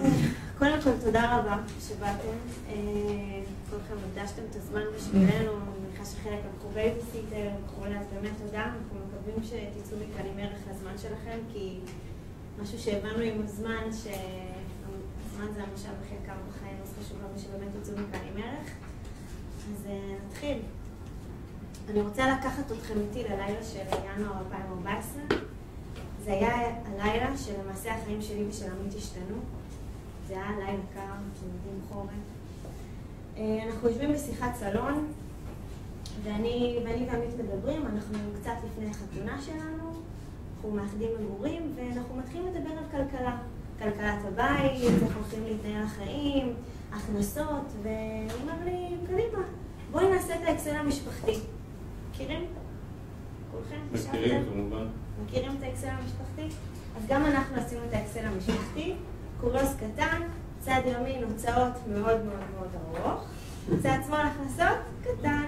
קודם כל, תודה רבה שבאתם. כולכם הקדשתם את הזמן בשבילנו, אני מניחה שחלק לקחו בייביסיטר, לקחו לה, אז באמת תודה. אנחנו מקווים שתצאו מכאן עם ערך לזמן שלכם, כי משהו שהבנו עם הזמן, שהזמן זה המשאב הכי יקר בחיים, אז חשוב לנו שבאמת תצאו מכאן עם ערך. אז נתחיל. אני רוצה לקחת אתכם איתי ללילה של ינואר 2014. זה היה הלילה שלמעשה החיים שלי ושל עמית השתנו. זה היה לילה קר, שמדים חורף. אנחנו יושבים בשיחת סלון, ואני ועמית מדברים, אנחנו קצת לפני החתונה שלנו, אנחנו מאחדים מגורים, ואנחנו מתחילים לדבר על כלכלה. כלכלת הבית, איך הולכים להתנהל החיים, הכנסות, והוא אומר לי, קדימה, בואי נעשה את האקסל המשפחתי. מכירים? כולכם? מכירים, כמובן. מכירים את האקסל המשפחתי? אז גם אנחנו עשינו את האקסל המשפחתי, קורס קטן, צד ימין הוצאות מאוד מאוד מאוד ארוך, צד שמאל הכנסות קטן.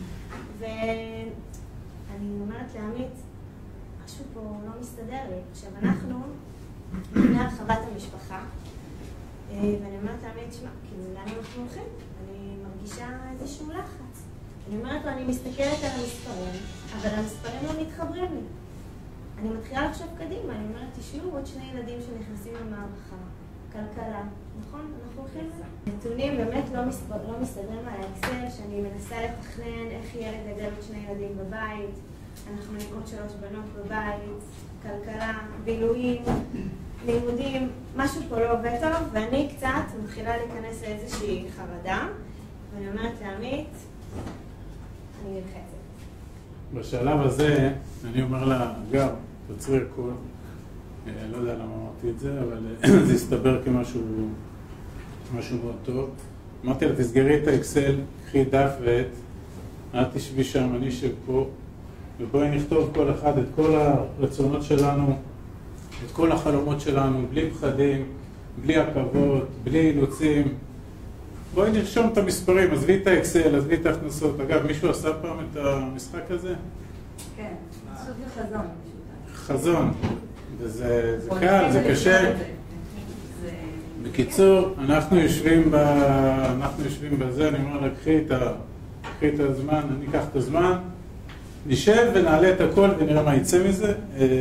ואני אומרת לעמית, משהו פה לא מסתדר לי. עכשיו אנחנו לפני הרחבת המשפחה, ואני אומרת לעמית, שמע, כאילו לאן אנחנו הולכים? אני מרגישה איזשהו לחץ. אני אומרת לו, אני מסתכלת על המספרים, אבל המספרים לא מתחברים לי. אני מתחילה לחשוב קדימה, אני אומרת, תשמעו עוד שני ילדים שנכנסים למערכה, כלכלה, נכון? אנחנו הולכים לזה. נתונים באמת לא מסתדרים על האקסל, שאני מנסה לתכנן איך ילד גדל עוד שני ילדים בבית, אנחנו עוד 3 בנות בבית, כלכלה, בילויים, לימודים, משהו פה לא עובד טוב, ואני קצת מתחילה להיכנס לאיזושהי חרדה, ואני אומרת לעמית, אני נלחצת. בשלב הזה, אני אומר לה, גר, תוצרי הכל. לא יודע למה אמרתי את זה, אבל זה הסתבר כמשהו מאוד טוב. אמרתי לה, תסגרי את האקסל, קחי דף ועט, את תשבי שם, אני אשב פה, ובואי נכתוב כל אחד את כל הרצונות שלנו, את כל החלומות שלנו, בלי פחדים, בלי עכבות, בלי אילוצים. בואי נרשום את המספרים, עזבי את האקסל, עזבי את ההכנסות. אגב, מישהו עשה פעם את המשחק הזה? כן, פשוט לחזון. חזון. וזה קל, זה קשה. בקיצור, אנחנו יושבים בזה, אני אומר לה, קחי את הזמן, אני אקח את הזמן, נשב ונעלה את הכל ונראה מה יצא מזה.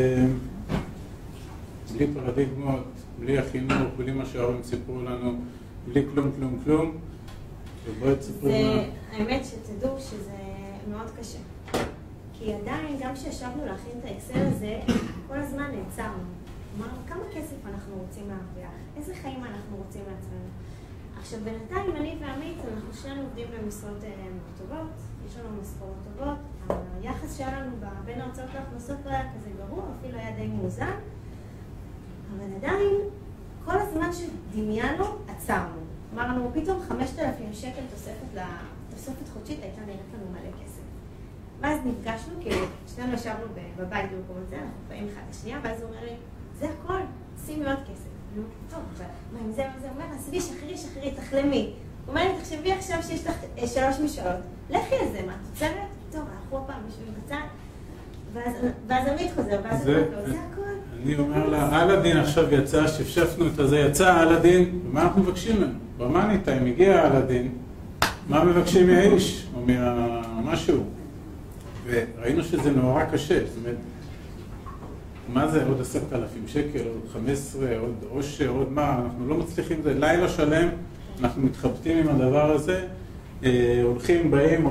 בלי פרדיגמות, בלי החינוך, בלי מה שההורים סיפרו לנו, בלי כלום. ובואי תספרי מה. האמת שתדעו שזה מאוד קשה. כי עדיין, גם כשישבנו להכין את האקסל הזה, כל הזמן נעצרנו. אמרנו, כמה כסף אנחנו רוצים להרוויח? איזה חיים אנחנו רוצים לעצמנו? עכשיו, בינתיים, אני ועמית, אנחנו שנינו עובדים במשרות מאוד טובות, יש לנו משכורות טובות, היחס שלנו בין ההוצאות להכנסות לא היה כזה גרוע, אפילו היה די מאוזן, אבל עדיין, כל הזמן שדמיינו, עצרנו. אמרנו, פתאום 5,000 שקל תוספת חודשית הייתה נראית לנו מלא כסף. ואז נפגשנו, כי שנינו ישבנו בבית במקומות זה, אנחנו באים אחד לשנייה, ואז הוא אומר לי, זה הכל, שימי עוד כסף. אני אומרת, טוב, מה עם זה? הוא אומר, עזבי, שחררי, תחלמי. הוא אומר לי, תחשבי עכשיו שיש לך 3 משאלות, לכי על זה, מה, תוצרת? טוב, אנחנו הפעם יושבים בצד. ואז עמית חוזר, ואז הוא אומר, זה הכל. אני אומר לה, אלאדין עכשיו יצא, שפשפנו את הזה, יצא אלאדין, ומה אנחנו מבקשים ממנו? במאני טיים הגיע אלאדין, מה מבקשים מהאיש, או משהו? וראינו שזה נורא קשה, זאת אומרת, מה זה עוד 10,000 שקל, עוד 15, עוד עושר, עוד מה, אנחנו לא מצליחים, זה לילה שלם, אנחנו מתחבטים עם הדבר הזה, הולכים באים.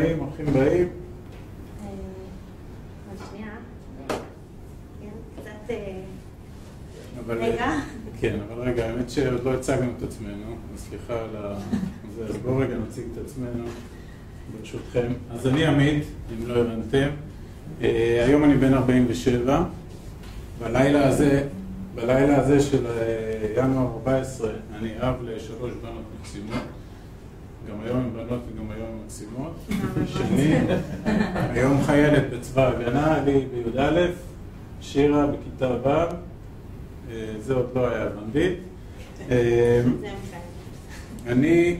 רגע. כן, אבל רגע, האמת שעוד לא הצגנו את עצמנו, סליחה על זה, אז בואו רגע נציג את עצמנו, ברשותכם. אז אני עמית, אם לא הבנתם, היום אני בן 47, בלילה הזה של ינואר 14, אני אב ל3 בנות מקסימות, גם היום הן בנות וגם היום הן מקסימות. שני, היום חיילת בצבא הגנה, לי בי"א, שירה בכיתה ו', זה עוד לא היה בנדית. אני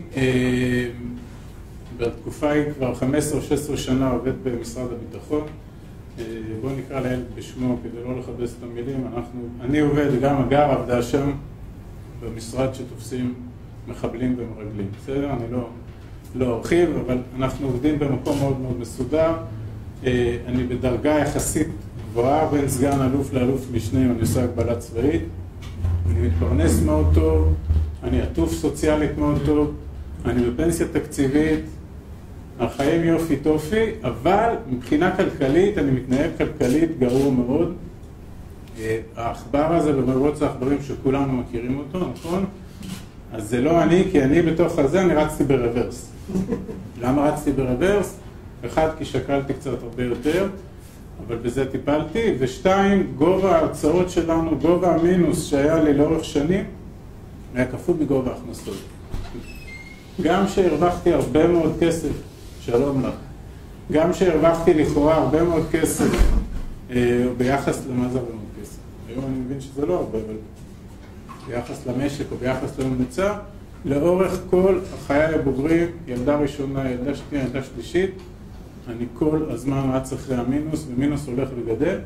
בתקופה היא כבר 15 או 16 שנה עובד במשרד הביטחון. בואו נקרא לילד בשמו כדי לא לחפש את המילים. אני עובד, גם הגר עבדה שם במשרד שתופסים מחבלים ומרגלים. בסדר? אני לא ארחיב, אבל אנחנו עובדים במקום מאוד מאוד מסודר. אני בדרגה יחסית גבוהה בין סגן אלוף לאלוף משנה, אני עושה הגבלה צבאית. אני מתפרנס מאוד טוב, אני עטוף סוציאלית מאוד טוב, אני בפנסיה תקציבית, החיים יופי טופי, אבל מבחינה כלכלית אני מתנהל כלכלית גרוע מאוד. העכבר הזה במרוץ העכברים שכולנו מכירים אותו, נכון? אז זה לא אני, כי אני בתוך הזה, אני רצתי ברוורס. למה רצתי ברוורס? אחד, כי שקלתי קצת הרבה יותר, אבל בזה טיפלתי, ושתיים, גובה ההרצאות שלנו, גובה המינוס שהיה לי לאורך שנים, היה כפול בגובה ההכנסות. גם שהרווחתי הרבה מאוד כסף, שלום לך, גם שהרווחתי לכאורה הרבה מאוד כסף, ביחס למה זה הרבה מאוד כסף. היום אני מבין שזה לא הרבה, אבל ביחס למשק או ביחס לממוצע, לאורך כל החיי הבוגרים, ילדה ראשונה, ילדה שנייה, ילדה שלישית, אני כל הזמן רץ אחרי המינוס, ומינוס הולך וגדל.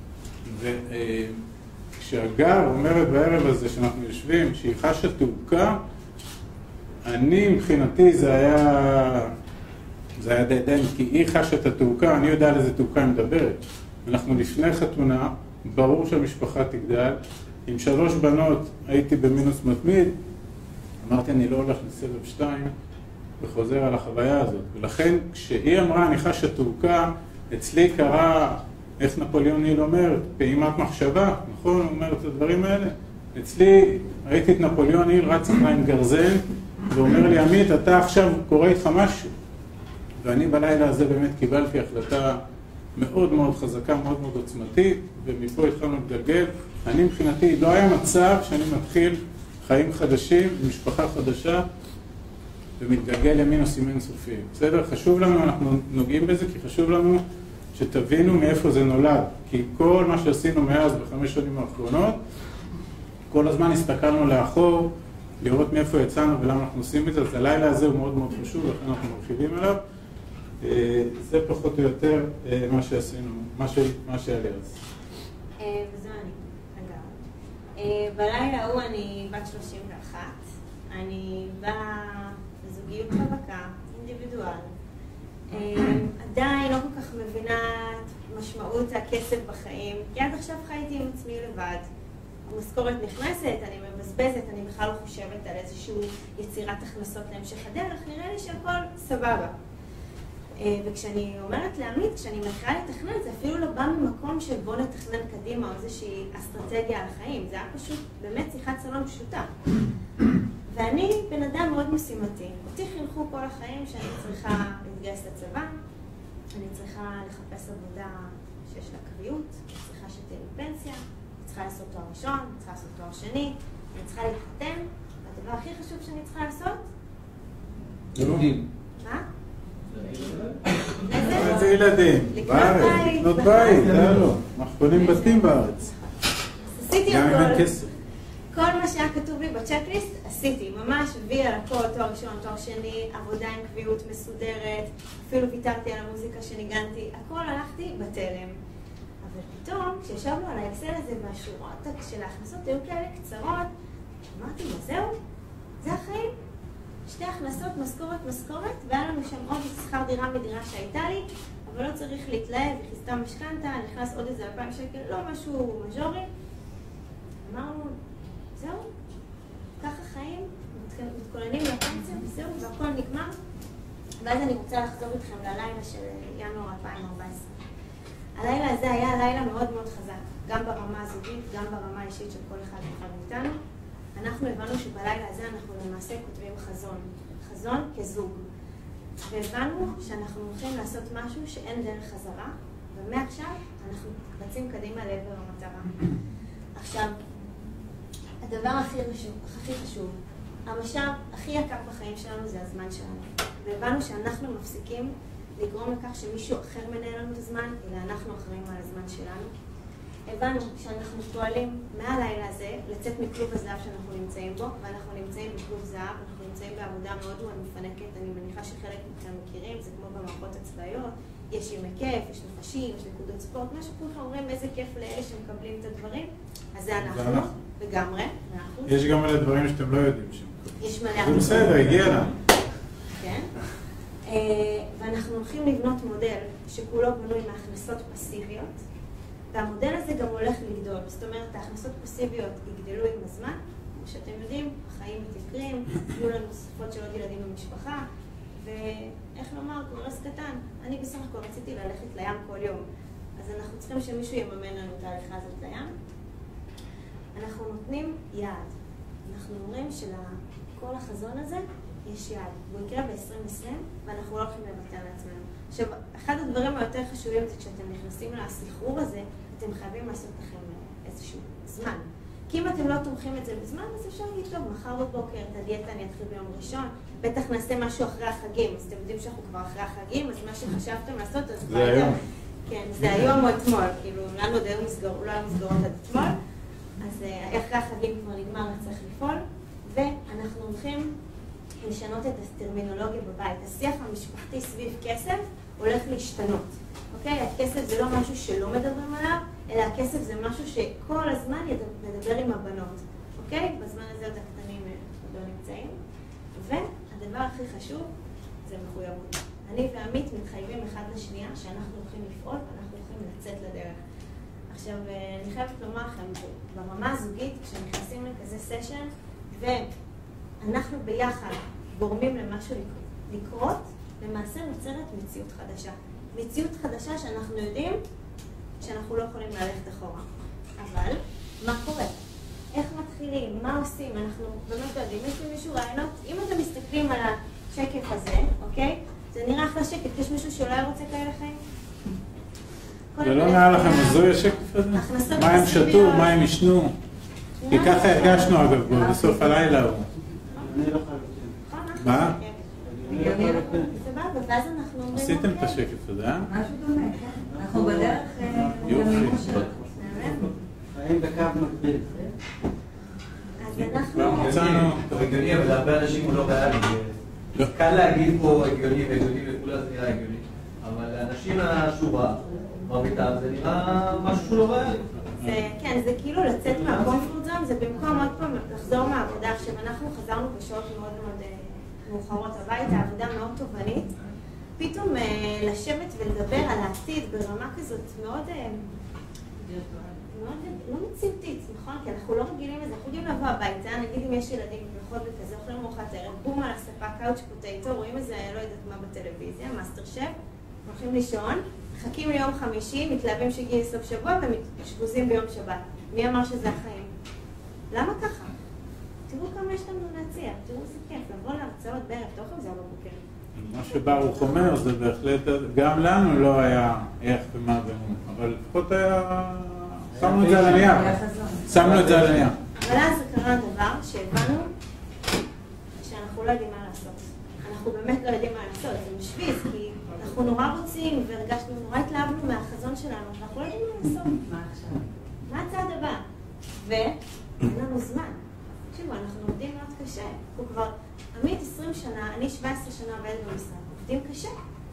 וכשהגר אומרת בערב הזה שאנחנו יושבים, שהיא חשה תעוקה, אני מבחינתי זה היה די, כי היא חשה את התעוקה, אני יודע על איזה תעוקה היא מדברת. אנחנו לפני חתונה, ברור שהמשפחה תגדל, עם 3 בנות הייתי במינוס מתמיד, אמרתי אני לא הולך לסבב 2, וחוזר על החוויה הזאת. ולכן כשהיא אמרה אני חשה תעוקה, אצלי קרה, איך נפוליאון היל אומר, פעימת מחשבה, נכון? הוא אומר את הדברים האלה. אצלי ראיתי את נפוליאון היל רץ אחרי עם גרזן, ואומר לי עמית אתה עכשיו קורא איתך משהו. ואני בלילה הזה באמת קיבלתי החלטה מאוד מאוד חזקה, מאוד מאוד עוצמתית, ומפה התחלנו לגלגל. אני מבחינתי לא היה מצב שאני מתחיל חיים חדשים, משפחה חדשה, ומתגלגל למינוסים אינסופיים. בסדר? חשוב לנו, אנחנו נוגעים בזה, כי חשוב לנו שתבינו מאיפה זה נולד. כי כל מה שעשינו מאז ב5 שנים האחרונות, כל הזמן הסתכלנו לאחור, לראות מאיפה יצאנו ולמה אנחנו עושים את זה. אז הלילה הזה הוא מאוד מאוד חשוב, לכן אנחנו מרחיבים עליו. זה פחות או יותר מה שעשינו, מה שהיה לי אז. וזו אני, אגב. בלילה ההוא אני בת 31, אני באה בזוגיות רווקה, אינדיבידואל. עדיין לא כל כך מבינה את משמעות הכסף בחיים, כי עד עכשיו חייתי עם עצמי לבד. המשכורת נכנסת, אני מבזבזת, אני בכלל לא חושבת על איזושהי יצירת הכנסות להמשך הדרך, נראה לי שהכל סבבה. וכשאני אומרת לעמית, כשאני מתחילה לתכנן, זה אפילו לא בא ממקום של בוא נתכנן קדימה או איזושהי אסטרטגיה על החיים, זה היה פשוט באמת שיחת סלון פשוטה. ואני בן אדם מאוד משימתי. אותי חינכו כל החיים שאני צריכה להתגייס לצבא, אני צריכה לחפש עבודה שיש לה קביעות, אני צריכה שתהיה לי פנסיה, אני צריכה לעשות תואר ראשון, אני צריכה לעשות תואר שני, אני צריכה להתחתן, והדבר הכי חשוב שאני צריכה לעשות? ילדים. מה? איזה ילדים? בארץ, לקנות בית, לא. אנחנו קונים בתים בארץ. עשיתי גם אם אין הכל. כסף. כל מה שהיה כתוב לי בצ'קליסט, עשיתי. ממש וי על הכל, תואר ראשון, תואר שני, עבודה עם קביעות מסודרת, אפילו ויתרתי על המוזיקה שניגנתי, הכל הלכתי בתלם. אבל פתאום, כשישבנו על האקסל הזה והשורות של ההכנסות היו כאלה קצרות, אמרתי, מה זהו? זה החיים? 2 הכנסות, משכורת, והיה לנו שם עוד שכר דירה מדירה שהייתה לי, אבל לא צריך להתלהב, וכיסתה משכנתה, נכנס עוד איזה 2,000 שקל, לא משהו מז'ורי. אמרנו, זהו, ככה חיים, מתכוננים לפנסיה, וזהו, והכל נגמר. ואז אני רוצה לחזור איתכם ללילה של ינואר 2014. הלילה הזה היה לילה מאוד מאוד חזק, גם ברמה הזוגית, גם ברמה האישית של כל אחד מאיתנו. אנחנו הבנו שבלילה הזה אנחנו למעשה כותבים חזון כזוג. והבנו שאנחנו הולכים לעשות משהו שאין דרך חזרה, ומעכשיו אנחנו רצים קדימה לעבר המטרה. עכשיו, הדבר הכי חשוב, המשאב הכי יקר בחיים שלנו זה הזמן שלנו. והבנו שאנחנו מפסיקים לגרום לכך שמישהו אחר מנהל לנו את הזמן, אלא אנחנו אחראים על הזמן שלנו. הבנו שאנחנו פועלים מהלילה הזה לצאת מכלוב הזהב שאנחנו נמצאים בו, ואנחנו נמצאים בכלוב זהב, אנחנו נמצאים בעבודה מאוד מאוד מפנקת, אני מניחה שחלק מכם מכירים, זה כמו במערכות הצבאיות, יש ימי כיף, יש נפשים, יש נקודות ספורט, מה שכולכם אומרים, איזה כיף לאלה שמקבלים את הדברים, אז זה אנחנו, לגמרי, 100%. יש גם מלא דברים שאתם לא יודעים יש מלא. זה בסדר, הגיע לה. כן. ואנחנו הולכים לבנות מודל שכולו בנוי מהכנסות פסיביות, והמודל הזה גם הולך לגדול. זאת אומרת, ההכנסות פסיביות יגדלו עם הזמן, כמו שאתם יודעים, החיים מתייקרים, יהיו לנו תוספות של עוד ילדים במשפחה, ואיך לומר, קורס קטן, אני בסך הכל רציתי ללכת לים כל יום, אז אנחנו צריכים שמישהו יממן לנו את ההליכה הזאת לים. אנחנו נותנים יעד. אנחנו אומרים שלכל החזון הזה יש יעד. הוא יקרה ב-2020, ואנחנו לא הולכים לוותר לעצמנו. עכשיו, אחד הדברים היותר חשובים זה כשאתם נכנסים לסחרור הזה, אתם חייבים לעשות לכם איזשהו זמן. כי אם אתם לא תומכים את זה בזמן, אז אפשר להגיד, טוב, מחר בבוקר, את הדיאטה אני אתחיל ביום ראשון, בטח נעשה משהו אחרי החגים, אז אתם יודעים שאנחנו כבר אחרי החגים, אז מה שחשבתם לעשות, אז זה היום. כן, זה היום או אתמול, כאילו, לנו עוד היו מסגרות, לא היו מסגרות עד אתמול, אז אחרי החגים כבר נגמר, צריך לפעול, ואנחנו הולכים לשנות את הטרמינולוגיה בבית. השיח המשפחתי סביב כסף הולך להשתנות, אוקיי? הכסף זה לא משהו שלא מדברים עליו, אלא הכסף זה משהו שכל הזמן מדבר עם הבנות, אוקיי? בזמן הזה עוד הקטנים לא נמצאים. והדבר הכי חשוב זה מחויבות. אני ועמית מתחייבים אחד לשנייה שאנחנו הולכים לפעול ואנחנו הולכים לצאת לדרך. עכשיו, אני חייבת לומר לכם, ברמה הזוגית, כשנכנסים לכזה סשן, ואנחנו ביחד גורמים למשהו לקרות, למעשה נוצרת מציאות חדשה. מציאות חדשה שאנחנו יודעים שאנחנו לא יכולים ללכת אחורה. אבל, מה קורה? איך מתחילים? מה עושים? אנחנו באמת יודעים, יש לי מישהו רעיונות, אם אתם מסתכלים על השקף הזה, אוקיי? זה נראה אחלה שקף, יש מישהו שאולי רוצה כאלה חיים? זה לא נראה לכם הזוי השקף הזה? מה הם שתו, מה הם ישנו? כי ככה הרגשנו אגב בו, בסוף הלילה הוא. מה? סבבה, ואז אנחנו אומרים... עשיתם את השקף הזה, אה? משהו דומה, כן. אנחנו בדרך... יופי. חיים בקו מקביל. אז אנחנו... מצאנו... הוא הגיוני, אבל להרבה אנשים הוא לא ריאלי. קל להגיד פה הגיוני והגיוני וכולה זה נראה הגיוני. אבל לאנשים מהשורה, מרביתם, זה נראה משהו שהוא לא ריאלי. כן, זה כאילו לצאת מהקומפורט זון, זה במקום עוד פעם לחזור מהעבודה. עכשיו, אנחנו חזרנו בשעות מאוד מאוד מאוחרות הביתה, עבודה מאוד תובענית. פתאום לשבת ולדבר על העתיד ברמה כזאת מאוד לא מציאותית, נכון? כי אנחנו לא רגילים לזה, אנחנו יודעים לבוא הביתה, נגיד אם יש ילדים במיוחד וכזה, אוכלים ארוחת ערב, בום על הספה, קאוץ' פוטטו, רואים איזה, לא יודעת מה בטלוויזיה, מאסטר שף, הולכים לישון, מחכים ליום חמישי, מתלהבים שהגיע סוף שבוע ומשבוזים ביום שבת. מי אמר שזה החיים? למה ככה? תראו כמה יש לנו להציע, תראו איזה כיף, לבוא להרצאות בערב, תאכל זה בבוקר. מה שברוך אומר זה בהחלט, גם לנו לא היה איך ומה ואום, אבל לפחות היה... שמנו את זה על הנייר. שמנו את זה על הנייר. אבל אז קרה דבר שהבנו שאנחנו לא יודעים מה לעשות. אנחנו באמת לא יודעים מה לעשות, זה משוויז, כי אנחנו נורא רוצים והרגשנו, נורא התלהבנו מהחזון שלנו, אנחנו לא יודעים מה לעשות. מה עכשיו? מה הצעד הבא? ואין לנו זמן. תקשיבו, אנחנו עובדים מאוד קשה. אנחנו כבר, עמית 20 שנה, אני 17 שנה עובדת במשרד. עובדים קשה.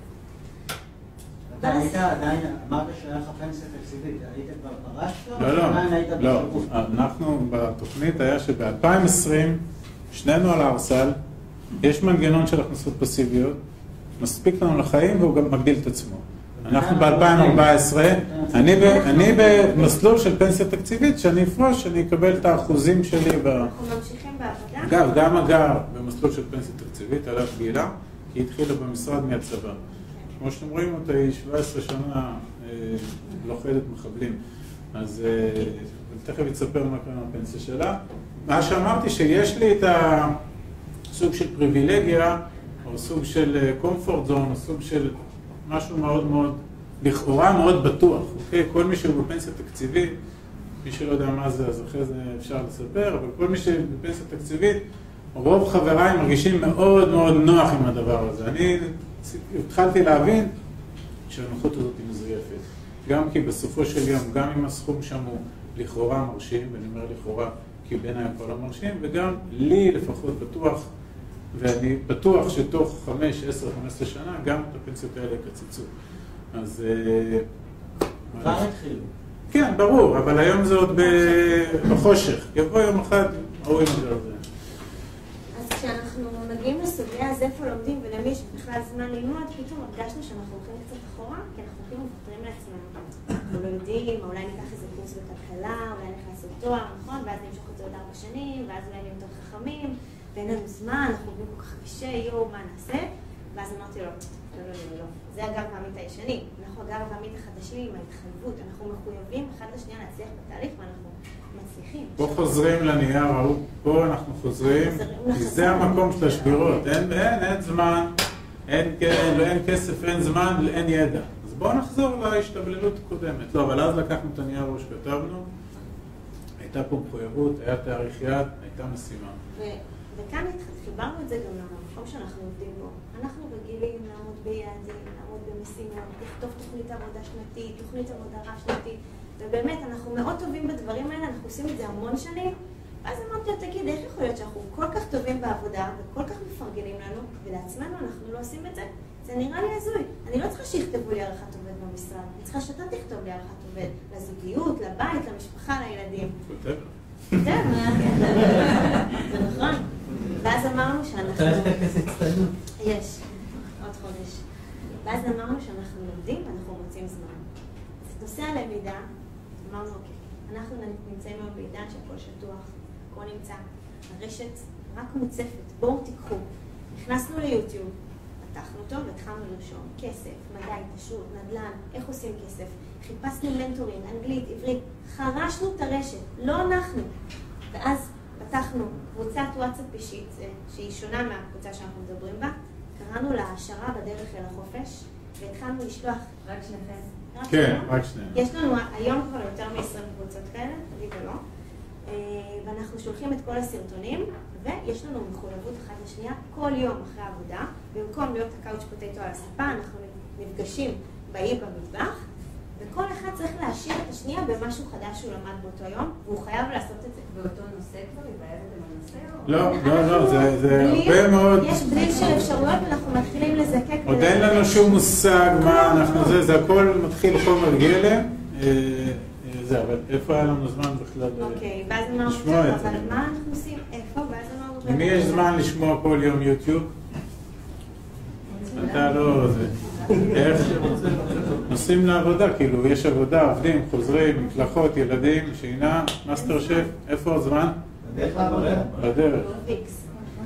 אתה היית עדיין, אמרת שהיה לך פנסיה תקציבית, היית כבר פרשת? לא, אנחנו בתוכנית היה שב-2020, שנינו על הארסל, יש מנגנון של הכנסות פסיביות, מספיק לנו לחיים והוא גם מגדיל את עצמו. אנחנו ב-2014, אני במסלול של פנסיה תקציבית, שאני אפרוש, שאני אקבל את האחוזים שלי אנחנו ממשיכים בעבודה. אגב, גם אגר במסלול של פנסיה תקציבית, עליו גילה, כי היא התחילה במשרד מהצבא. כמו שאתם רואים אותה, היא 17 שנה לוחדת מחבלים. אז תכף יתספר מה קרה מהפנסיה שלה. מה שאמרתי, שיש לי את הסוג של פריבילגיה, או סוג של קומפורט זון, או סוג של משהו מאוד מאוד, לכאורה מאוד בטוח. אוקיי? כל מי שהוא בפנסיה תקציבית, מי שלא יודע מה זה, אז אחרי זה אפשר לספר, אבל כל מי שבפנסיה תקציבית, רוב חבריי מרגישים מאוד מאוד נוח עם הדבר הזה. אני התחלתי להבין שהנוחות הזאת היא מזויפת. גם כי בסופו של יום, גם אם הסכום שם הוא לכאורה מרשים, ואני אומר לכאורה כי בעיניי הכל לא מרשים, וגם לי לפחות בטוח, ואני בטוח שתוך 5, 10, 15 שנה גם את הפנסיות האלה יקצצו. אז... כבר התחילו. כן, ברור, אבל היום זה עוד בחושך. יבוא יום אחד, רואים את זה. אז כשאנחנו מגיעים לסוגיה אז איפה לומדים ולמי יש בכלל זמן ללמוד, פתאום הרגשנו שאנחנו הולכים קצת אחורה, כי אנחנו הולכים ומוותרים לעצמנו. אנחנו לא יודעים, אולי ניקח איזה קורס בכלכלה, אולי נלך לעשות תואר, נכון? ואז נמשוך את זה עוד 4 שנים, ואז אולי נהיה יותר חכמים, ואין לנו זמן, אנחנו עובדים כל כך קשה, מה נעשה? ואז אמרתי לו, לא. זה הגר והעמית הישני. אנחנו הגר והעמית החדשים עם ההתחייבות. אנחנו מחויבים אחד לשנייה להצליח בתהליך ואנחנו מצליחים. פה חוזרים לנייר, פה אנחנו חוזרים, כי זה המקום של השבירות. אין זמן, אין כסף, אין זמן, אין ידע. אז בואו נחזור להשתבללות הקודמת. לא, אבל אז לקחנו את הנייר שכתבנו, הייתה פה מחויבות, היה תאריך יד, הייתה משימה. וכאן חיברנו את זה גם למקום שאנחנו עובדים בו. אנחנו רגילים לעמוד ביעדים, לעמוד במשימות, לכתוב תוכנית עבודה שנתית, תוכנית עבודה רב שנתית, ובאמת אנחנו מאוד טובים בדברים האלה, אנחנו עושים את זה המון שנים, ואז אמרתי לו, תגיד, איך יכול להיות שאנחנו כל כך טובים בעבודה וכל כך מפרגנים לנו, ולעצמנו אנחנו לא עושים את זה? זה נראה לי הזוי. אני לא צריכה שיכתבו לי ערכת עובד במשרד, אני צריכה שאתה תכתוב לי ערכת עובד, לזוגיות, לבית, למשפחה, לילדים. זה נכון. ואז אמרנו שאנחנו... אתה הולכת כזה הצטיינות. יש, עוד חודש. ואז אמרנו שאנחנו לומדים ואנחנו מוצאים זמן. אז נושא הלמידה, אמרנו, אוקיי, אנחנו נמצאים היום בעידן שהכל שטוח, הכל נמצא, הרשת רק מוצפת, בואו תיקחו. נכנסנו ליוטיוב, פתחנו אותו והתחלנו לרשום כסף, מדע, התעשרות, נדל"ן, איך עושים כסף, חיפשנו מנטורים, אנגלית, עברית, חרשנו את הרשת, לא אנחנו. ואז פתחנו קבוצת וואטסאפ אישית, שהיא שונה מהקבוצה שאנחנו מדברים בה, קראנו לה העשרה בדרך אל החופש, והתחלנו לשלוח רק שניכם. כן, רק שניהם. יש לנו היום כבר יותר מ-20 קבוצות כאלה, לי ולא, ואנחנו שולחים את כל הסרטונים, ויש לנו מחויבות אחת לשנייה כל יום אחרי העבודה, במקום להיות הקאוץ' פוטטו על הספה, אנחנו נפגשים באי במטבח, וכל אחד צריך להשאיר את השנייה במשהו חדש שהוא למד באותו יום, והוא חייב לעשות את זה. באותו נושא כבר? יבערתם על נושא? לא, זה הרבה מאוד... יש בליל של אפשרויות ואנחנו מתחילים לזקק... עוד אין לנו שום מושג מה אנחנו... זה הכל מתחיל חומר גלם. זה, אבל איפה היה לנו זמן בכלל לשמוע את זה? אוקיי, ואז אמרנו, אבל מה אנחנו עושים? איפה? ואז אמרנו... למי יש זמן לשמוע כל יום יוטיוב? אתה לא... איך? נוסעים לעבודה, כאילו, יש עבודה, עובדים, חוזרים, מקלחות, ילדים, שינה, מאסטר שף, איפה הזמן? בדרך. פיקס.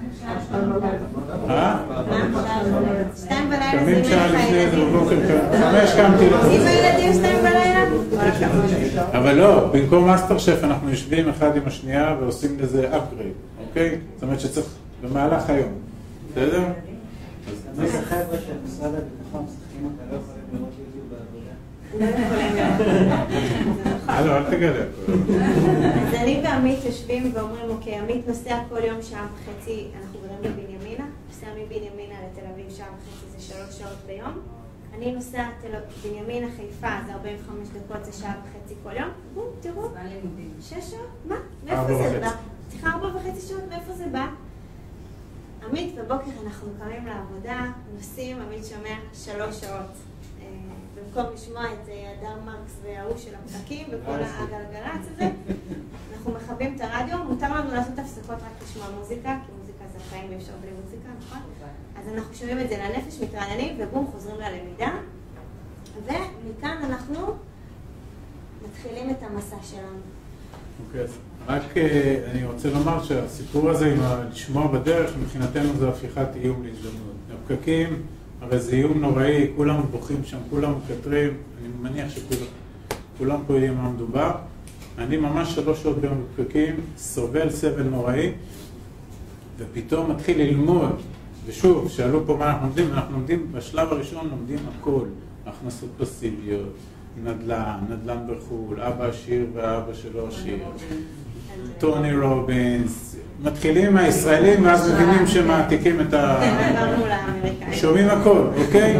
2 בלילה קמים זה שעה מלך לפני זה הילדים. בבוקר, 5 קמתי עם לחוץ. הילדים 2 בלילה? אבל לא, במקום מאסטר שף אנחנו יושבים אחד עם השנייה ועושים לזה upgrade, אוקיי? זאת אומרת שצריך במהלך היום, בסדר? מי זה חבר'ה של משרד הביטחון צריכים אותה, לא יכולים לראות יוטיוב בעבודה? לא יכולים לראות. הלו, אל תגלה. אז אני ועמית יושבים ואומרים, אוקיי, עמית נוסע כל יום שעה וחצי, אנחנו גרים בבנימינה, נוסע מבנימינה לתל אביב שעה וחצי, זה 3 שעות ביום. אני נוסע בנימינה חיפה, זה 45 דקות, זה שעה וחצי כל יום. תראו, 6 שעות? מה? מאיפה זה בא? צריכה 4.5 שעות, מאיפה זה בא? עמית, בבוקר אנחנו קמים לעבודה, נוסעים, עמית שומע 3 שעות. במקום לשמוע את הדר מרקס וההוא של הפרקים וכל הגלגלצ הזה, אנחנו מכבים את הרדיו, מותר לנו לעשות הפסקות רק לשמוע מוזיקה, כי מוזיקה זה החיים ואי אפשר בלי מוזיקה, נכון? אז אנחנו שומעים את זה לנפש, מתרעננים, ובום, חוזרים ללמידה, ומכאן אנחנו מתחילים את המסע שלנו. אוקיי, רק אני רוצה לומר שהסיפור הזה עם לשמוע בדרך, מבחינתנו זה הפיכת איום להזדמנות. הפקקים, הרי זה איום נוראי, כולם בוכים שם, כולם מקטרים, אני מניח שכולם פה יודעים מה מדובר. אני ממש 3 שעות ביום בפקקים, סובל סבל נוראי, ופתאום מתחיל ללמוד, ושוב, שאלו פה מה אנחנו לומדים, בשלב הראשון לומדים הכל, הכנסות פסיביות, נדל"ן בחול, אבא עשיר ואבא שלו עשיר, טוני רובינס, מתחילים מהישראלים ואז מבינים שמעתיקים את שומעים הכל, אוקיי?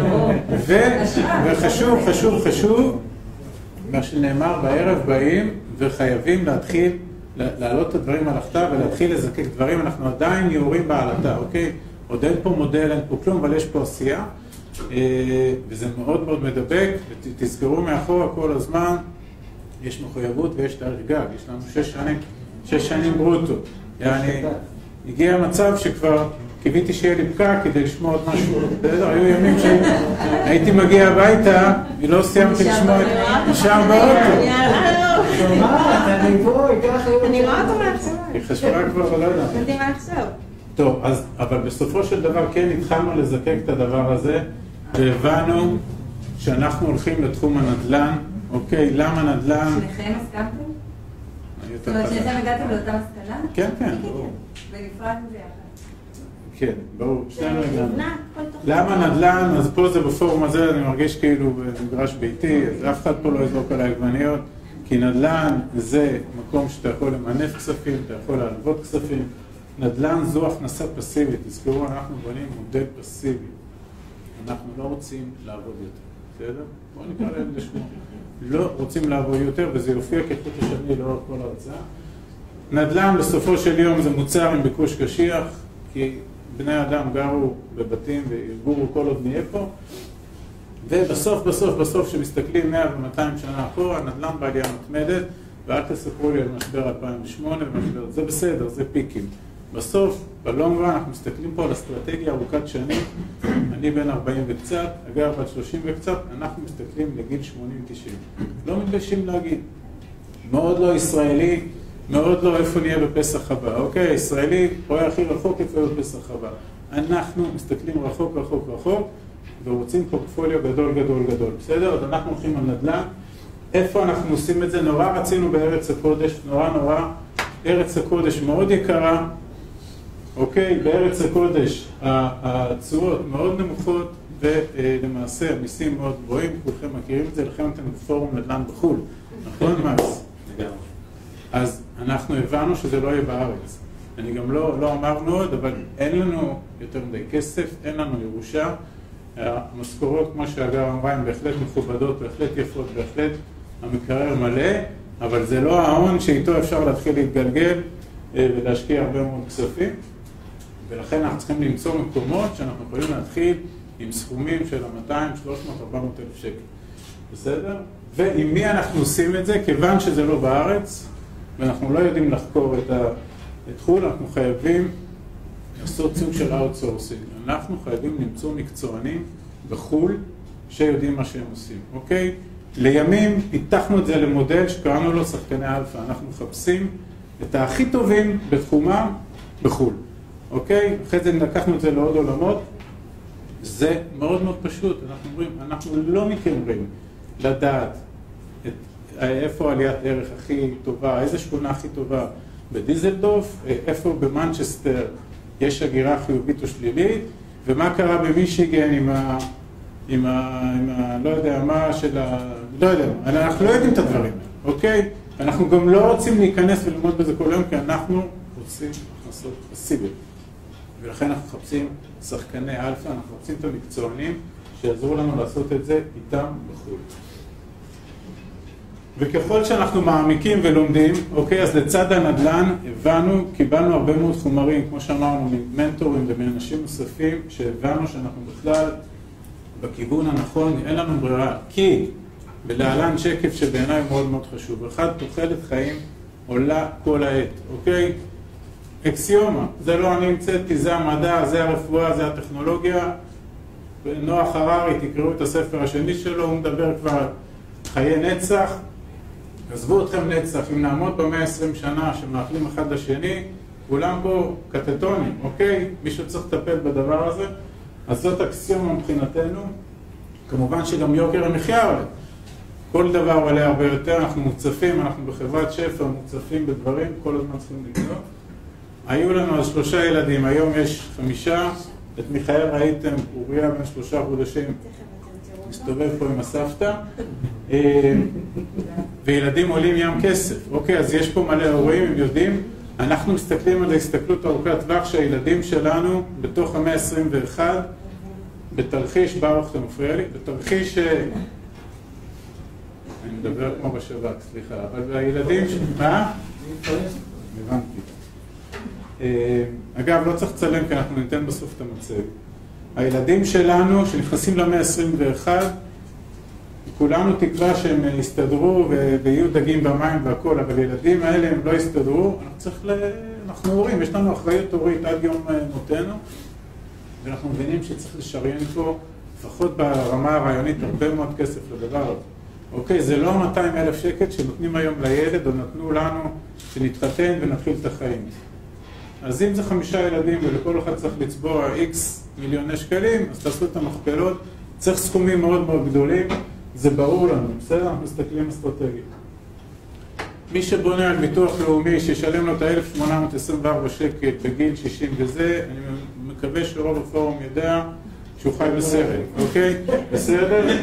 וחשוב, מה שנאמר בערב באים וחייבים להתחיל להעלות את הדברים על הכתב ולהתחיל לזקק דברים, אנחנו עדיין יורים בעלתה, אוקיי? עוד אין פה מודל, אין פה כלום, אבל יש פה עשייה. וזה מאוד מאוד מדבק, ותזכרו מאחורה כל הזמן, יש מחויבות ויש תאריך גג, יש לנו 6 שנים ברוטו. הגיע המצב שכבר קיוויתי שיהיה לי פקק כדי לשמוע עוד משהו. היו ימים שהייתי מגיע הביתה, ולא סיימתי לשמוע את נשאר באוטו. אני רואה אותו מעכשיו. היא חשבה כבר, לא יודע. נתתי מה עכשיו. טוב, אבל בסופו של דבר כן התחלנו לזקק את הדבר הזה, והבנו שאנחנו הולכים לתחום הנדל"ן. אוקיי, למה נדל"ן? שניכם הסכמתם? זאת אומרת שניכם הגעתם לאותה מסקנה? כן, כן. ונפרדנו ביחד. כן, ברור, שנינו הגענו. למה נדל"ן? אז פה זה בפורום הזה, אני מרגיש כאילו במגרש ביתי, אז אף אחד פה לא יזרוק על העגבניות, כי נדל"ן זה מקום שאתה יכול למנף כספים, אתה יכול להלוות כספים. נדל"ן זו הכנסה פסיבית, תזכרו, אנחנו בונים מודל פסיבי. אנחנו לא רוצים לעבוד יותר, בסדר? בואו נקרא להם לשמוע. לא רוצים לעבוד יותר, וזה יופיע כחוט השני לאורך כל ההרצאה. נדל"ן בסופו של יום זה מוצר עם ביקוש קשיח, כי בני אדם גרו בבתים ויגורו כל עוד נהיה פה, ובסוף שמסתכלים 100 ו-200 שנה אחורה, נדל"ן בעלייה מתמדת, ואל תספרו לי על משבר 2008 ומשבר, זה בסדר, זה פיקים. בסוף, בלונג רן, אנחנו מסתכלים פה על אסטרטגיה ארוכת שנים, אני בן 40 וקצת, אגב בת 30 וקצת, אנחנו מסתכלים לגיל 80-90. לא מתביישים להגיד. מאוד לא ישראלי, מאוד לא איפה נהיה בפסח הבא. אוקיי, ישראלי רואה הכי רחוק איפה יהיה בפסח הבא. אנחנו מסתכלים רחוק, ורוצים פורטפוליו גדול. בסדר? אז אנחנו הולכים על נדל"ן. איפה אנחנו עושים את זה? נורא רצינו בארץ הקודש, נורא. ארץ הקודש מאוד יקרה. אוקיי, בארץ הקודש התשואות מאוד נמוכות, ולמעשה המיסים מאוד גבוהים, כולכם מכירים את זה, לכן אתם בפורום נדל"ן בחו"ל. נכון, מקס? לגמרי. אז אנחנו הבנו שזה לא יהיה בארץ. אני גם לא אמרנו עוד, אבל אין לנו יותר מדי כסף, אין לנו ירושה. המשכורות, כמו שאגב אמרה, הן בהחלט מכובדות, בהחלט יפות, בהחלט המקרר מלא, אבל זה לא ההון שאיתו אפשר להתחיל להתגלגל ולהשקיע הרבה מאוד כספים. ולכן אנחנו צריכים למצוא מקומות שאנחנו יכולים להתחיל עם סכומים של 200, 300, 400 אלף שקל. בסדר? ועם מי אנחנו עושים את זה? כיוון שזה לא בארץ, ואנחנו לא יודעים לחקור את חו"ל, אנחנו חייבים לעשות סוג של אאוטסורסינג. אנחנו חייבים למצוא מקצוענים בחו"ל שיודעים מה שהם עושים, אוקיי? לימים פיתחנו את זה למודל שקראנו לו שחקני אלפא. אנחנו מחפשים את הכי טובים בתחומם בחו"ל, אוקיי? אחרי זה לקחנו את זה לעוד עולמות. זה מאוד מאוד פשוט. אנחנו אומרים, אנחנו לא מתיימרים לדעת איפה עליית ערך הכי טובה, איזה שכונה הכי טובה בדיזלדורף, איפה במנצ'סטר יש הגירה חיובית או שלילית, ומה קרה במישיגן עם לא יודע מה של לא יודע, אנחנו לא יודעים את הדברים, אוקיי? אנחנו גם לא רוצים להיכנס וללמוד בזה כל יום, כי אנחנו רוצים הכנסות פסיביות. ולכן אנחנו מחפשים שחקני אלפא, אנחנו מחפשים את המקצוענים שיעזרו לנו לעשות את זה איתם בחו"ל. וככל שאנחנו מעמיקים ולומדים, אוקיי, אז לצד הנדל"ן הבנו, קיבלנו הרבה מאוד חומרים, כמו שאמרנו, ממנטורים ומאנשים נוספים, שהבנו שאנחנו בכלל בכיוון הנכון, אין לנו ברירה. כי, ולהלן שקף שבעיניי הוא מאוד מאוד חשוב, אחד, תוחלת חיים עולה כל העת, אוקיי? אקסיומה, זה לא אני המצאתי, זה המדע, זה הרפואה, זה הטכנולוגיה. נוח הררי, תקראו את הספר השני שלו, הוא מדבר כבר על חיי נצח. עזבו אתכם נצח, אם נעמוד ב-120 שנה שמאכלים אחד לשני, כולם פה קטטונים, אוקיי? מישהו צריך לטפל בדבר הזה. אז זאת אקסיומה מבחינתנו. כמובן שגם יוקר המחיה עולה. כל דבר עולה הרבה יותר, אנחנו מוצפים, אנחנו בחברת שפע, מוצפים בדברים, כל הזמן צריכים לקנות. היו לנו אז 3 ילדים, היום יש 5, את מיכאל ראיתם, אוריה בן 3 חודשים, מסתובב פה עם הסבתא, וילדים עולים ים כסף. אוקיי, אז יש פה מלא הורים, הם יודעים, אנחנו מסתכלים על ההסתכלות ארוכת טווח שהילדים שלנו בתוך המאה ה-21, בתרחיש, ברוך אתה מפריע לי, בתרחיש, אני מדבר כמו בשב"כ, סליחה, אבל הילדים, מה? הבנתי. אגב, לא צריך לצלם כי אנחנו ניתן בסוף את המצב. הילדים שלנו שנכנסים למאה ה-21, כולנו תקווה שהם יסתדרו ויהיו דגים במים והכל, אבל הילדים האלה הם לא יסתדרו, אנחנו הורים, יש לנו אחריות הורית עד יום מותנו, ואנחנו מבינים שצריך לשריין פה, לפחות ברמה הרעיונית, הרבה מאוד כסף לדבר הזה. אוקיי, זה לא 200,000 שקל שנותנים היום לילד, או נתנו לנו שנתחתן ונתחיל את החיים. אז אם זה 5 ילדים ולכל אחד צריך לצבוע X מיליוני שקלים, אז תעשו את המכפלות, צריך סכומים מאוד מאוד גדולים, זה ברור לנו, בסדר? אנחנו מסתכלים אסטרטגית. מי שבונה על ביטוח לאומי שישלם לו את ה-1,824 שקל בגיל 60 וזה, אני מקווה שרוב הפורום ידע שהוא חי בסרט, אוקיי? בסדר?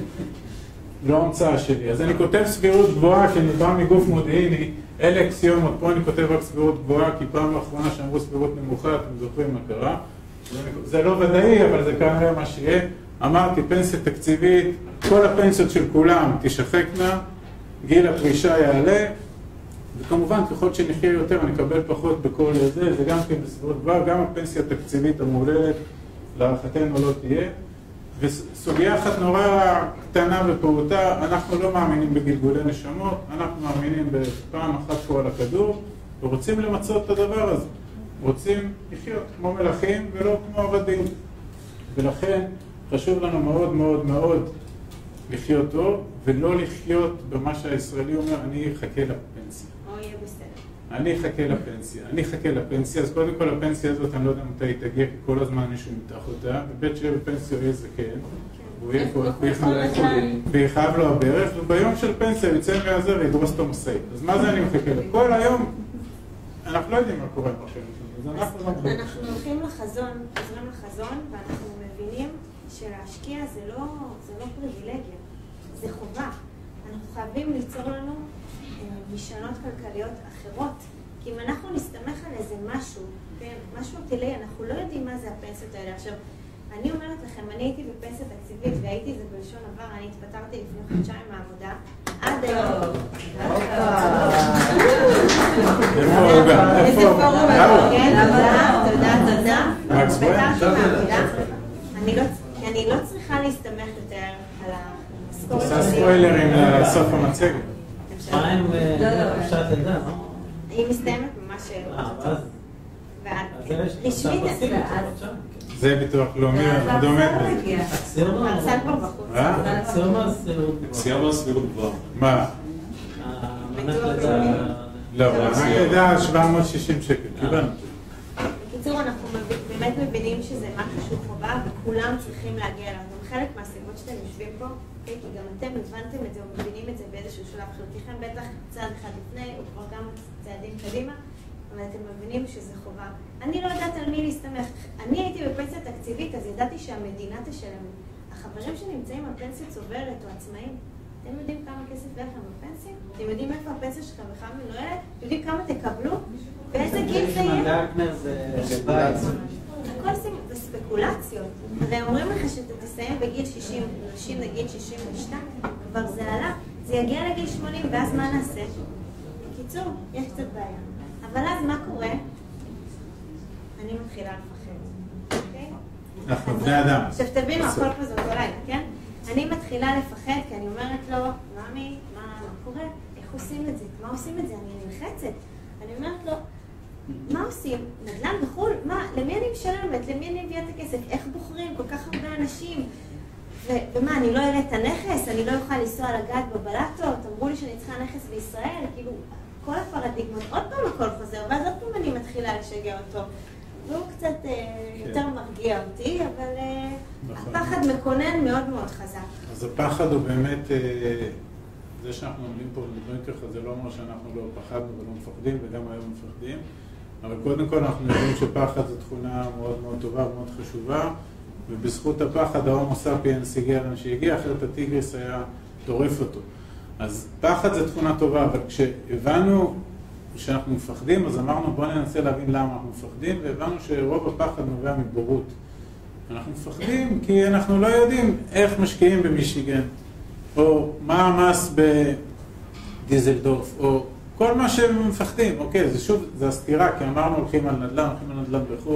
לא המצאה שלי. אז אני כותב סבירות גבוהה, כי אני בא מגוף מודיעיני, אלה אקסיומות, פה אני כותב רק סבירות גבוהה, כי פעם האחרונה שאמרו סבירות נמוכה, אתם זוכרים מה קרה. זה לא ודאי, אבל זה כנראה מה שיהיה. אמרתי, פנסיה תקציבית, כל הפנסיות של כולם תשחקנה, גיל הפרישה יעלה, וכמובן, ככל שנחיה יותר, אני אקבל פחות בכל זה, זה גם כן בסבירות גבוהה, גם הפנסיה התקציבית המולדת, להערכתנו לא תהיה. וסוגיה אחת נורא קטנה ופעוטה, אנחנו לא מאמינים בגלגולי נשמות, אנחנו מאמינים בפעם אחת פה על הכדור, ורוצים למצות את הדבר הזה. רוצים לחיות כמו מלכים ולא כמו עבדים. ולכן חשוב לנו מאוד מאוד מאוד לחיות טוב, ולא לחיות במה שהישראלי אומר, אני אחכה לפנסיה. או יהיה בסדר. אני אחכה לפנסיה, אז קודם כל הפנסיה הזאת, אני לא יודע מתי היא תגיע, כי כל הזמן מישהו ימתח אותה, ובית שיהיה בפנסיה יהיה זקן, הוא יהיה פה, ויחייב לו הברך, וביום של פנסיה יצא מהזה וידרוס את המשאית. אז מה זה אני מחכה לו? כל היום, אנחנו לא יודעים מה קורה בחיים. אנחנו הולכים לחזון, חוזרים לחזון, ואנחנו מבינים שלהשקיע זה לא פריבילגיה, זה חובה. אנחנו חייבים ליצור לנו משנות כלכליות אחרות, כי אם אנחנו נסתמך על איזה משהו תילי, אנחנו לא יודעים מה זה הפנסיות האלה. עכשיו, אני אומרת לכם, אני הייתי בפנסיה תקציבית והייתי זה בלשון עבר, אני התפטרתי לפני חודשיים מהעבודה, עד היום. איזה פורום, כן, תודה. התפטרתי מהעבודה. אני לא צריכה להסתמך יותר על המשכורת שלי. עושה ספוילרים לסוף המצגת. מה עם חופשת לידה, לא? היא מסתיימת ממש רשמית. זה ביטוח לאומי, עוד עומד בזה. הרסל כבר בחוץ. אקסיומה סבירות גבוהה. מה? המענק לידה... לא, מענק לידה 760 שקל, קיבלנו. בקיצור, אנחנו באמת מבינים שזה משהו שהוא חובה, וכולם צריכים להגיע אליו. גם חלק מהסיבות שאתם יושבים פה, כי גם אתם הבנתם את זה או מבינים את זה באיזשהו שלב. חלקכם בטח צעד אחד לפני, או כבר גם צעדים קדימה, אבל אתם מבינים שזה חובה. אני לא יודעת על מי להסתמך. אני הייתי בפנסיה תקציבית, אז ידעתי שהמדינה תשלם. החברים שנמצאים על פנסיה צוברת או עצמאים, אתם יודעים כמה כסף לכם בפנסיה? אתם יודעים איפה הפנסיה שלכם בכלל מנוהלת? אתם יודעים כמה תקבלו? באיזה גיל זה יהיה? הכל זה ספקולציות. הרי אומרים לך שאתה תסיים בגיל 60, נשים לגיל 62, כבר זה עלה, זה יגיע לגיל 80, ואז מה נעשה? בקיצור, יש קצת בעיה. אבל אז מה קורה? אני מתחילה לפחד, אוקיי? אנחנו בני אדם. עכשיו תבינו, הכל פה זאת אולי, כן? אני מתחילה לפחד, כי אני אומרת לו, ממי, מה קורה? איך עושים את זה? מה עושים את זה? אני נלחצת. אני אומרת לו, מה עושים? נדל"ן בחול? מה? למי אני משלמת? למי אני מביאה את הכסף? איך בוחרים? כל כך הרבה אנשים. ומה, אני לא אראה את הנכס? אני לא אוכל לנסוע לגעת בבלטות? אמרו לי שאני צריכה נכס בישראל? כאילו, כל הפרדיגמות, עוד פעם הכל חוזר, ואז עוד פעם אני מתחילה לשגע אותו. והוא קצת יותר מרגיע אותי, אבל הפחד מקונן מאוד מאוד חזק. אז הפחד הוא באמת, זה שאנחנו עומדים פה לדברים ככה, זה לא אומר שאנחנו לא פחדנו ולא מפחדים, וגם היום מפחדים. אבל קודם כל אנחנו יודעים שפחד זו תכונה מאוד מאוד טובה ומאוד חשובה, ובזכות הפחד ההומו ספיאנס הגיע לאן שהגיע, אחרת הטיגריס היה טורף אותו. אז פחד זו תכונה טובה, אבל כשהבנו שאנחנו מפחדים, אז אמרנו בוא ננסה להבין למה אנחנו מפחדים, והבנו שרוב הפחד נובע מבורות. אנחנו מפחדים כי אנחנו לא יודעים איך משקיעים במישיגן, או מה המס בדיזלדורף, או כל מה שהם מפחדים. אוקיי, זה שוב, זה הסתירה, כי אמרנו הולכים על נדל"ן בחו"ל,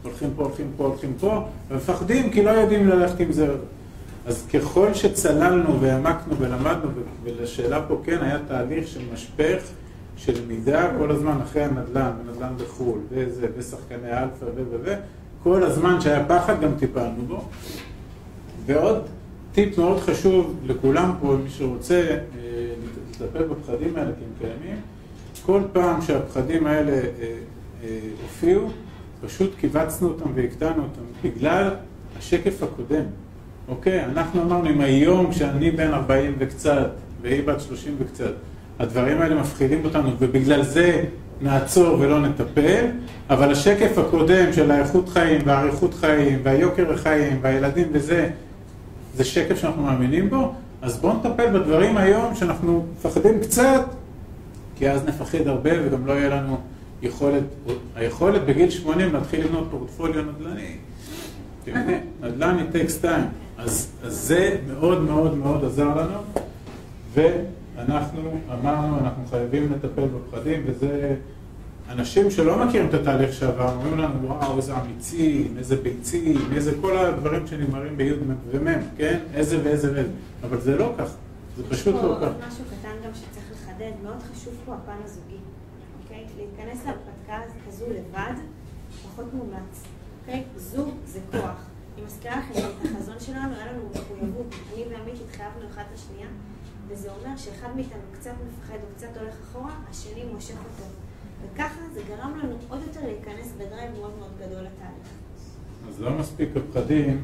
הולכים פה, הולכים פה, הולכים פה, ומפחדים כי לא יודעים ללכת עם זה. אז ככל שצללנו והעמקנו ולמדנו, ולשאלה פה כן היה תהליך של משפך, של מידע כל הזמן אחרי הנדל"ן, ונדל"ן בחול, וזה, ושחקני אלפא, כל הזמן שהיה פחד גם טיפלנו בו. ועוד טיפ מאוד חשוב לכולם פה, מי שרוצה לטפל בפחדים האלה, כי הם קיימים, כל פעם שהפחדים האלה הופיעו, פשוט קיבצנו אותם והקטנו אותם, בגלל השקף הקודם. אוקיי, אנחנו אמרנו, אם היום כשאני בן 40 וקצת, והיא בת 30 וקצת, הדברים האלה מפחידים אותנו, ובגלל זה נעצור ולא נטפל, אבל השקף הקודם של האיכות חיים והאריכות חיים והיוקר החיים והילדים וזה, זה שקף שאנחנו מאמינים בו, אז בואו נטפל בדברים היום שאנחנו מפחדים קצת, כי אז נפחד הרבה וגם לא יהיה לנו היכולת בגיל 80 להתחיל לבנות פורטפוליו נדל"ני. נדל"ן it takes time. אז זה מאוד מאוד מאוד עזר לנו, ואנחנו אמרנו, אנחנו חייבים לטפל בפחדים, וזה אנשים שלא מכירים את התהליך שעבר, אומרים לנו, וואו, איזה אמיצים, איזה ביצים, איזה כל הדברים שנגמרים בי' ומ', כן? איזה ואיזה ואיזה. אבל זה לא כך, זה פשוט לא כך. עוד משהו קטן גם שצריך לחדד, מאוד חשוב פה הפן הזוגי, אוקיי? להיכנס להרפתקה כזו לבד, פחות מומלץ, אוקיי? זוג זה כוח. אני מזכירה לכם את החזון שלנו, היה לנו מחויבות, אני ועמית התחייבנו אחד לשנייה, וזה אומר שאחד מאיתנו קצת מפחד או קצת הולך אחורה, השני מושך אותו. וככה זה גרם לנו עוד יותר להיכנס בדרייב מאוד מאוד גדול לתהליך. אז לא מספיק הפחדים,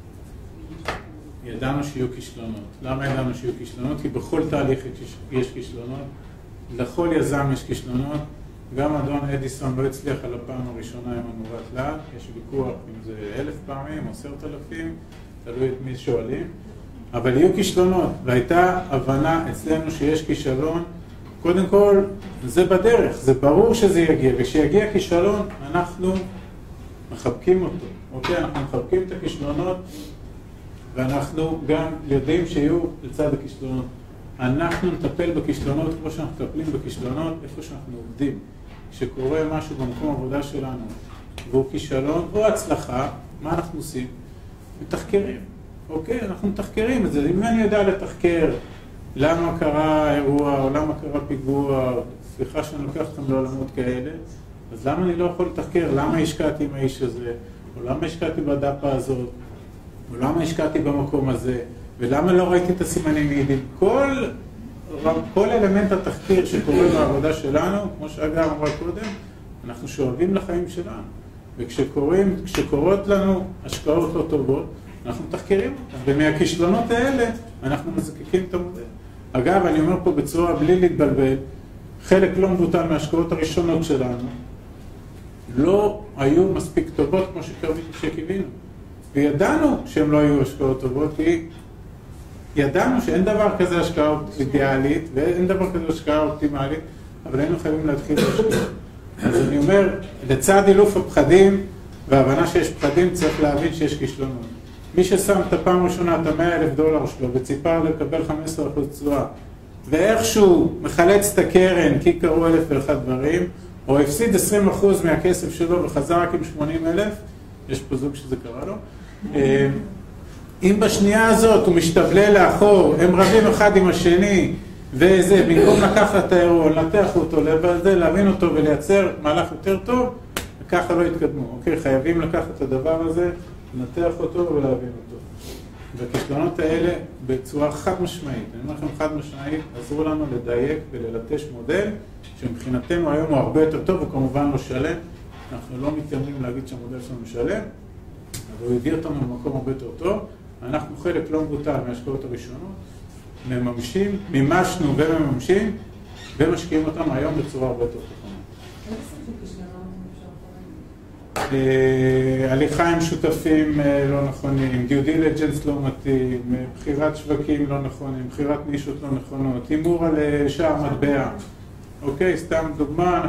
ידענו שיהיו כישלונות. למה ידענו שיהיו כישלונות? כי בכל תהליך יש כישלונות, לכל יזם יש כישלונות. גם אדון אדיסון לא הצליח על הפעם הראשונה עם הנורת להט, יש ויכוח אם זה 1,000 פעמים או 10,000, תלוי את מי שואלים. אבל יהיו כישלונות, והייתה הבנה אצלנו שיש כישלון. קודם כל, זה בדרך, זה ברור שזה יגיע, וכשיגיע כישלון, אנחנו מחבקים אותו. אוקיי? אנחנו מחבקים את הכישלונות, ואנחנו גם יודעים שיהיו לצד הכישלונות. אנחנו נטפל בכישלונות כמו שאנחנו מטפלים בכישלונות, איפה שאנחנו עובדים. כשקורה משהו במקום העבודה שלנו, והוא כישלון או הצלחה, מה אנחנו עושים? מתחקרים. אוקיי? אנחנו מתחקרים את זה. אם אני יודע לתחקר, למה קרה אירוע, או למה קרה פיגוע, סליחה שאני לוקח אתכם לעולמות כאלה, אז למה אני לא יכול לתחקר? למה השקעתי עם האיש הזה? או למה השקעתי בדפה הזאת? או למה השקעתי במקום הזה? ולמה לא ראיתי את הסימנים מידים? כל אלמנט התחקיר שקורה בעבודה שלנו, כמו שאגב אמרה קודם, אנחנו שואבים לחיים שלנו. וכשקורות לנו השקעות לא טובות, אנחנו מתחקרים אותם. ומהכישלונות האלה אנחנו מזקקים את המודל. אגב, אני אומר פה בצורה בלי להתבלבל, חלק לא מבוטל מההשקעות הראשונות שלנו, לא היו מספיק טובות כמו שקיווינו. וידענו שהן לא היו השקעות טובות, כי ידענו שאין דבר כזה השקעה אידיאלית, ואין דבר כזה השקעה אופטימלית, אבל היינו חייבים להתחיל להשקיע. אז אני אומר, לצד אילוף הפחדים, וההבנה שיש פחדים, צריך להבין שיש כישלונות. מי ששם את הפעם הראשונה את $100,000 שלו, וציפה לקבל 15% תשואה, ואיכשהו מחלץ את הקרן, כי קראו 1,001 דברים, או הפסיד 20% מהכסף שלו וחזר רק עם 80,000, יש פה זוג שזה קרה לו, אם בשנייה הזאת הוא משתבלל לאחור, הם רבים אחד עם השני, וזה, במקום לקחת את האירוע, לנתח אותו, להבין אותו ולייצר מהלך יותר טוב, וככה לא יתקדמו. אוקיי, חייבים לקחת את הדבר הזה, לנתח אותו ולהבין אותו. והכישלונות האלה בצורה חד משמעית, אני אומר לכם חד משמעית, עזרו לנו לדייק וללטש מודל, שמבחינתנו היום הוא הרבה יותר טוב, הוא כמובן לא שלם, אנחנו לא מתיימרים להגיד שהמודל שלנו משלם, אבל הוא הביא אותנו למקום הרבה יותר טוב, אנחנו חלק לא מבוטל מההשקעות הראשונות, מימשנו ומממשים, ומשקיעים אותם היום בצורה הרבה יותר טובה. איזה סוג של כישלונות אפשר? הליכה עם שותפים לא נכונים, due diligence לא מתאים, בחירת שווקים לא נכונים, בחירת נישות לא נכונות, הימור על שער מטבע. אוקיי, סתם דוגמה,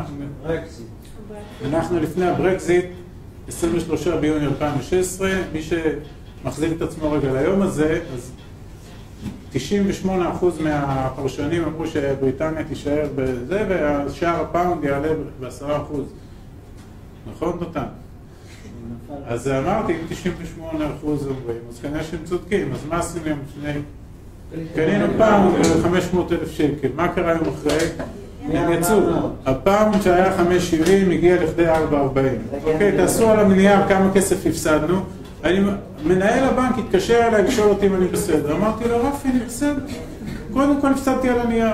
אנחנו לפני הברקזיט, 23 ביוני 2016, מי שמחזיק את עצמו רגע ליום הזה, אז 98% מהפרשנים אמרו שבריטניה תישאר בזה, והשער הפאונד יעלה ב10%. נכון, נותן? אז אמרתי, אם 98% אומרים, אז כנראה שהם צודקים, אז מה עשינו עם שני? קנינו פעם 500,000 שקל, מה קרה יום אחרי? הם יצאו, הפעם שהיה 5.70 הגיע לכדי 4.40. אוקיי, תעשו על המנייר כמה כסף הפסדנו. מנהל הבנק התקשר אליי לשאול אותי אם אני בסדר. אמרתי לו, רפי, אני בסדר. קודם כל הפסדתי על הנייר.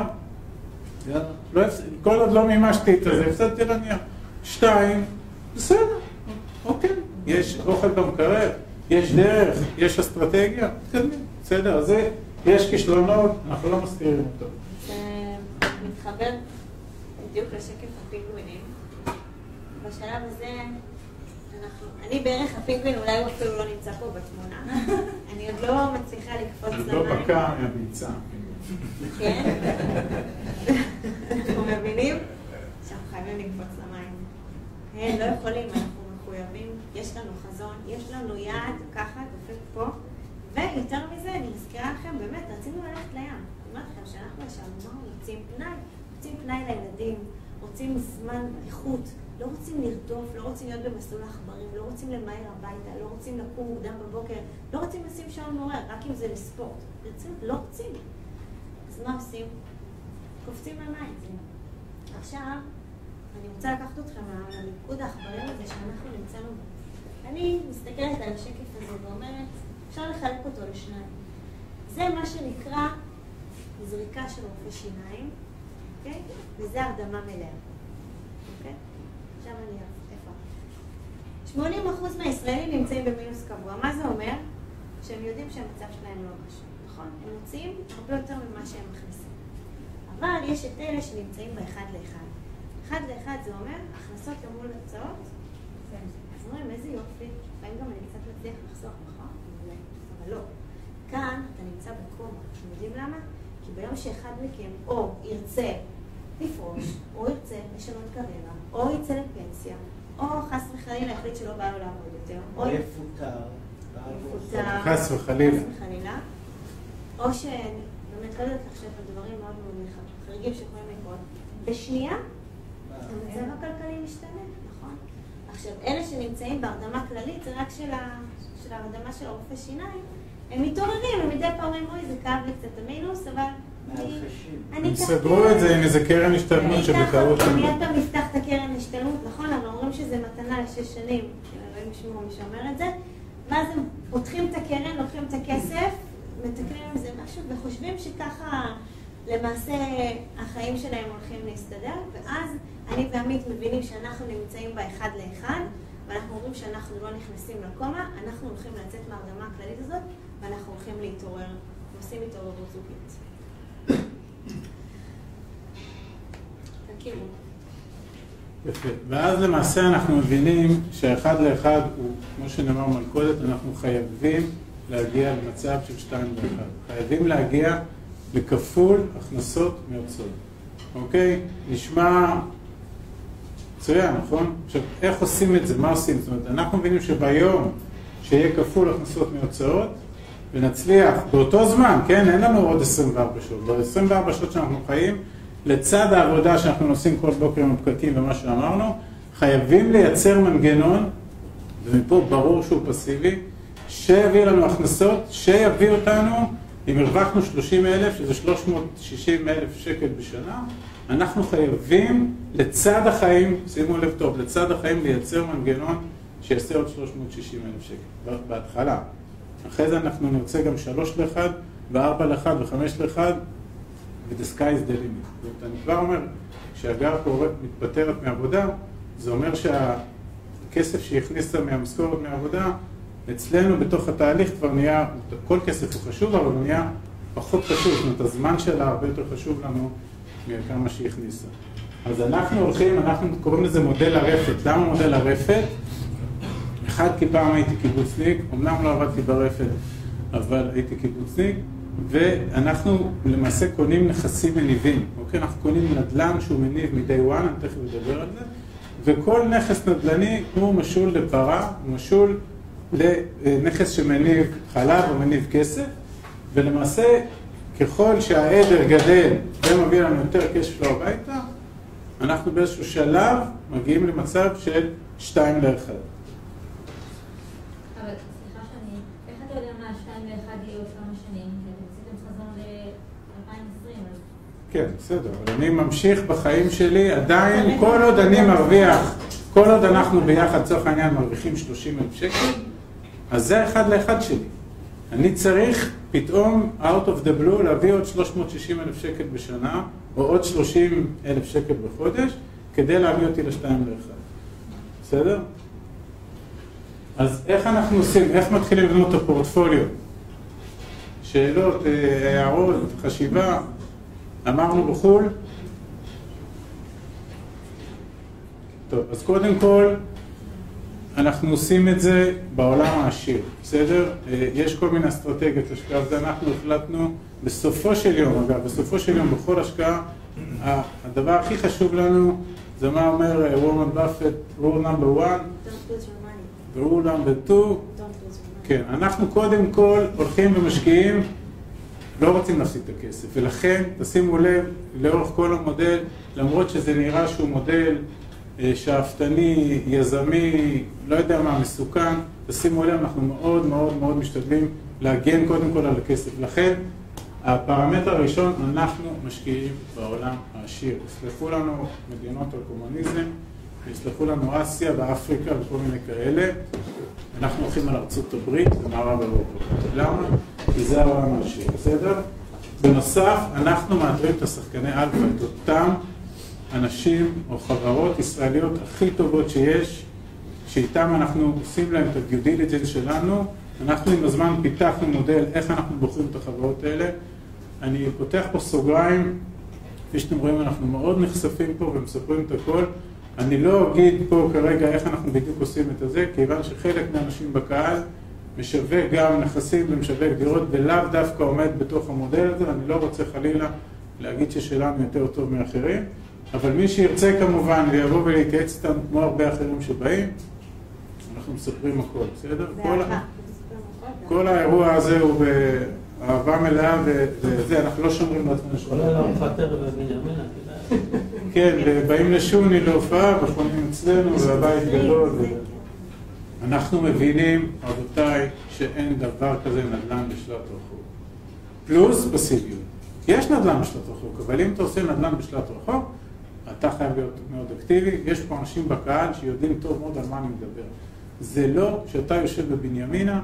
כל עוד לא מימשתי את זה, הפסדתי על הנייר. 2, בסדר, אוקיי. יש אוכל במקרר, יש דרך, יש אסטרטגיה, בסדר, אז יש כישלונות, אנחנו לא מסתירים אותו. זה מתחבר בדיוק לשקף הפינגווינים. בשלב הזה, אני בערך הפינגווין, אולי הוא אפילו לא נמצא פה בתמונה. אני עוד לא מצליחה לקפוץ למים. אני לא בקע מהביצה. כן? אנחנו מבינים שאנחנו חייבים לקפוץ למים. הם לא יכולים, אנחנו מחויבים, יש לנו חזון, יש לנו יעד, ככה, דופק פה. ויותר מזה, אני מזכירה לכם, באמת, רצינו ללכת לים. אני אומרת לכם שאנחנו ישבנו, רוצים פנאי לילדים, רוצים זמן איכות, לא רוצים לרדוף, לא רוצים להיות במסלול העכברים, לא רוצים למהר הביתה, לא רוצים לקום מוקדם בבוקר, לא רוצים לשים שעון מעורר, רק אם זה לספורט. לא רוצים. אז מה עושים? קופצים למים. עכשיו, אני רוצה לקחת אתכם למיקוד העכברים הזה שאנחנו נמצאנו בו. אני מסתכלת על השקף הזה ואומרת, אפשר לחלק אותו לשניים. זה מה שנקרא זריקה של רופא שיניים, אוקיי? וזה הרדמה מלאה. אוקיי? עכשיו אני איפה? 80% מהישראלים נמצאים במינוס קבוע. מה זה אומר? שהם יודעים שהמצב שלהם לא משהו, נכון? הם מוצאים הרבה יותר ממה שהם מכניסים. אבל יש את אלה שנמצאים באחד לאחד. אחד לאחד זה אומר, הכנסות למול הצעות, אז אומרים, איזה יופי, לפעמים גם אני קצת מצליח לחסוך, נכון? אבל לא. כאן אתה נמצא בקומה. אתם יודעים למה? כי ביום שאחד מכם או ירצה לפרוש, או ירצה לשנות קריירה, או יצא לפנסיה, או חס וחלילה החליט שלא בא לו לעבוד יותר, או יפוטר. חס וחלילה. או שבאמת לא יודעת לחשב על דברים מאוד מאוד חריגים שיכולים לקרות. בשנייה, המצב הכלכלי משתנה, נכון? עכשיו, אלה שנמצאים בהרדמה כללית, זה רק של ההרדמה של הרופא שיניים, הם מתעוררים, הם מדי פעם אומרים, אוי, זה כאב לי קצת המינוס, אבל הם סגרו את זה עם איזה קרן השתלמות שבקרות לנו. מיד פעם נפתח את הקרן השתלמות, נכון? אבל אומרים שזה מתנה ל6 שנים, אלוהים ישמעו מי שאומר את זה, ואז הם פותחים את הקרן, לוקחים את הכסף, מתקנים עם זה משהו, וחושבים שככה למעשה החיים שלהם הולכים להסתדר, ואז אני ועמית מבינים שאנחנו נמצאים באחד לאחד, ואנחנו אומרים שאנחנו לא נכנסים לקומה, אנחנו הולכים לצאת מהרדמה הכללית הזאת, ואנחנו הולכים להתעורר, ועושים התעוררות זוגית. תכירו. יפה. ואז למעשה אנחנו מבינים שהאחד לאחד הוא, כמו שנאמר מלכודת, אנחנו חייבים להגיע למצב של 2 ל-1. חייבים להגיע לכפול הכנסות מהוצאות. אוקיי? נשמע מצוין, נכון? עכשיו, איך עושים את זה? מה עושים? זאת אומרת, אנחנו מבינים שביום שיהיה כפול הכנסות מהוצאות, ונצליח באותו זמן, כן? אין לנו עוד 24 שעות. ב-24 שעות שאנחנו חיים, לצד העבודה שאנחנו עושים כל בוקר עם הפקקים ומה שאמרנו, חייבים לייצר מנגנון, ומפה ברור שהוא פסיבי, שיביא לנו הכנסות, שיביא אותנו, אם הרווחנו 30,000, שזה 360,000 שקל בשנה, אנחנו חייבים לצד החיים, שימו לב טוב, לצד החיים לייצר מנגנון שיעשה עוד 360,000 שקל, בהתחלה. אחרי זה אנחנו נרצה גם 3 ל-1, ו4 ל-1 ו5 ל-1, ו-the sky is the limit. זאת אומרת, אני כבר אומר, כשהגר פה מתפטרת מעבודה, זה אומר שהכסף שהכניסה מהמשכורת מעבודה, אצלנו בתוך התהליך כבר נהיה, כל כסף הוא חשוב, אבל הוא נהיה פחות חשוב. זאת אומרת, הזמן שלה הרבה יותר חשוב לנו מכמה שהיא הכניסה. אז אנחנו הולכים, אנחנו קוראים לזה מודל הרפת. למה מודל הרפת? אחד, כי פעם הייתי קיבוצניק, אמנם לא עבדתי ברפת, אבל הייתי קיבוצניק, ואנחנו למעשה קונים נכסים מניבים. אוקיי? אנחנו קונים נדל"ן שהוא מניב מ-day one, אני תכף אדבר על זה, וכל נכס נדל"ני הוא משול לפרה, הוא משול לנכס שמניב חלב או מניב כסף, ולמעשה ככל שהעדר גדל ומביא לנו יותר כסף לו הביתה, אנחנו באיזשהו שלב מגיעים למצב של 2 ל-1. אבל סליחה שאני, איך אתה יודע מה 2 ל-1 יהיה עוד כמה שנים? כי אתם עשיתם חזון ל-2020. כן, בסדר, אבל אני ממשיך בחיים שלי, עדיין, כל עוד אני מרוויח, כל עוד אנחנו ביחד, צורך העניין, מרוויחים 30,000 שקל, אז זה 1 ל-1 שלי. אני צריך פתאום, out of the blue, להביא עוד 360,000 שקל בשנה, או עוד 30,000 שקל בחודש, כדי להביא אותי ל-2 ל-1. בסדר? אז איך אנחנו עושים, איך מתחילים לבנות את הפורטפוליו? שאלות, הערות, חשיבה, אמרנו בחול? טוב, אז קודם כל, אנחנו עושים את זה בעולם העשיר, בסדר? יש כל מיני אסטרטגיות השקעה, וזה אנחנו החלטנו בסופו של יום, אגב, בסופו של יום בכל השקעה, הדבר הכי חשוב לנו, זה מה אומר וורמן באפט, rule number 1, ו-rule number 2, כן, אנחנו קודם כל הולכים ומשקיעים, לא רוצים להפסיד את הכסף, ולכן תשימו לב לאורך כל המודל, למרות שזה נראה שהוא מודל שאפתני, יזמי, לא יודע מה, מסוכן, תשימו לב, אנחנו מאוד מאוד מאוד משתדלים להגן קודם כל על הכסף. לכן, הפרמטר הראשון, אנחנו משקיעים בעולם העשיר. יסלחו לנו מדינות הקומוניזם, יסלחו לנו אסיה ואפריקה וכל מיני כאלה. אנחנו הולכים על ארצות הברית ומערב אירופה. למה? כי זה העולם העשיר, בסדר? בנוסף, אנחנו מאתרים את השחקני אלפא, את אותם אנשים או חברות ישראליות הכי טובות שיש, שאיתם אנחנו עושים להם את ה-due diligence שלנו. אנחנו עם הזמן פיתחנו מודל איך אנחנו בוחרים את החברות האלה. אני פותח פה סוגריים, כפי שאתם רואים אנחנו מאוד נחשפים פה ומספרים את הכל. אני לא אגיד פה כרגע איך אנחנו בדיוק עושים את זה, כיוון שחלק מהאנשים בקהל משווק גם נכסים ומשווק דירות ולאו דווקא עומד בתוך המודל הזה. אני לא רוצה חלילה להגיד ששלנו יותר טוב מאחרים. אבל מי שירצה כמובן ויבוא ולהתייעץ איתנו כמו הרבה אחרים שבאים, אנחנו מספרים הכל, בסדר? כל האירוע הזה הוא באהבה מלאה וזה, אנחנו לא שומרים לעצמנו שום דבר. לא מפטר בבנימינה, כן, ובאים לשוני להופעה וחונים אצלנו והבית גדול. אנחנו מבינים, רבותיי, שאין דבר כזה נדל"ן בשלט רחוק. פלוס פסיביות. יש נדל"ן בשלט רחוק, אבל אם אתה עושה נדל"ן בשלט רחוק, אתה חייב להיות מאוד אקטיבי. יש פה אנשים בקהל שיודעים טוב מאוד על מה אני מדבר. זה לא שאתה יושב בבנימינה,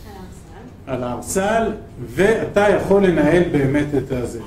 על הארסל, ואתה יכול לנהל באמת את הזה.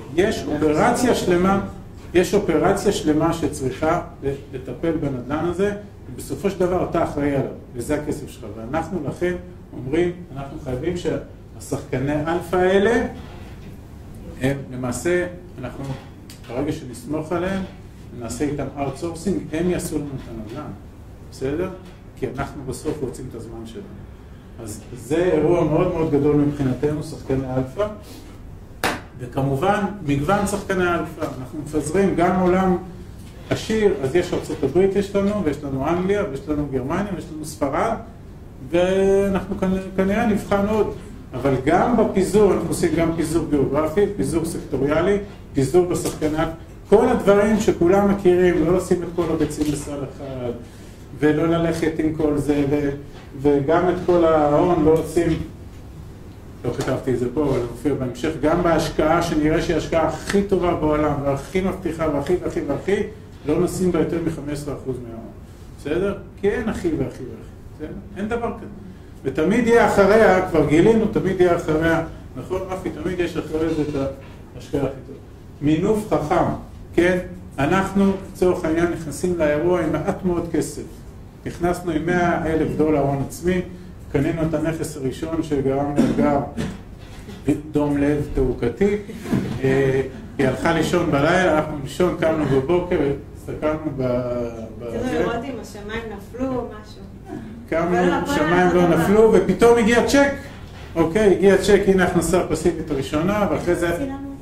יש אופרציה שלמה שצריכה לטפל בנדל"ן הזה, ובסופו של דבר אתה אחראי עליו, וזה הכסף שלך. ואנחנו לכן אומרים, אנחנו חייבים שהשחקני אלפא האלה, הם למעשה, אנחנו ברגע שנסמוך עליהם, נעשה איתם outsourcing, הם יעשו לנו את הנדל"ן, בסדר? כי אנחנו בסוף רוצים את הזמן שלנו. אז זה אירוע מאוד מאוד גדול מבחינתנו, שחקני אלפא, וכמובן מגוון שחקני אלפא. אנחנו מפזרים גם עולם עשיר, אז יש ארצות הברית יש לנו, ויש לנו אנגליה, ויש לנו גרמניה, ויש לנו ספרד, ואנחנו כנראה נבחן עוד. אבל גם בפיזור, אנחנו עושים גם פיזור גיאוגרפי, פיזור סקטוריאלי, פיזור בשחקני אלפא. כל הדברים שכולם מכירים, לא לשים את כל הביצים בסל אחד, ולא ללכת עם כל זה, וגם את כל ההון לא עושים, לא כתבתי את זה פה, אבל זה מופיע בהמשך, גם בהשקעה שנראה שהיא ההשקעה הכי טובה בעולם, והכי מבטיחה, והכי, לא נשים בה יותר מ-15% מההון. בסדר? כי אין הכי והכי. בסדר? אין דבר כזה. ותמיד יהיה אחריה, כבר גילינו, תמיד יהיה אחריה, נכון, רפי, תמיד יש אחריה את ההשקעה הכי טובה. מינוף חכם, כן? אנחנו, לצורך העניין, נכנסים לאירוע עם מעט מאוד כסף. נכנסנו עם $100,000 הון עצמי, קנינו את הנכס הראשון שגרם לאתגר דום לב תעוקתי, היא הלכה לישון בלילה, אנחנו לישון, קמנו בבוקר, הסתכלנו צריך לראות אם השמיים נפלו או משהו. קמנו, שמיים לא נפלו, ופתאום הגיע צ'ק. אוקיי, הגיע צ'ק, הנה הכנסה הפסיבית הראשונה, ואחרי זה...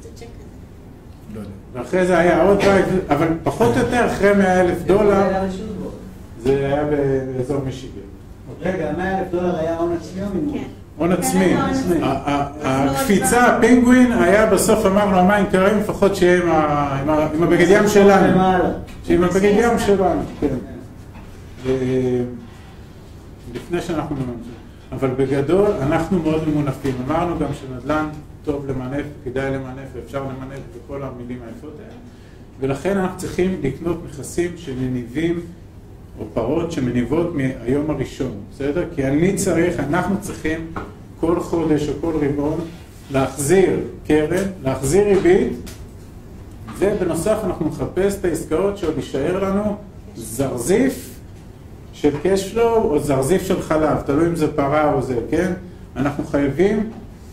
ואחרי זה היה עוד בית, אבל פחות או יותר אחרי $100,000, זה היה באזור מישיגן. רגע, $100,000 היה הון עצמי או מימון? כן. הון עצמי. הקפיצה, הפינגווין, היה בסוף אמרנו, המים קרים, לפחות שיהיה עם הבגד ים שלנו. שעם הבגד ים שלנו, כן. לפני שאנחנו נמשיך. אבל בגדול אנחנו מאוד ממונפים. אמרנו גם שנדל"ן טוב למנף, כדאי למנף, ואפשר למנף בכל המילים היפות האלה. ולכן אנחנו צריכים לקנות נכסים שמניבים, או פרות שמניבות מהיום הראשון, בסדר? כי אנחנו צריכים כל חודש או כל רבעון להחזיר קרן, להחזיר ריבית, ובנוסף אנחנו נחפש את העסקאות שעוד יישאר לנו זרזיף של קשפלו או זרזיף של חלב, תלוי אם זה פרה או זה, כן? אנחנו חייבים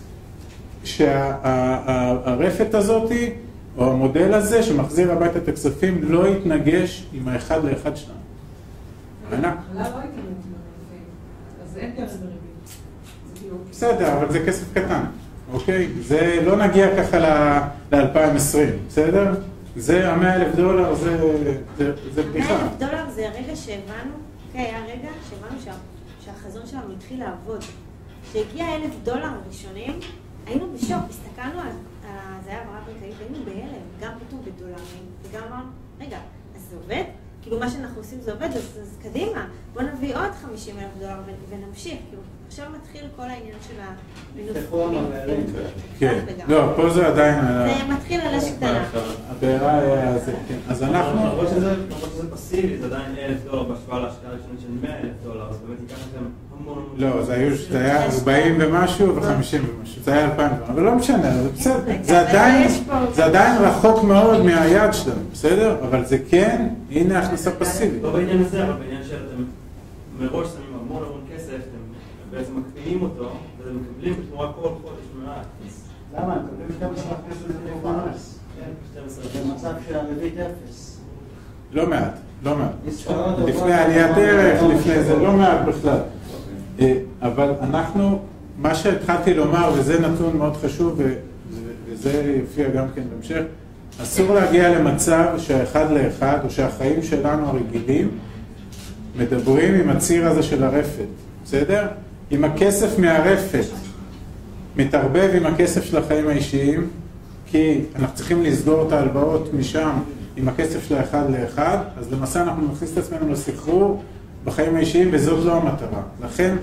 שהרפת הזאת או המודל הזה שמחזיר הביתה את הכספים לא יתנגש עם האחד לאחד שלנו. חלב לא יתנגש עם הרפת, אז אין כסף בריבית. בסדר, אבל זה כסף קטן, אוקיי? זה לא נגיע ככה ל-2020, בסדר? זה $100,000, זה בדיחה. $100,000 זה הרגע שהבנו, אוקיי, היה רגע שהבנו שהחזון שלנו התחיל לעבוד. כשהגיע $1,000 הראשונים, היינו בשוק, הסתכלנו על זה היה העברה בנקאית, היינו בהלם, גם כתוב בדולרים, וגם אמרנו, רגע, אז זה עובד? כאילו מה שאנחנו עושים זה עובד, אז קדימה, בוא נביא עוד $50,000 ונמשיך, כאילו עכשיו מתחיל כל העניין של המינוף. תפתחו המבארים. כן, לא, פה זה עדיין... זה מתחיל על אש קטנה. הבארה היה זה, כן. אז אנחנו... למרות שזה פסיבי, זה עדיין $1,000 בהשוואה להשקעה ראשונית של $100,000, אז באמת ייקח לכם המון... לא, זה היה 40 ומשהו ו-50 ומשהו, זה היה 2,000, אבל לא משנה, זה בסדר. זה עדיין רחוק מאוד מהיעד שלנו, בסדר? אבל זה כן, הנה הכנסה פסיבית. לא בעניין הזה, אבל בעניין שאתם מראש שמים המון כסף, אתם בעצם מקפיאים אותו, ואתם מקבלים בתמורה כל חודש מעט. למה? הם מקבלים 12% בונוס. זה מצב שהריבית 0. לא מעט, לא מעט. לפני עליית ערך, לפני זה, לא מעט בכלל. אבל אנחנו, מה שהתחלתי לומר, וזה נתון מאוד חשוב, וזה יופיע גם כן בהמשך, אסור להגיע למצב שהאחד לאחד, או שהחיים שלנו הרגילים, מדברים עם הציר הזה של הרפת, בסדר? אם הכסף מהרפת מתערבב עם הכסף של החיים האישיים, כי אנחנו צריכים לסגור את ההלוואות משם עם הכסף של האחד לאחד, אז למעשה אנחנו נכניס את עצמנו לסחרור בחיים האישיים, וזאת לא המטרה. לכן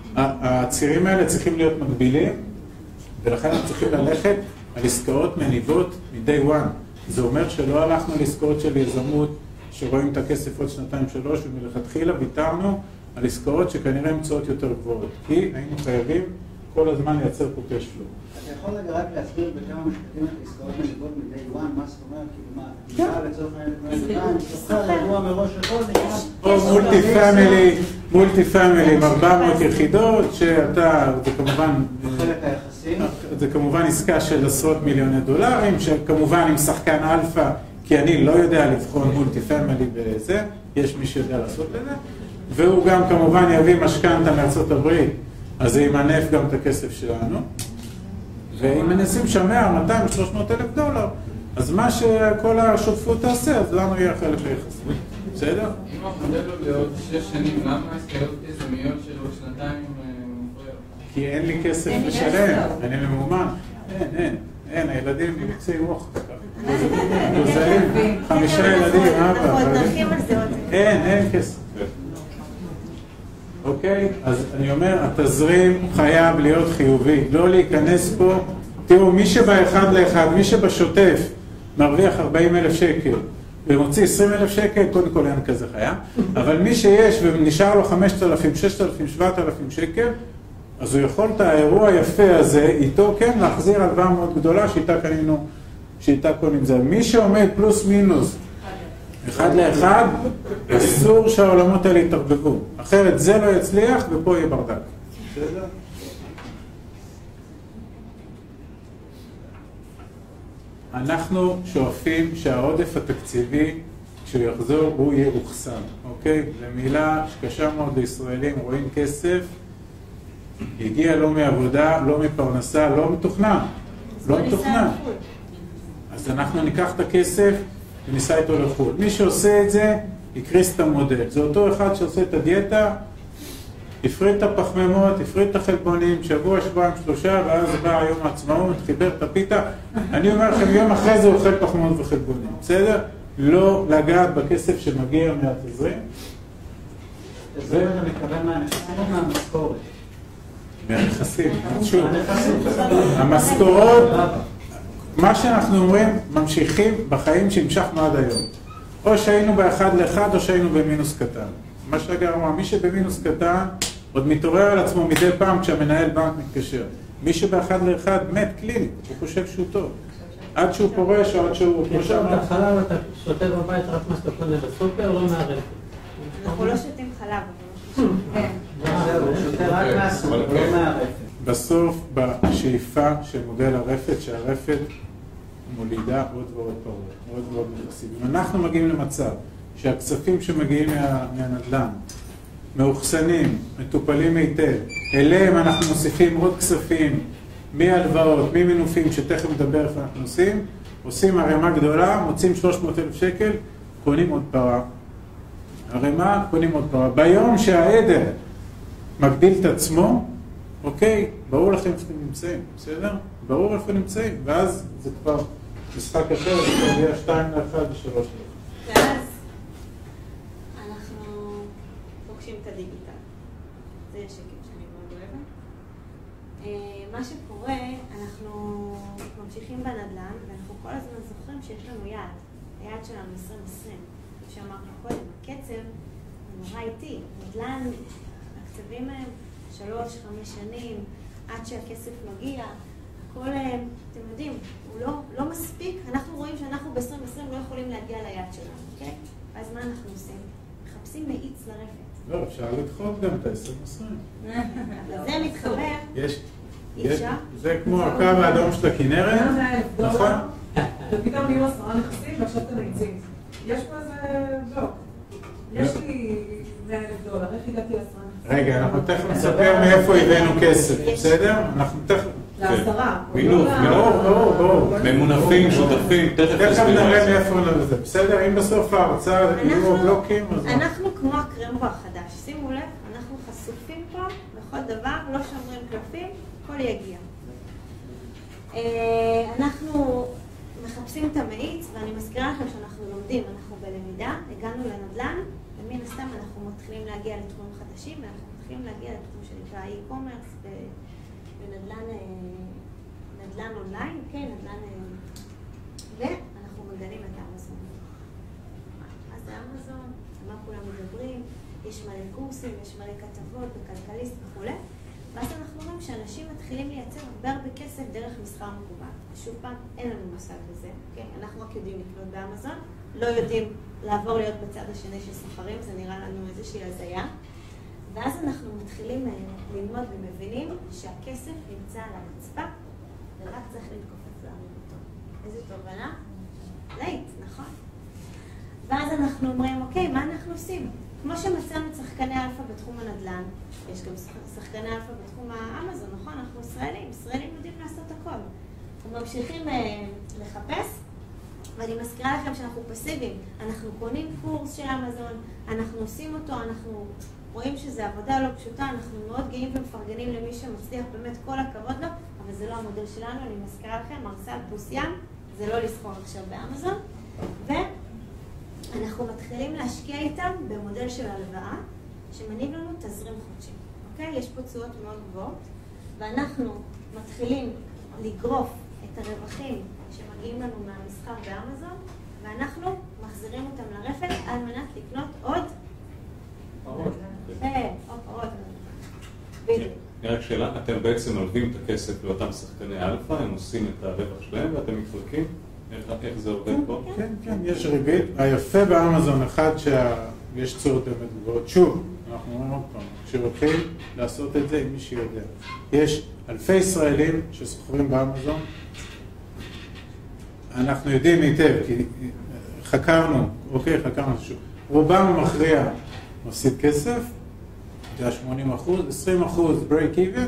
הצירים האלה צריכים להיות מקבילים, ולכן אנחנו צריכים ללכת על עסקאות מניבות מ-day one. זה אומר שלא הלכנו על עסקאות של יזמות, שרואים את הכסף עוד 2-3, ומלכתחילה ויתרנו על עסקאות שכנראה מצואות יותר גבוהות, כי היינו חייבים כל הזמן לייצר פה קשפלו. אתה יכול רק להסביר בכמה משפטים את עסקאות מניבות מ-day one, מה זאת אומרת, כאילו מה, נשאר לצורך העניין, שוכר אירוע מראש הכל, או מולטי פמילי עם 400 יחידות, שאתה, זה כמובן... בחלק היחסי. זה כמובן עסקה של עשרות מיליוני דולרים, שכמובן עם שחקן אלפא, כי אני לא יודע לבחון מולטי פמילי בזה, יש מי שיודע לעשות את זה, והוא גם כמובן יביא משכנתא מארצות הברית, אז זה ימנף גם את הכסף שלנו, ואם מנסים שם 200-300 אלף דולר, אז מה שכל השותפות תעשה, אז לנו יהיה חלק היחסי. בסדר? אם החודל לו לעוד 6 שנים, למה עסקאות יזמיות של עוד 2 מפריע? כי אין לי כסף לשלם, אני ממומן. אין, הילדים נמצאי רוח. גוזלים, 5 ילדים, אנחנו עוד נרחיב על זה עוד. אין כסף. אוקיי? אז אני אומר, התזרים חייב להיות חיובי, לא להיכנס פה. תראו, מי שבאחד לאחד, מי שבשוטף מרוויח 40,000 שקל ומוציא 20,000 שקל, קודם כל אין כזה חיה, אבל מי שיש ונשאר לו 5,000, 6,000, 7,000 שקל, אז הוא יכול את האירוע היפה הזה, איתו כן להחזיר הלוואה מאוד גדולה שאיתה קונים זה. מי שעומד פלוס מינוס, אחד לאחד, אסור שהעולמות האלה יתערבבו. אחרת זה לא יצליח ופה יהיה ברדק. בסדר? אנחנו שואפים שהעודף התקציבי, כשהוא יחזור, הוא יהיה אוכסן. אוקיי? למילה שקשה מאוד לישראלים, רואים כסף, הגיע לא מעבודה, לא מפרנסה, לא מתוכנן. לא מתוכנן. אז אנחנו ניקח את הכסף וניסה איתו לחול. מי שעושה את זה, יקריס את המודל. זה אותו אחד שעושה את הדיאטה, הפריד את הפחמימות, הפריד את החלבונים, שבוע, שבועיים, 3, ואז בא יום העצמאות, חיבר את הפיתה. אני אומר לכם, יום אחרי זה אוכל פחמימות וחלבונים. בסדר? לא לגעת בכסף שמגיע מהתזרים. זה אתה מתכוון מהנכסים או מהמשכורת? מהנכסים. שוב, המשכורות, מה שאנחנו אומרים, ממשיכים בחיים שהמשכנו עד היום. או שהיינו באחד לאחד או שהיינו במינוס קטן. מה שרגע אמרה, מי שבמינוס קטן עוד מתעורר על עצמו מדי פעם כשהמנהל בנק מתקשר. מי שבאחד לאחד מת קלינית, הוא חושב שהוא טוב. עד שהוא פורש או עד שהוא... עכשיו בהתחלה אתה שותה בבית רק מה שאתה קונה בסופר, לא מהרפת. אנחנו לא שותים חלב, אבל זהו, הוא שותה רק מהסופר, לא מהרפת. בסוף, בשאיפה של מודל הרפת, שהרפת מולידה עוד ועוד פרות, עוד ועוד נכסים. אם אנחנו מגיעים למצב שהכספים שמגיעים מהנדל"ן מאוחסנים, מטופלים היטב, אליהם אנחנו מוסיפים עוד כספים מהלוואות, ממנופים, שתכף נדבר איפה אנחנו עושים הרמה גדולה, מוצאים 300,000 שקל, קונים עוד פרה. הרמה, קונים עוד פרה. ביום שהעדר מגדיל את עצמו, אוקיי, ברור לכם איפה אתם נמצאים, בסדר? ברור איפה נמצאים, ואז זה כבר משחק אחר, זה כבר יהיה 2 ל-1 ו-3 ל-1. ואז אנחנו פוגשים את הדיגיטל. זה שקט שאני מאוד אוהבת. מה שקורה, אנחנו ממשיכים בנדל"ן, ואנחנו כל הזמן זוכרים שיש לנו יעד. היעד שלנו 2020. כמו שאמרנו קודם, הקצב נורא איטי. נדל"ן, הקצבים הם 3-5 שנים, עד שהכסף מגיע. הכל, אתם יודעים, הוא לא מספיק. אנחנו רואים שאנחנו ב-2020 לא יכולים להגיע ליעד שלנו, אוקיי? אז מה אנחנו עושים? מחפשים מאיץ לרפת. לא, אפשר לדחות גם את ה-2020. אבל זה מתחבר. זה כמו הקו האדום של הכנרת, נכון? ופתאום נהיו 10 נכסים ועכשיו אתם מאיצים. יש פה איזה בלוק. יש לי $100,000, איך הגעתי ל10 נכסים? רגע, אנחנו תכף נספר מאיפה הבאנו כסף, בסדר? אנחנו תכף... לעשרה. מינוף, ברור. ממונפים, שותפים, תכף נראה מאיפה נראה. בסדר, אם בסוף ההרצאה יהיו בלוקים, אז... אנחנו כמו הקרמבו החדש. שימו לב, אנחנו חשופים פה לכל דבר, לא שומרים קלפים, הכל יגיע. אנחנו מחפשים את המאיץ, ואני מזכירה לכם שאנחנו לומדים, אנחנו בלמידה, הגענו לנדל"ן, ומן הסתם אנחנו מתחילים להגיע לתחומים חדשים, ואנחנו מתחילים להגיע לתחום שנקרא e-commerce, ונדל"ן אונליין, כן, נדל"ן... ואנחנו מגנים את אמזון. אז זה אמזון, על מה כולם מדברים, יש מלא קורסים, יש מלא כתבות בכלכליסט וכו'. ואז אנחנו רואים שאנשים מתחילים לייצר הרבה כסף דרך מסחר מקוון. שוב פעם, אין לנו מושג בזה, כן? אנחנו רק יודעים לקנות באמזון, לא יודעים לעבור להיות בצד השני של סוחרים, זה נראה לנו איזושהי הזיה. ואז אנחנו מתחילים ללמוד ומבינים שהכסף נמצא על הרצפה, ורק צריך להתכופף להרים אותו. איזה תובנה? לייט, נכון? ואז אנחנו אומרים, אוקיי, מה אנחנו עושים? כמו שמצאנו שחקני אלפא בתחום הנדל"ן, יש גם שחקני אלפא בתחום האמזון, נכון? אנחנו ישראלים יודעים לעשות הכל. אנחנו ממשיכים לחפש, ואני מזכירה לכם שאנחנו פסיביים. אנחנו קונים קורס של אמזון, אנחנו עושים אותו, אנחנו רואים שזו עבודה לא פשוטה, אנחנו מאוד גאים ומפרגנים למי שמצליח, באמת כל הכבוד לו, אבל זה לא המודל שלנו, אני מזכירה לכם, מרסל פלוס ים, זה לא לסחור עכשיו באמזון, ואנחנו מתחילים להשקיע איתם במודל של הלוואה, שמניב לנו תזרים חודשי. אוקיי? יש פה תשואות מאוד גבוהות, ואנחנו מתחילים לגרוף את הרווחים שמגיעים לנו מהמסחר באמזון, ואנחנו מחזירים אותם לרפת על מנת לקנות עוד פרות. פרות. בדיוק. רק שאלה, אתם בעצם מלווים את הכסף לאותם שחקני אלפא, הם עושים את הרווח שלהם ואתם מתחלקים? איך זה עובד פה? כן, יש ריבית. היפה באמזון, אחד שיש צורות באמת גבוהות. שוב, אנחנו אומרים עוד פעם, כשהולכים לעשות את זה עם מי שיודע. יש אלפי ישראלים שסוחרים באמזון. אנחנו יודעים היטב, כי חקרנו שוב. רובם המכריע מפסיד כסף, זה 80%, 20% break even,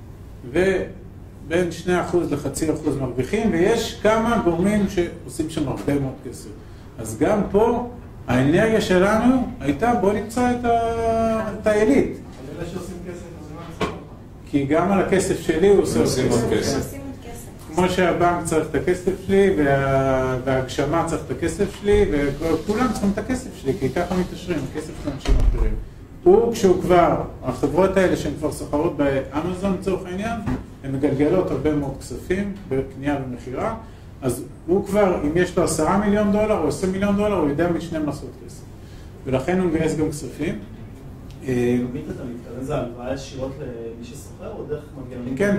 ובין 2% ל0.5% מרוויחים, ויש כמה גורמים שעושים שם הרבה מאוד כסף. אז גם פה, האנרגיה שלנו הייתה, בוא נמצא את העילית. אבל אלה שעושים כסף, אז מה עושים? כי גם על הכסף שלי הוא עושה עוד כסף. כמו שהבנק צריך את הכסף שלי, וההגשמה צריך את הכסף שלי, וכולם צריכים את הכסף שלי, כי ככה מתעשרים, הכסף של אנשים אחרים. כשהוא כבר, החברות האלה שהן כבר סוחרות באמזון לצורך העניין, הן מגלגלות הרבה מאוד כספים בקנייה ומכירה, אז הוא כבר, אם יש לו $10 מיליון או $20 מיליון, הוא יודע משניהם לעשות כסף. ולכן הוא מגייס גם כספים. תמיד אתה מתכוון, זה הלוואה ישירות למי שסוחר או דרך מנגנונים? כן,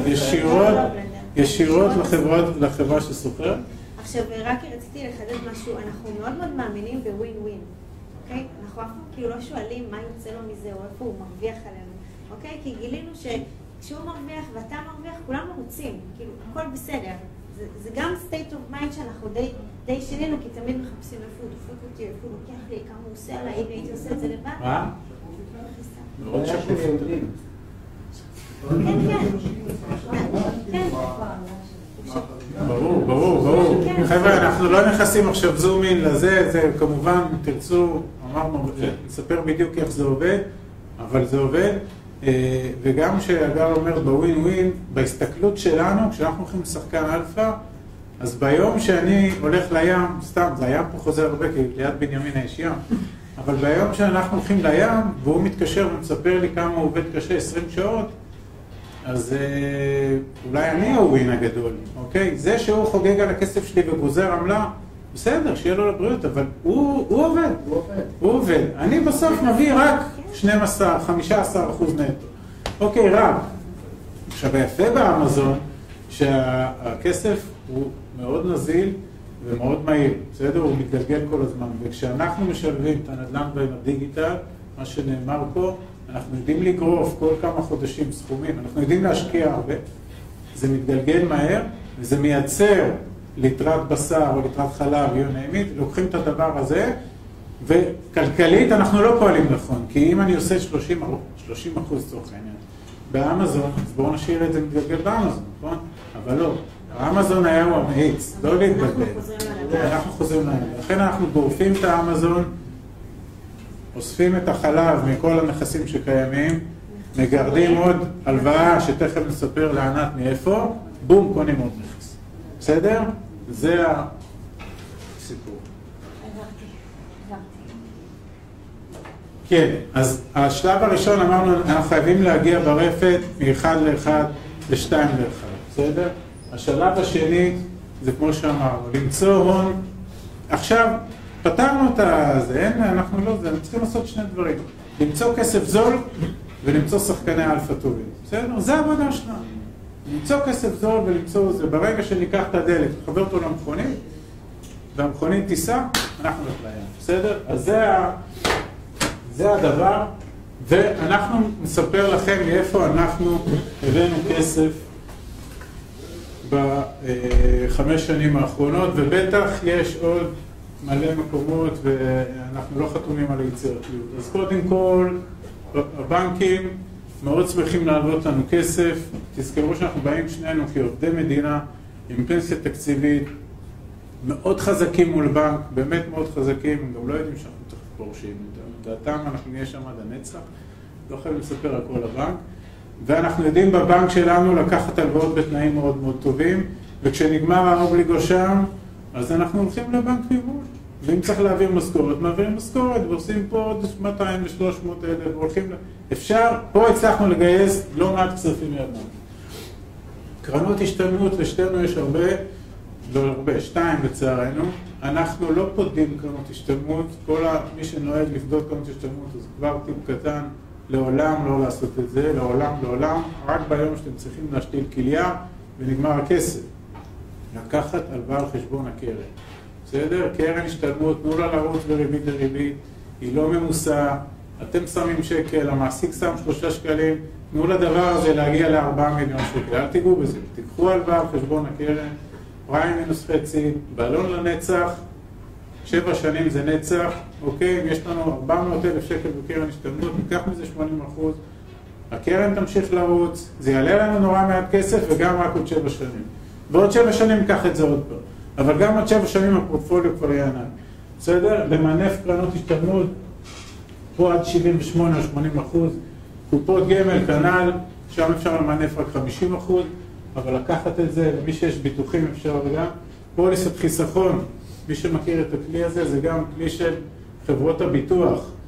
ישירות לחברה שסוחרת. עכשיו, רק רציתי לחדד משהו, אנחנו מאוד מאוד מאמינים בווין ווין, אוקיי? אנחנו אף פעם כאילו לא שואלים מה יוצא לו מזה או איפה הוא מרוויח עלינו, אוקיי? כי גילינו שכשהוא מרוויח ואתה מרוויח, כולם מרוצים, כאילו, הכל בסדר. זה גם state of mind שאנחנו די שינינו, כי תמיד מחפשים איפה הוא דופק אותי, איפה הוא לוקח לי, כמה הוא עושה עליי, אם הייתי עושה את זה לבד. מה? מאוד שקוף. כן. ברור. חבר'ה, אנחנו לא נכנסים עכשיו זומין לזה, זה כמובן, תרצו, אמרנו, נספר בדיוק איך זה עובד, אבל זה עובד. וגם שאגר אומר בווין ווין, בהסתכלות שלנו, כשאנחנו הולכים לשחקן אלפא, אז ביום שאני הולך לים, סתם, זה הים פה חוזר הרבה, כי ליד בנימינה יש ים, אבל ביום שאנחנו הולכים לים, והוא מתקשר ומספר לי כמה הוא עובד קשה 20 שעות, אז אולי אני הווין הגדול, אוקיי? זה שהוא חוגג על הכסף שלי וגוזר עמלה, בסדר, שיהיה לו לבריאות, אבל הוא עובד. אני בסוף מביא רק 15% נטו. אוקיי, רק. עכשיו, היפה באמזון, שהכסף הוא מאוד נזיל ומאוד מהיר, בסדר? הוא מתגלגל כל הזמן. וכשאנחנו משלבים את הנדל"ן ועם הדיגיטל, מה שנאמר פה, אנחנו יודעים לגרוף כל כמה חודשים סכומים, אנחנו יודעים להשקיע הרבה, זה מתגלגל מהר, וזה מייצר ליטרת בשר או ליטרת חלב, יונאמית, לוקחים את הדבר הזה, וכלכלית אנחנו לא פועלים נכון, כי אם אני עושה 30% צורך העניין באמזון, אז בואו נשאיר את זה מתגלגל באמזון, נכון? אבל לא, האמזון היה הוא המאיץ, לא להתבלבל. אנחנו חוזרים לעניין. לכן אנחנו גורפים את האמזון, אוספים את החלב מכל הנכסים שקיימים, מגרדים עוד הלוואה שתכף נספר לענת מאיפה, בום, קונים עוד נכס. בסדר? זה הסיפור. כן, אז השלב הראשון אמרנו, אנחנו חייבים להגיע ברפת מ-1 ל-1 ל-2 ל-1, בסדר? השלב השני זה כמו שאמרנו, למצוא הון. עכשיו, פתרנו את זה, אנחנו לא זה, אנחנו צריכים לעשות שני דברים. למצוא כסף זול ולמצוא שחקני אלפא טובים. בסדר? זה העבודה שלנו. למצוא כסף זול ולמצוא זה. ברגע שניקח את הדלק, נחבר אותו למכונית, והמכונית תיסע, אנחנו נלך לים. בסדר? אז זה הדבר, ואנחנו נספר לכם מאיפה אנחנו הבאנו כסף ב5 שנים האחרונות, ובטח יש עוד מלא מקומות ואנחנו לא חתומים על היצירתיות. אז קודם כל, הבנקים מאוד שמחים להלוות לנו כסף. תזכרו שאנחנו באים שנינו כעובדי מדינה עם פנסיה תקציבית, מאוד חזקים מול בנק, באמת מאוד חזקים, הם גם לא יודעים שאנחנו תכף פורשים. דעתם אנחנו נהיה שם עד הנצח, לא חייבים לספר הכל לבנק. ואנחנו יודעים בבנק שלנו לקחת הלוואות בתנאים מאוד מאוד טובים, וכשנגמר האובליגו שם, אז אנחנו הולכים לבנק מימון. ואם צריך להעביר משכורת, מעבירים משכורת, ועושים פה עוד 200 ו-300 אלף, והולכים אפשר, פה הצלחנו לגייס לא מעט כספים מהבנק. קרנות השתלמות, לשתינו יש הרבה, לא הרבה, 2 לצערנו. אנחנו לא פודים קרנות השתלמות, מי שנוהג לפדות קרנות השתלמות, אז כבר טיפ קטן, לעולם לא לעשות את זה, לעולם, רק ביום שאתם צריכים להשתיל כליה, ונגמר הכסף. לקחת הלוואה על חשבון הקרן. בסדר? קרן השתלמות, תנו לה לרוץ בריבית לריבית, היא לא ממוסה, אתם שמים שקל, המעסיק שם 3 שקלים, תנו לדבר הזה להגיע ל4 מיליון שקל, אל תיגעו בזה, תיקחו הלוואה על חשבון הקרן, פריים מינוס חצי, בלון לנצח, 7 שנים זה נצח, אוקיי, אם יש לנו 400,000 שקל בקרן השתלמות, ניקח מזה 80%, הקרן תמשיך לרוץ, זה יעלה לנו נורא מעט כסף וגם רק עוד 7 שנים. ועוד 7 שנים ניקח את זה עוד פעם. אבל גם עוד 7 שנים הפורטפוליו כבר יהיה ענק. בסדר? למנף קרנות השתלמות, פה עד 78 או 80%, קופות גמל, כנ"ל, שם אפשר למנף רק 50%, אבל לקחת את זה, למי שיש ביטוחים אפשר גם. פוליסת חיסכון, מי שמכיר את הכלי הזה, זה גם כלי של חברות הביטוח.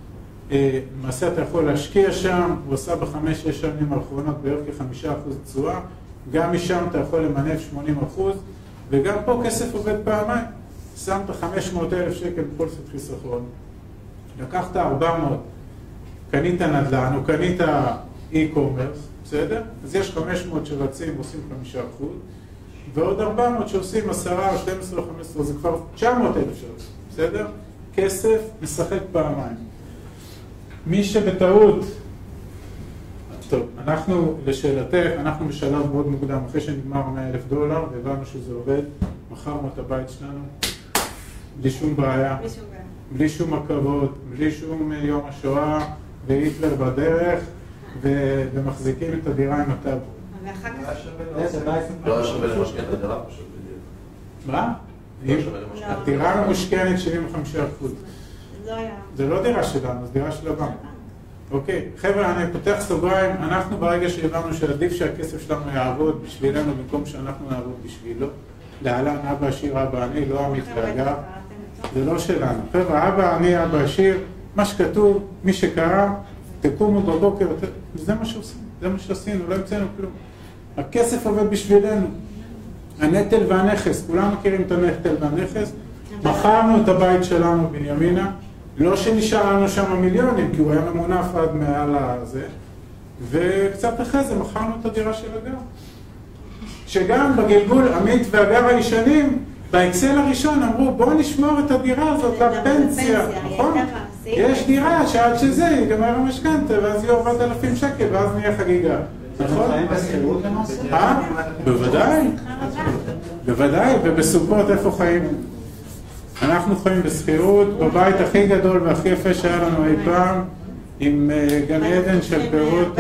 למעשה אתה יכול להשקיע שם, הוא עשה ב5-6 שנים האחרונות בערך כ5% תשואה, גם משם אתה יכול למנף 80%, וגם פה כסף עובד פעמיים. שמת 500,000 שקל בפוליסת חיסכון, לקחת 400, קנית נדל"ן או קנית e-commerce, בסדר? אז יש 500 שרצים ועושים 5%, ועוד 400 שעושים 10, 12 או 15, זה כבר 900,000 שרצים, בסדר? כסף משחק פעמיים. מי שבטעות, טוב, אנחנו, לשאלתך, אנחנו בשלב מאוד מוקדם, אחרי שנגמר $100,000, והבנו שזה עובד, מכרנו את הבית שלנו, בלי שום בעיה, בלי שום עכבות, בלי שום יום השואה, והיטלר בדרך, ומחזיקים את הדירה עם הטאבו. ואחר כך... לא היה שווה למשכן את הדירה פשוט. מה? הדירה ממושכנת 75%. זה לא דירה שלנו, זה דירה של הבנק. אוקיי, חבר'ה, אני פותח סוגריים, אנחנו ברגע שהבנו שעדיף שהכסף שלנו יעבוד בשבילנו במקום שאנחנו נעבוד בשבילו, להלן אבא עשיר, אבא אני, לא עמית ואגב, זה לא שלנו. חבר'ה, אבא אני, אבא עשיר, מה שכתוב, מי שקרא, תקומו בבוקר, זה מה שעושים, זה מה שעשינו, לא ימצאנו כלום. הכסף עובד בשבילנו, הנטל והנכס, כולם מכירים את הנטל והנכס, מכרנו את הבית שלנו בנימינה, לא שנשאר לנו שם מיליונים, כי הוא היה ממונף עד מעל הזה, וקצת אחרי זה מכרנו את הדירה של אגר. שגם בגלגול עמית ואגר הישנים, באקסל הראשון אמרו, בואו נשמור את הדירה הזאת לפנסיה, נכון? יש דירה שעד שזה ייגמר המשכנתה, ואז יהיו 4,000 שקל, ואז נהיה חגיגה. נכון? בוודאי. בוודאי, ובסוכות איפה חיים? אנחנו חיים בסחירות, בבית הכי גדול והכי יפה שהיה לנו אי פעם, עם גן עדן של פירות,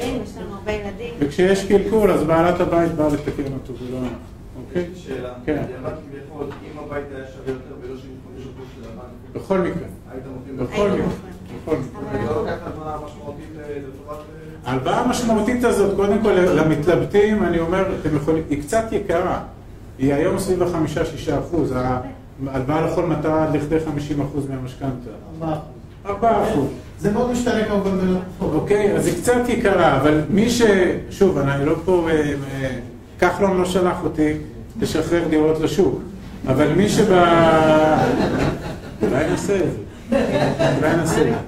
וכשיש קלקול, אז בעלת הבית באה לתקן אותו, ולא אנחנו. אוקיי? שאלה, כן. אבל כביכול, אם הבית היה שווה יותר ולא 75% של הבנק, בכל מקרה. היית מוכרים בכל מקרה. בכל מקרה. לא לוקח הלוואה משמעותית לטובת... ההלוואה המשמעותית הזאת, קודם כל למתלבטים, אני אומר, אתם יכולים, היא קצת יקרה. היא היום סביב 5-6%. ההלוואה לכל מטרה עד לכדי 50% מהמשכנתה. 4%. זה מאוד משתנה כמובן בלא. אוקיי, אז היא קצת יקרה, אבל מי שוב, אני לא פה, כחלון לא שלח אותי לשחרר דירות לשוק, אבל מי אולי נעשה את זה. אולי נעשה את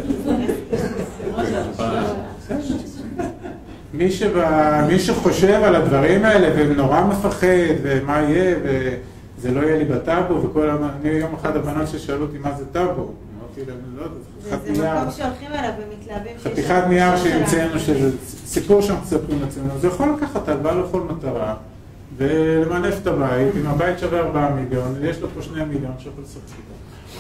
זה. מי שחושב על הדברים האלה ונורא מפחד ומה יהיה וזה לא יהיה לי בטאבו וכל אני יום אחד הבנות ששאלו אותי מה זה טאבו. זה מקום שהולכים עליו ומתלהבים חתיכת נייר שהמצאנו של סיפור שאנחנו מספרים לעצמנו. זה יכול לקחת הלוואה לכל מטרה ולמנף את הבית. אם הבית שווה 4 מיליון, יש לו פה 2 מיליון שיכול לשחק איתו.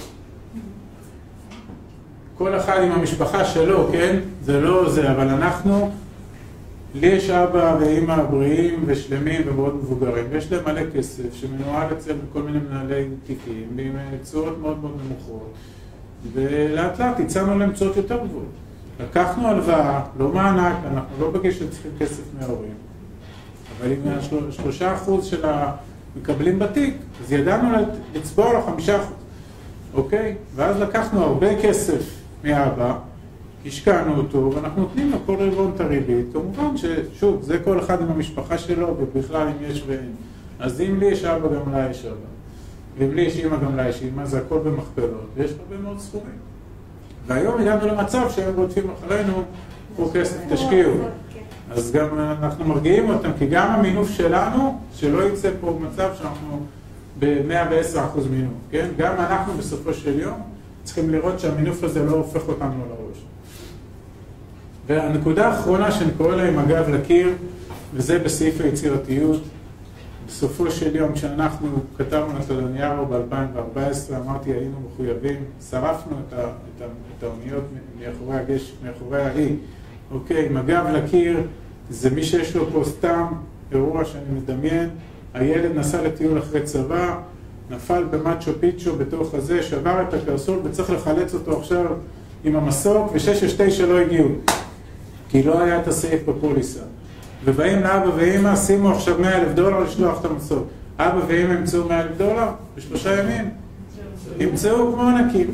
כל אחד עם המשפחה שלו, כן? זה לא זה, אבל אנחנו, לי יש אבא ואמא בריאים ושלמים ומאוד מבוגרים, ויש להם מלא כסף שמנוהל אצל כל מיני מנהלי תיקים, ועם צורות מאוד מאוד נמוכות, ולאט לאט הצענו להם צורות יותר גבוהות. לקחנו הלוואה, לא מענק, אנחנו לא בגיל שצריכים כסף מההורים, אבל אם 3% של המקבלים בתיק, אז ידענו לצבוע לו 5%, אוקיי? ואז לקחנו הרבה כסף מאבא, השקענו אותו, ואנחנו נותנים לו כל רבעון את הריבית. כמובן ששוב, זה כל אחד עם המשפחה שלו, ובכלל אם יש ואין. אז אם לי יש אבא, גם לה יש אבא. ואם לי יש אמא, גם לה יש אמא, זה הכל במכפלות, ויש הרבה מאוד סכומים. והיום הגענו למצב שהם רודפים אחרינו, פה כסף תשקיעו. אז גם אנחנו מרגיעים אותם, כי גם המינוף שלנו, שלא יצא פה מצב שאנחנו ב-110% מינוף, כן? גם אנחנו בסופו של יום צריכים לראות שהמינוף הזה לא הופך אותנו לראש. והנקודה האחרונה שאני קורא לה עם הגב לקיר, וזה בסעיף היצירתיות, בסופו של יום כשאנחנו כתבנו את הנייר ב-2014, אמרתי היינו מחויבים, שרפנו את האוניות מאחורי הגש, מאחורי האי. אוקיי, עם הגב לקיר, זה מי שיש לו פה סתם אירוע שאני מדמיין, הילד נסע לטיול אחרי צבא, נפל במאצ'ו פיצ'ו בתוך הזה, שבר את הקרסול וצריך לחלץ אותו עכשיו עם המסוק, ו669 לא הגיעו, כי לא היה את הסעיף בפוליסה. ובאים לאבא ואמא, שימו עכשיו $100,000 לשלוח את המסוק. אבא ואמא ימצאו $100,000 ב3 ימים. ימצאו כמו ענקים.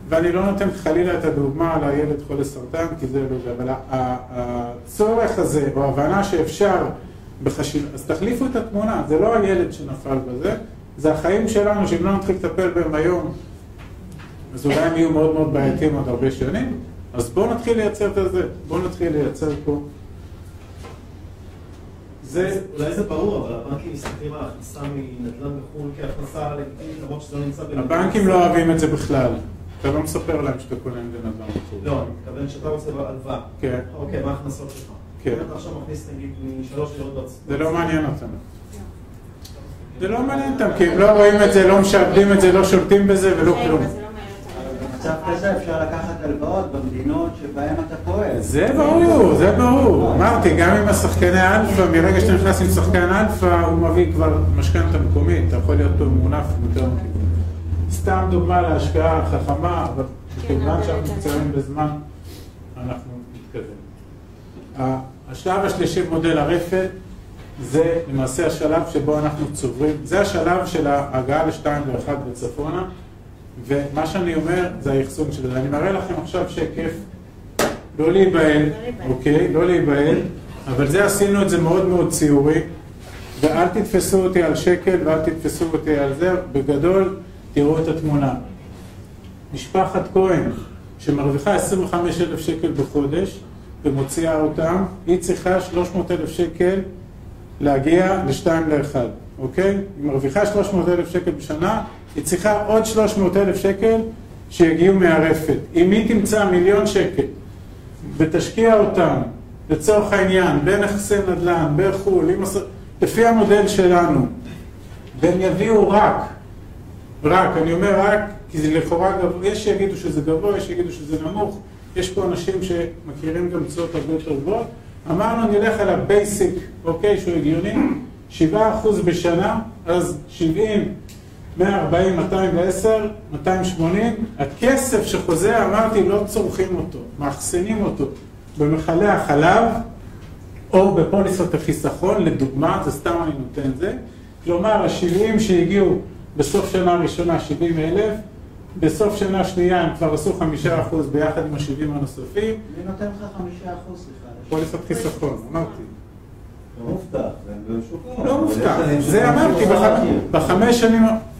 ואני לא נותן חלילה את הדוגמה על הילד חולה סרטן, כי זה לא זה, אבל הצורך הזה, או ההבנה שאפשר בחשיבה, אז תחליפו את התמונה, זה לא הילד שנפל בזה, זה החיים שלנו, שאם לא נתחיל לטפל בהם היום, אז אולי הם יהיו מאוד מאוד בעייתיים עוד הרבה שנים, אז בואו נתחיל לייצר את זה, בואו נתחיל לייצר פה. אולי זה ברור, אבל הבנקים מסתכלים על הכנסה מנדל"ן בחו"ל כהכנסה לגיטימית, למרות שזה לא נמצא בנדל"ן. הבנקים לא אוהבים את זה בכלל. אתה לא מספר להם שאתה קונה בנדל"ן בחו"ל. לא, אני מתכוון שאתה רוצה הלוואה. כן. אוקיי, מה ההכנסות שלך? כן. אתה עכשיו מכניס נגיד משלוש דירות בארצות. זה לא מעניין אותם. זה לא מעניין אותם, כי הם לא רואים את זה, לא משעבדים את זה, לא שולטים בזה ולא כלום. במצב כזה אפשר לקחת הלוואות במדינות שבהן אתה פועל. זה ברור, זה ברור. אמרתי, גם עם השחקני אלפא, מרגע שאתה נכנס עם שחקן אלפא, הוא מביא כבר משכנתא מקומית, אתה יכול להיות פה מונף יותר מכיוון. סתם דוגמה להשקעה חכמה, אבל כיוון שאנחנו קצרים בזמן, אנחנו נתקדם. השלב השלישי מודל הרפת, זה למעשה השלב שבו אנחנו צוברים, זה השלב של ההגעה ל2 ו1 בצפונה, ומה שאני אומר זה היחסון של זה. אני מראה לכם עכשיו שקף, לא להיבהל, אוקיי? לא להיבהל, אבל זה עשינו את זה מאוד מאוד ציורי, ואל תתפסו אותי על שקל ואל תתפסו אותי על זה, בגדול תראו את התמונה. משפחת כהן שמרוויחה 25,000 שקל בחודש ומוציאה אותם, היא צריכה 300,000 שקל להגיע ל2 ל1, אוקיי? היא מרוויחה 300,000 שקל בשנה, היא צריכה עוד 300,000 שקל שיגיעו מהרפת. אם היא תמצא 1,000,000 שקל ותשקיע אותם לצורך העניין בנכסי נדל"ן, בחו"ל, לפי המודל שלנו, והם יביאו רק, אני אומר רק, כי זה לכאורה גבוה, יש שיגידו שזה גבוה, יש שיגידו שזה נמוך, יש פה אנשים שמכירים גם צועות הרבה יותר גבוהות, אמרנו נלך על הבייסיק, אוקיי, שהוא הגיוני, 7% בשנה, אז 70, 140, 210, 280, הכסף שחוזר, אמרתי, לא צורכים אותו, מאחסנים אותו במחלי החלב, או בפוליסות החיסכון, לדוגמה, זה סתם אני נותן זה, כלומר, ה-70 שהגיעו בסוף שנה ראשונה, 70,000, בסוף שנה שנייה הם כבר עשו 5% ביחד עם ה-70 הנוספים. אני נותן לך 5%, סליחה. פוליסת חיסכון, אמרתי. לא מובטח, לא מובטח, זה אמרתי, בחמש שנים,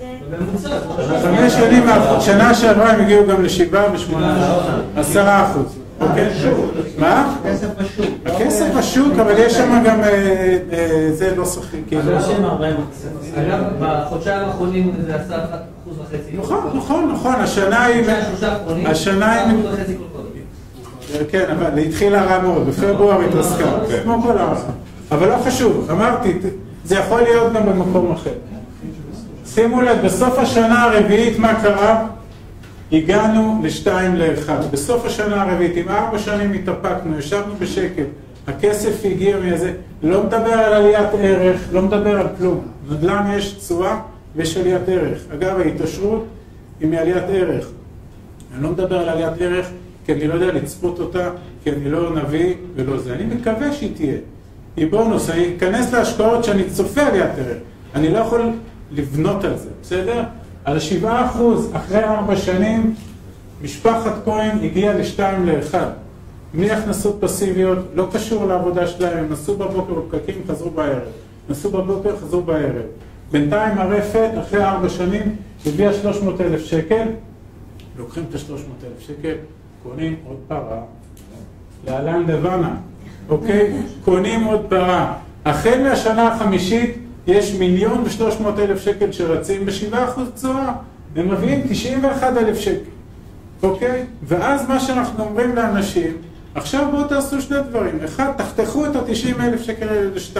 שנה שעברה הם הגיעו גם ל7 ו8, 10%. אוקיי? מה? הכסף בשוק. הכסף בשוק, אבל יש שם גם, זה לא שחקים. אגב, בחודשיים האחרונים זה עשה 1.5%. נכון, השנה היא... כן, אבל התחילה רע מאוד, בפברואר התרסקה, כמו כל העולם. אבל לא חשוב, אמרתי, זה יכול להיות גם במקום אחר. שימו לב, בסוף השנה הרביעית מה קרה? הגענו ל2 ל1. בסוף השנה הרביעית, עם 4 שנים התאפקנו, ישבנו בשקט, הכסף הגיע מאיזה, לא מדבר על עליית ערך, לא מדבר על כלום. נדל"ן יש תשואה ויש עליית ערך. אגב, ההתעשרות היא מעליית ערך. אני לא מדבר על עליית ערך כי אני לא יודע לצפות אותה, כי אני לא נביא ולא זה. אני מקווה שהיא תהיה. היא בונוס, אני אכנס להשקעות שאני צופה עליית ערך. אני לא יכול לבנות על זה, בסדר? על 7% אחרי 4 שנים, משפחת כהן הגיעה ל2 ל1. בלי הכנסות פסיביות, לא קשור לעבודה שלהם, הם נסעו בבוקר בפקקים, חזרו בערב. נסעו בבוקר, חזרו בערב. בינתיים הרפת, אחרי 4 שנים, הביאה 300,000 שקל, לוקחים את ה-300,000 שקל, קונים עוד פרה, להלן לבנה, אוקיי? קונים עוד פרה. החל מהשנה החמישית, יש 1,300,000 שקל שרצים ב7% תשואה, הם מביאים 91,000 שקל, אוקיי? ואז מה שאנחנו אומרים לאנשים, עכשיו בואו תעשו שני דברים, אחד, תחתכו את ה90,000 שקל האלה ל2,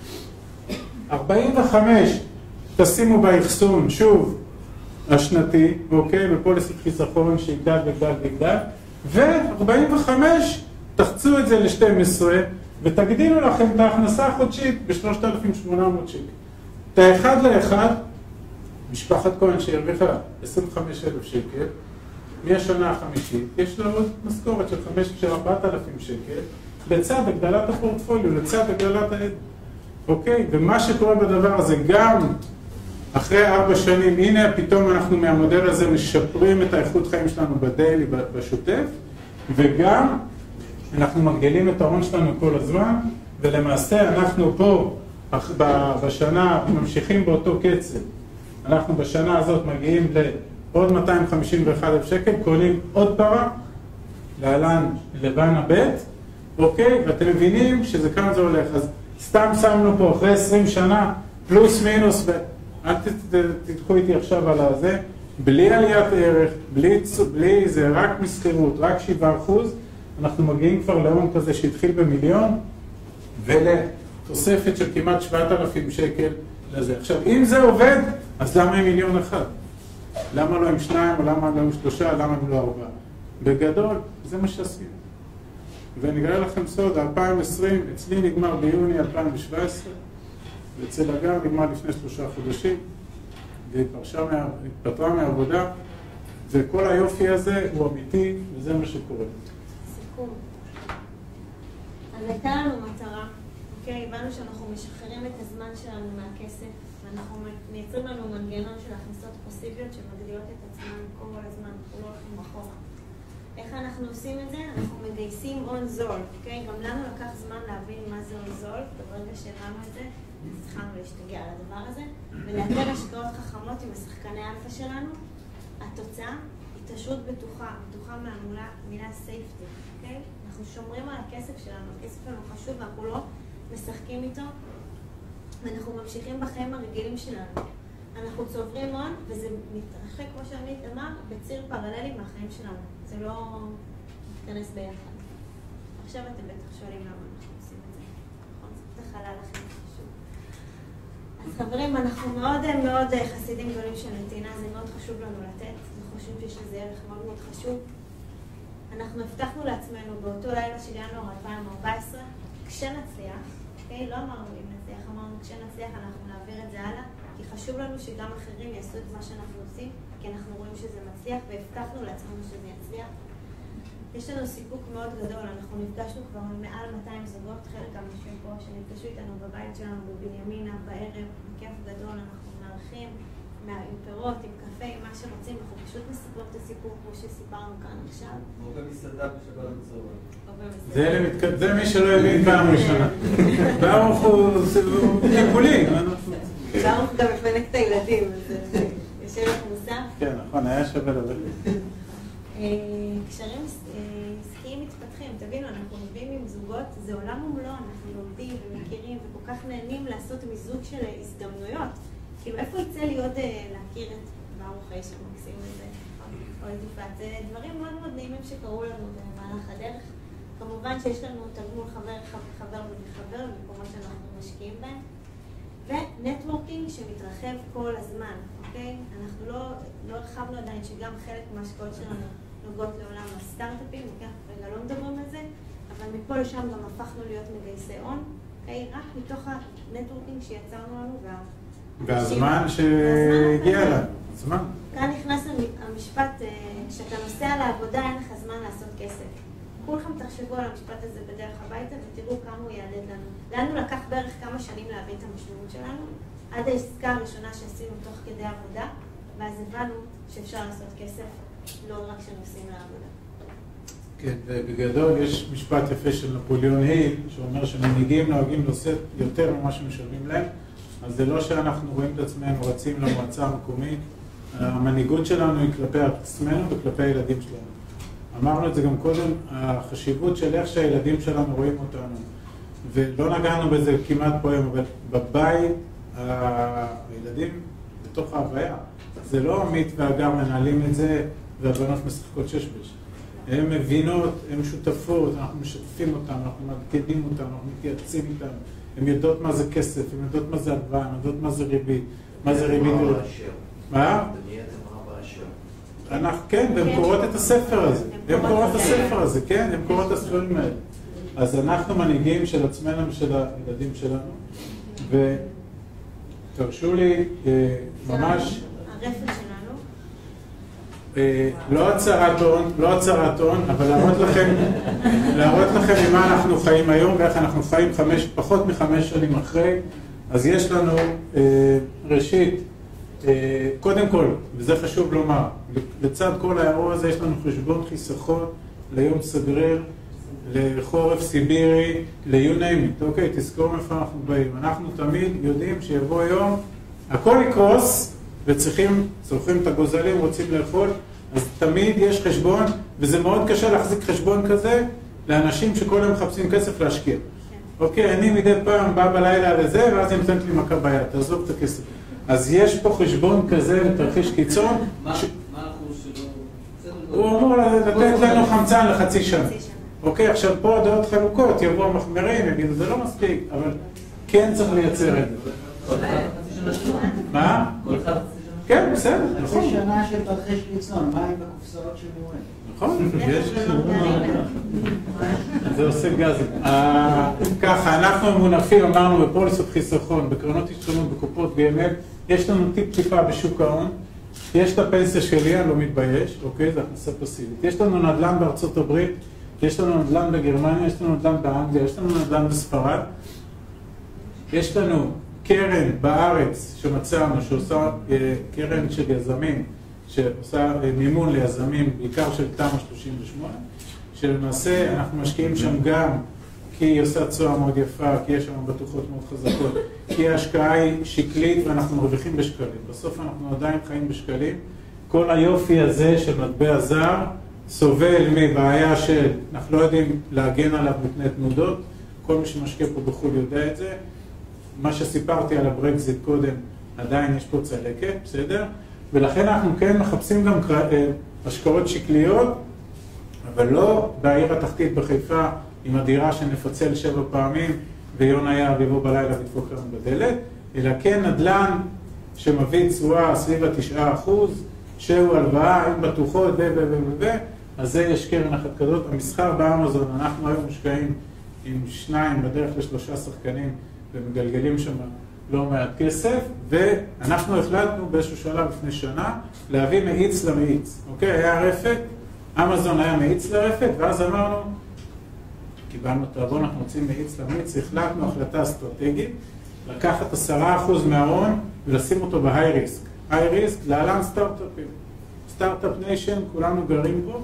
45 תשימו באחסון, שוב, השנתי, אוקיי? בפוליסת חיסכון שיגדל וגדל, ו45 תחצו את זה ל12, ותגדילו לכם את ההכנסה החודשית ב3,800 שקל. את האחד לאחד, משפחת כהן שהרוויחה 25,000 שקל, מהשנה החמישית, יש לה עוד משכורת של 4,000 שקל, לצד הגדלת הפורטפוליו, לצד הגדלת העד. אוקיי? ומה שקורה בדבר הזה, גם אחרי 4 שנים, הנה פתאום אנחנו מהמודל הזה משפרים את האיכות חיים שלנו בדיילי, בשוטף, וגם אנחנו מגדילים את ההון שלנו כל הזמן, ולמעשה אנחנו פה בשנה ממשיכים באותו קצב. אנחנו בשנה הזאת מגיעים לעוד 251,000 שקל, קונים עוד פרה, להלן לבנה ב', אוקיי? ואתם מבינים שזה כאן זה הולך. אז סתם שמנו פה אחרי 20 שנה, פלוס מינוס, אל תדחו איתי עכשיו על הזה, בלי עליית ערך, בלי זה, רק מסחירות, רק 7%, אנחנו מגיעים כבר להון כזה שהתחיל במיליון, ולתוספת של כמעט 7,000 שקל לזה. עכשיו, אם זה עובד, אז למה עם 1,000,000? למה לא עם 2, או למה לא עם 3, למה עם לא 4? בגדול, זה מה שעשינו. ואני אגלה לכם סוד, 2020, אצלי נגמר ביוני 2017, ואצל הגר נגמר לפני 3 חודשים, והתפטרה מהעבודה, וכל היופי הזה הוא אמיתי, וזה מה שקורה. סיכום. אז הייתה לנו מטרה, אוקיי? הבנו שאנחנו משחררים את הזמן שלנו מהכסף, ואנחנו מייצרים לנו מנגנון של הכנסות פסיביות שמגדילות את עצמן כל הזמן, אנחנו לא הולכים אחורה. איך אנחנו עושים את זה? אנחנו מגייסים הון זול, אוקיי? גם לנו לקח זמן להבין מה זה הון זול, וברגע שהבנו את זה, התחלנו להשתגע על הדבר הזה, ולאתר השקעות חכמות עם השחקני אלפא שלנו. התוצאה, התעשרות בטוחה מהמילה safety, אוקיי? אנחנו שומרים על הכסף שלנו, הכסף שלנו חשוב ואנחנו לא משחקים איתו, ואנחנו ממשיכים בחיים הרגילים שלנו. אנחנו צוברים הון, וזה מתרחק, כמו שעמית אמר, בציר פרללי מהחיים שלנו. זה לא מתכנס ביחד. עכשיו אתם בטח שואלים למה אנחנו עושים את זה. נכון? זה בטח עלה לכם חשוב. אז חברים, אנחנו מאוד חסידים גדולים של נתינה, זה מאוד חשוב לנו לתת. אנחנו חושבים שיש לזה ערך מאוד חשוב. אנחנו הבטחנו לעצמנו באותו לילה של ינואר 2014, כשנצליח, אוקיי? לא אמרנו אם נצליח, אמרנו כשנצליח אנחנו נעביר את זה הלאה, כי חשוב לנו שגם אחרים יעשו את מה שאנחנו עושים, כי אנחנו רואים שזה מצליח, והבטחנו לעצמנו שזה יצליח. יש לנו סיפוק מאוד גדול, אנחנו נפגשנו כבר מעל 200 זוגות, חלק מהאנשים פה שנפגשו איתנו בבית שלנו בבנימינה, בערב, בכיף גדול, אנחנו מארחים, עם פירות, עם קפה, עם מה שרוצים, אנחנו פשוט מספרים את הסיפור כמו שסיפרנו כאן עכשיו. או במסעדה בשבת בצהריים. זה מי שלא הבין פעם ראשונה. ברוך הוא טיפולי. ברוך גם מפנק את הילדים, אז יש ערך מוסף. כן, נכון, היה שווה לבד. קשרים עסקיים מתפתחים, תבינו, אנחנו עובדים עם זוגות, זה עולם ומלואו, אנחנו לומדים ומכירים וכל כך נהנים לעשות מיזוג של הזדמנויות. כאילו, איפה יצא לי עוד להכיר את ברוך האיש המקסים הזה, או את יפעת? זה דברים מאוד נעימים שקרו לנו במהלך הדרך. כמובן שיש לנו תגמול חבר וחבר במקומות שאנחנו משקיעים בהם. ונטוורקינג שמתרחב כל הזמן, אוקיי? אנחנו לא הרחבנו עדיין שגם חלק מההשקעות שלנו נוגעות לעולם הסטארט-אפים, אוקיי? רגע, לא מדברים על זה, אבל מפה לשם גם הפכנו להיות מגייסי הון, אוקיי? רק מתוך הנטוורקינג שיצרנו לנו והזמן שהגיע אליו, הזמן. כאן נכנס המשפט, כשאתה נוסע לעבודה אין לך זמן לעשות כסף. כולכם תחשבו על המשפט הזה בדרך הביתה ותראו כמה הוא יעלד לנו. לנו לקח בערך כמה שנים להבין את המשמעות שלנו, עד העסקה הראשונה שעשינו תוך כדי עבודה, ואז הבנו שאפשר לעשות כסף לא רק כשנוסעים לעבודה. כן, ובגדול יש משפט יפה של נפוליאון היל, שאומר שמנהיגים נוהגים לעשות יותר ממה שמשלמים להם, אז זה לא שאנחנו רואים את עצמנו רצים למועצה המקומית, המנהיגות שלנו היא כלפי עצמנו וכלפי הילדים שלנו. אמרנו את זה גם קודם, החשיבות של איך שהילדים שלנו רואים אותנו, ולא נגענו בזה כמעט פה היום, אבל בבית הילדים בתוך ההוויה, זה לא עמית והגר מנהלים את זה והבנות משחקות שש-בש. הן מבינות, הן שותפות, אנחנו משתפים אותם, אנחנו מעדכנים אותם, אנחנו מתייעצים איתם. הן יודעות מה זה כסף, הן יודעות מה זה הלוואה, הן יודעות מה זה ריבית, מה זה ריבית. מה? כן, והן קוראות את הספר הזה. הן קוראות את הספר הזה, כן, הן קוראות את הספרים האלה. אז אנחנו מנהיגים של עצמנו ושל הילדים שלנו. ותרשו לי ממש... הרפל שלנו. לא הצהרת הון, אבל להראות לכם ממה אנחנו חיים היום ואיך אנחנו חיים פחות מ5 שנים אחרי. אז יש לנו ראשית קודם כל, וזה חשוב לומר, לצד כל האירוע הזה יש לנו חשבון חיסכון ליום סגריר, לחורף סיבירי, ל-you name it, אוקיי? תזכור איפה אנחנו באים. אנחנו תמיד יודעים שיבוא יום, הכל יקרוס, צורכים את הגוזלים, רוצים לאכול, אז תמיד יש חשבון, וזה מאוד קשה להחזיק חשבון כזה לאנשים שכל היום מחפשים כסף להשקיע. אוקיי, אני מדי פעם בא בלילה לזה, ואז היא נותנת לי מכה ביד, תעזוב את הכסף. אז יש פה חשבון כזה לתרחיש קיצון. מה האחוז שלו? הוא אמור לתת לנו חמצן לחצי שנה. אוקיי, עכשיו פה הדעות חלוקות, יבואו מחמרים, יגידו, זה לא מספיק, אבל כן צריך לייצר את זה. מה? כן, בסדר, נכון. חצי שנה של תרחיש קיצון, מה עם בקופסאות של מורה? נכון, יש... זה עושה גזים. ככה, אנחנו מונחים, אמרנו, בפוליסות חיסכון, בקרנות השתלמות, בקופות גמל, יש לנו טיפה בשוק ההון, יש את הפנסיה שלי, אני לא מתבייש, אוקיי, זה הכנסה פסיבית. יש לנו נדל"ן בארצות הברית, יש לנו נדל"ן בגרמניה, יש לנו נדל"ן באנגליה, יש לנו נדל"ן בספרד, יש לנו קרן בארץ שמצאנו, שעושה קרן של יזמים, שעושה מימון ליזמים, בעיקר של תמ"א 38, שלמעשה אנחנו משקיעים שם גם כי היא עושה תשואה מאוד יפה, כי יש שם בטוחות מאוד חזקות, כי ההשקעה היא שקלית ואנחנו מרוויחים בשקלים. בסוף אנחנו עדיין חיים בשקלים. כל היופי הזה של מטבע זר סובל מבעיה של אנחנו לא יודעים להגן עליו מפני תנודות. כל מי שמשקיע פה בחו"ל יודע את זה. מה שסיפרתי על הברקזיט קודם, עדיין יש פה צלקת, בסדר? ולכן אנחנו כן מחפשים גם השקעות שקליות, אבל לא בעיר התחתית בחיפה עם הדירה שנפצל 7 פעמים ויונה יער יבוא בלילה וידפוק לנו בדלת, אלא כן נדל"ן שמביא תשואה סביב 9%, שהוא הלוואה, עם בטוחות אז זה יש קרן אחת כזאת. המסחר באמזון, אנחנו היום משקעים עם 2 בדרך ל3 שחקנים ומגלגלים שם לא מעט כסף, ואנחנו החלטנו באיזשהו שלב לפני שנה להביא מאיץ למאיץ. אוקיי? היה רפת, אמזון היה מאיץ לרפת, ואז אמרנו, קיבלנו את הרבון, אנחנו רוצים מאיץ למאיץ, החלטנו החלטה אסטרטגית, לקחת 10% מההון ולשים אותו בהיי ריסק. היי ריסק, להלן סטארט-אפים. סטארט-אפ ניישן, כולנו גרים פה,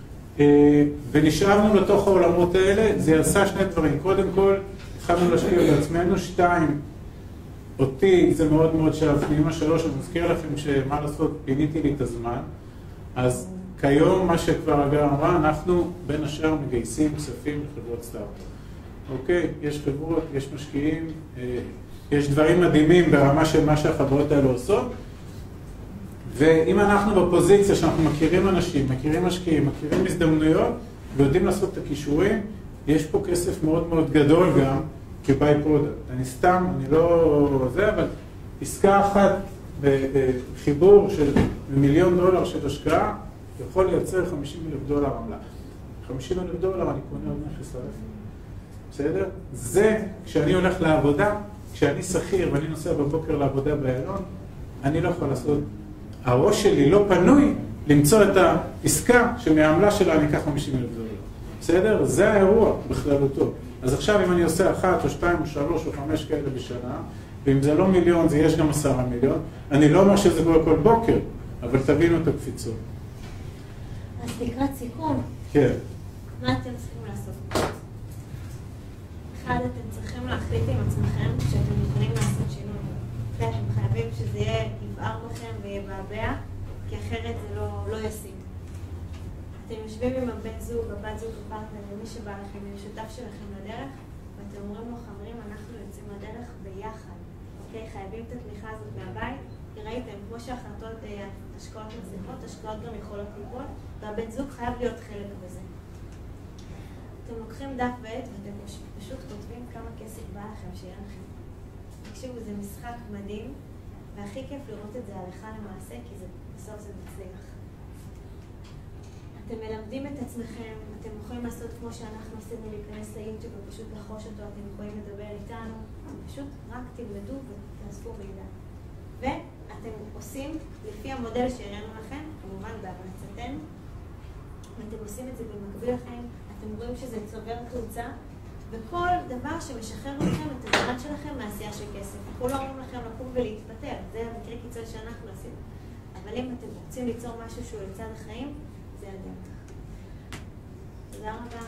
ונשארנו לתוך העולמות האלה. זה עשה 2 דברים. קודם כל, התחלנו להשקיע בעצמנו. 2, אותי זה מאוד מאוד שאף פנימה. 3, אני מזכיר לכם שמה לעשות, פיניתי לי את הזמן. אז כיום, מה שכבר אגר אמרה, אנחנו בין השאר מגייסים כספים לחברות סטארט-אפ. אוקיי? יש חברות, יש משקיעים, יש דברים מדהימים ברמה של מה שהחברות האלה עושות. ואם אנחנו בפוזיציה שאנחנו מכירים אנשים, מכירים משקיעים, מכירים הזדמנויות, ויודעים לעשות את הכישורים, יש פה כסף מאוד מאוד גדול גם כביי פרודקט. אני סתם, אני לא זה, אבל עסקה אחת בחיבור של $1 מיליון של השקעה, יכול לייצר $50,000 עמלה. $50,000 אני קונה עוד נכס לרפת. בסדר? זה, כשאני הולך לעבודה, כשאני שכיר ואני נוסע בבוקר לעבודה באיילון, אני לא יכול לעשות, הראש שלי לא פנוי למצוא את העסקה שמהעמלה שלה אני אקח $50,000. בסדר? זה האירוע בכללותו. אז עכשיו אם אני עושה 1 או 2 או 3 או 5 כאלה בשנה, ואם זה לא מיליון, זה יש גם 10 מיליון. אני לא אומר שזה קורה כל בוקר, אבל תבינו את הקפיצות. אז לקראת סיכום. כן. מה אתם צריכים לעשות? 1, אתם צריכים להחליט עם עצמכם שאתם יכולים לעשות שינוי. אתם חייבים שזה יבער בכם ויבעבע, כי אחרת זה לא ישים. אתם יושבים עם הבן זוג, הבת זוג, הפרטנר, מי שבא לכם, עם השותף שלכם לדרך, ואתם אומרים לו, חברים, אנחנו יוצאים לדרך ביחד. אוקיי? חייבים את התמיכה הזאת מהבית. ראיתם, כמו שהחלטות השקעות מצליחות, השקעות גם יכולות ליפול, והבן זוג חייב להיות חלק בזה. אתם לוקחים דף ועט ואתם פשוט כותבים כמה כסף בא לכם שיהיה לכם. תקשיבו, זה משחק מדהים, והכי כיף לראות את זה הלכה למעשה, כי בסוף זה מצליח. אתם מלמדים את עצמכם, אתם יכולים לעשות כמו שאנחנו עשינו, להיכנס ליוטיוב ופשוט לחוש אותו, אתם יכולים לדבר איתנו, אתם פשוט רק תלמדו ותאספו מידע. ואתם עושים לפי המודל שהראינו לכם, כמובן בהמלצתנו, ואתם עושים את זה במקביל לכם, אתם רואים שזה צובר תאוצה, וכל דבר שמשחרר לכם את הזמן שלכם, לכם מעשייה של כסף. אנחנו לא אומרים לכם לקום ולהתפטר, זה המקרה קיצוני שאנחנו עשינו. אבל אם אתם רוצים ליצור משהו שהוא לצד החיים, זה הדרך. תודה רבה.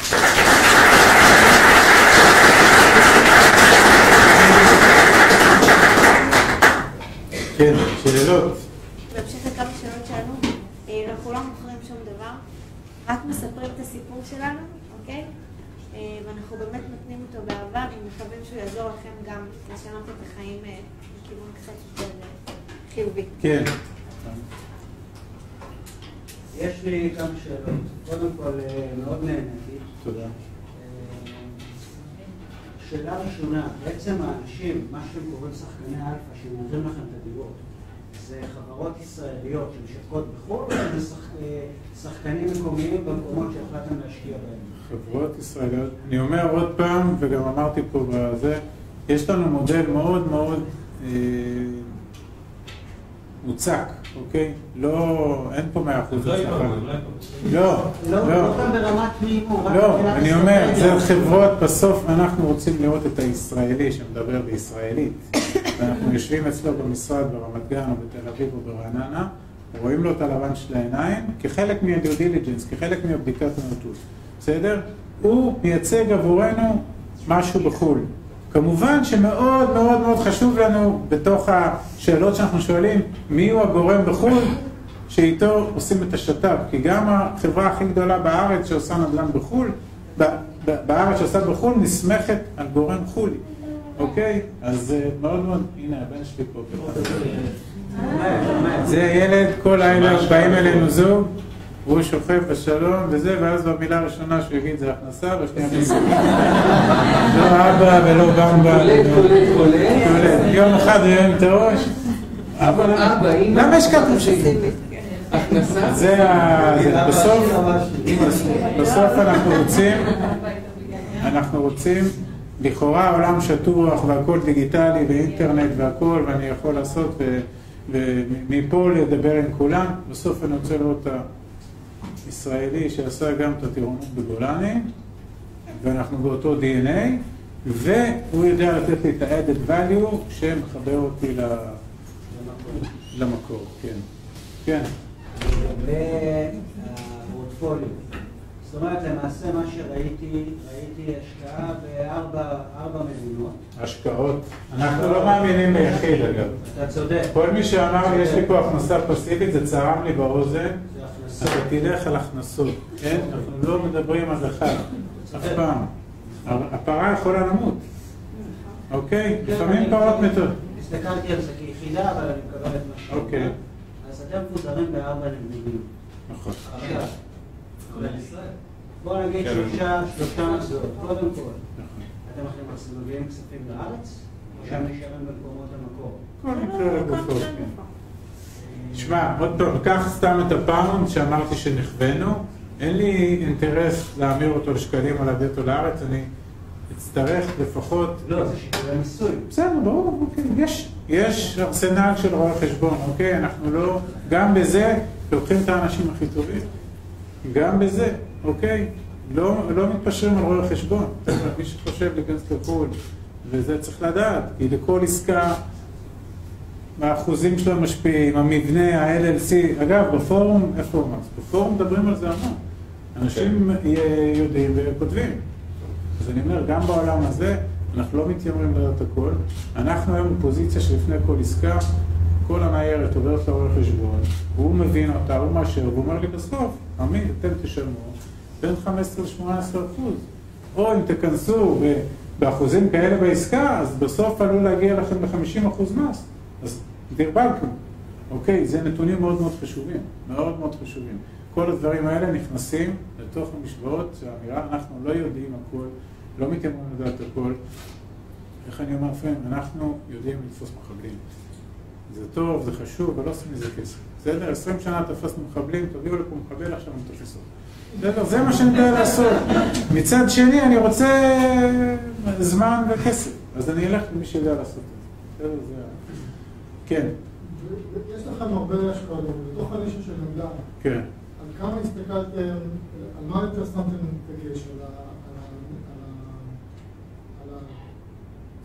כן, שאלות. בהמשך לכמה שאלות שלנו, אנחנו לא מוכרים שום דבר, רק מספרים את הסיפור שלנו, אוקיי? ואנחנו באמת נותנים אותו באהבה ומקווים שהוא יעזור לכם גם לשנות את החיים בכיוון קצת יותר חיובי. כן. יש לי כמה שאלות. קודם כל, מאוד נהניתי. תודה. שאלה ראשונה, בעצם האנשים, מה שהם קוראים שחקני אלפא, שמייצרים לכם את הדירות, זה חברות ישראליות שמשווקות בחו"ל, או זה שחקנים מקומיים במקומות שהחלטתם להשקיע בהם? חברות ישראליות. אני אומר עוד פעם, וגם אמרתי פה בזה, יש לנו מודל מאוד מאוד מוצק, אוקיי? לא, אין פה 100% הצלחה. לא. לא, אני אומר, זה חברות, בסוף אנחנו רוצים לראות את הישראלי שמדבר בישראלית. ואנחנו יושבים אצלו במשרד ברמת גן או בתל אביב או ברעננה, רואים לו את הלבן של העיניים כחלק מה-due diligence, כחלק מהבדיקת הנוטות. בסדר? הוא מייצג עבורנו משהו בחו"ל. כמובן שמאוד מאוד מאוד חשוב לנו בתוך השאלות שאנחנו שואלים, מי הוא הגורם בחו"ל שאיתו עושים את השת"פ. כי גם החברה הכי גדולה בארץ שעושה נדל"ן בחו"ל, בארץ שעושה בחו"ל נסמכת על גורם חו"לי. אוקיי? אז מאוד מאוד, הנה הבן שלי פה. זה ילד, כל לילה באים אלינו זוג, הוא שוכב בשלום וזה, ואז במילה הראשונה שהוא יגיד זה הכנסה, והשנייה מסכים. לא אבא ולא במבה. קולט. יום אחד הוא יום את הראש. למה יש כתוב שלי? הכנסה? זה בסוף אנחנו רוצים, לכאורה העולם שטוח והכל דיגיטלי ואינטרנט והכל, ואני יכול לעשות ומפה לדבר עם כולם. בסוף אני רוצה לראות את הישראלי שעשה גם את הטירונות בגולני, ואנחנו באותו DNA, והוא יודע לתת לי את ה-added value שמחבר אותי למקור. כן. כן. והפורטפוליו. זאת אומרת, למעשה מה שראיתי, ראיתי השקעה בארבע מדינות. השקעות. אנחנו לא מאמינים ביחיד אגב. אתה צודק. כל מי שאמר לי יש לי פה הכנסה פסיבית, זה צרם לי באוזן. אתה תלך על הכנסות. כן? אנחנו לא מדברים על אחד. אף פעם. הפרה יכולה למות. אוקיי? לפעמים פרות מתות. הסתכלתי על זה כיחידה, אבל אני מקבל את מה שאומר. אוקיי. אז אתם מפוזרים בארבע נמלים. נכון. בואו נגיד שלושה מחזורות. קודם כל, אתם מביאים כספים לארץ, או שהם נשארים במקומות המקור? כל מקרה לגופות, כן. שמע, עוד פעם, קח סתם את הפאונד שאמרתי שנחווינו, אין לי אינטרס להמיר אותו לשקלים או להביא אותו לארץ, אני אצטרך לפחות... לא, זה שיקולי מיסוי. בסדר, ברור, אוקיי. יש ארסנל של רואי חשבון, אוקיי? אנחנו לא... גם בזה לוקחים את האנשים הכי טובים. גם בזה, אוקיי? לא מתפשרים על רואי חשבון. מי שחושב להיכנס לחו"ל, וזה צריך לדעת, כי לכל עסקה, האחוזים שלו משפיעים, המבנה, ה-LLC, אגב, בפורום, איפה הוא אמר? בפורום מדברים על זה המון. אנשים יודעים וכותבים. אז אני אומר, גם בעולם הזה, אנחנו לא מתיימרים לדעת הכל. אנחנו היום בפוזיציה שלפני כל עסקה, כל הניירת עוברת לרואה חשבון, הוא מבין אותה, הוא מאשר, והוא אומר לי בסוף, עמית, אתם תשלמו בין 15-18%. או אם תכנסו באחוזים כאלה בעסקה, אז בסוף עלול להגיע לכם ל-50% מס. אז דרבלתם. אוקיי, זה נתונים מאוד מאוד חשובים, מאוד מאוד חשובים. כל הדברים האלה נכנסים לתוך המשוואות, שהאמירה, אנחנו לא יודעים הכל, לא מתיימרים לדעת הכל. איך אני אומר לפעמים, אנחנו יודעים לתפוס מחבלים. זה טוב, זה חשוב, אבל לא עושים מזה כסף. בסדר? 20 שנה תפסנו מחבלים, תביאו לפה מחבל, עכשיו אני תופס אותו. בסדר? זה מה שאני יודע לעשות. מצד שני, אני רוצה זמן וכסף. אז אני אלך למי שיודע לעשות את זה. בסדר? זה... כן. יש לכם הרבה השקעות, בתוך הנישה של נדל"ן. כן. על כמה הסתכלתם, על מה יותר שמתם דגש? על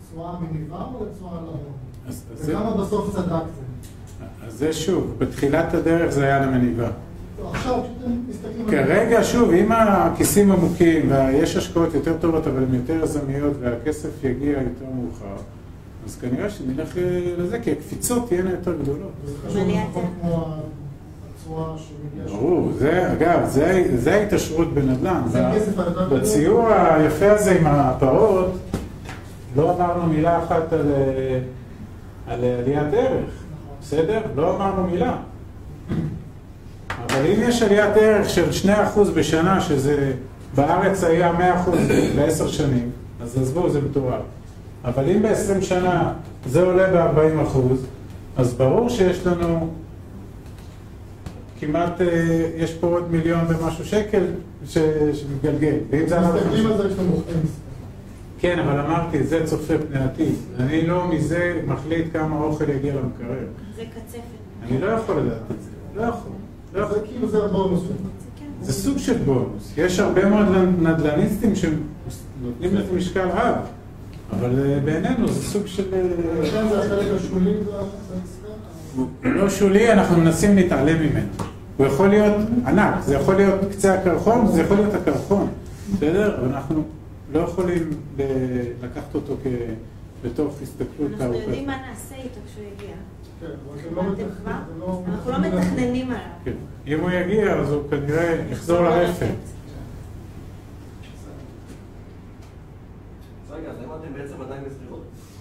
לתשואה מניבה או לתשואה על ההון? וכמה בסוף צדקתם? אז זה שוב, בתחילת הדרך זה היה למניבה. עכשיו כשאתם מסתכלים... כרגע שוב, אם הכיסים עמוקים ויש השקעות יותר טובות אבל הן יותר יזמיות והכסף יגיע יותר מאוחר, אז כנראה שנלך לזה, כי הקפיצות תהיינה יותר גדולות. זה חשוב נכון כמו התשואה שמגיעה... ברור, אגב, זה ההתעשרות בנדל"ן. זה הכסף היותר... בציור היפה הזה עם הפרות, לא אמרנו מילה אחת על עליית ערך, בסדר? לא אמרנו מילה. אבל אם יש עליית ערך של 2% בשנה, שזה בארץ היה 100% ב10 שנים, אז עזבו, זה מטורף. אבל אם ב20 שנה זה עולה ב40%, אז ברור שיש לנו כמעט, יש פה עוד מיליון ומשהו שקל שמתגלגל. ואם זה מסתכלים על זה, יש לנו כן, אבל אמרתי, זה צופה פני עתיד. אני לא מזה מחליט כמה אוכל יגיע למקרר. זה קצפת. אני לא יכול לדעת את זה. לא יכול. זה כאילו זה הבונוס. זה סוג של בונוס. יש הרבה מאוד נדל"ניסטים שנותנים לזה משקל רב, אבל בעינינו זה סוג של... לכן זה החלק השולי הוא לא שולי, אנחנו מנסים להתעלם ממנו. הוא יכול להיות ענק, זה יכול להיות קצה הקרחון, זה יכול להיות הקרחון. בסדר? אבל אנחנו לא יכולים לקחת אותו בתוך הסתכלות. אנחנו יודעים מה נעשה איתו כשהוא יגיע. אנחנו לא מתכננים עליו. אם הוא יגיע, אז הוא כנראה יחזור לרפת. רגע, אז למה אתם בעצם עדיין בסחירות?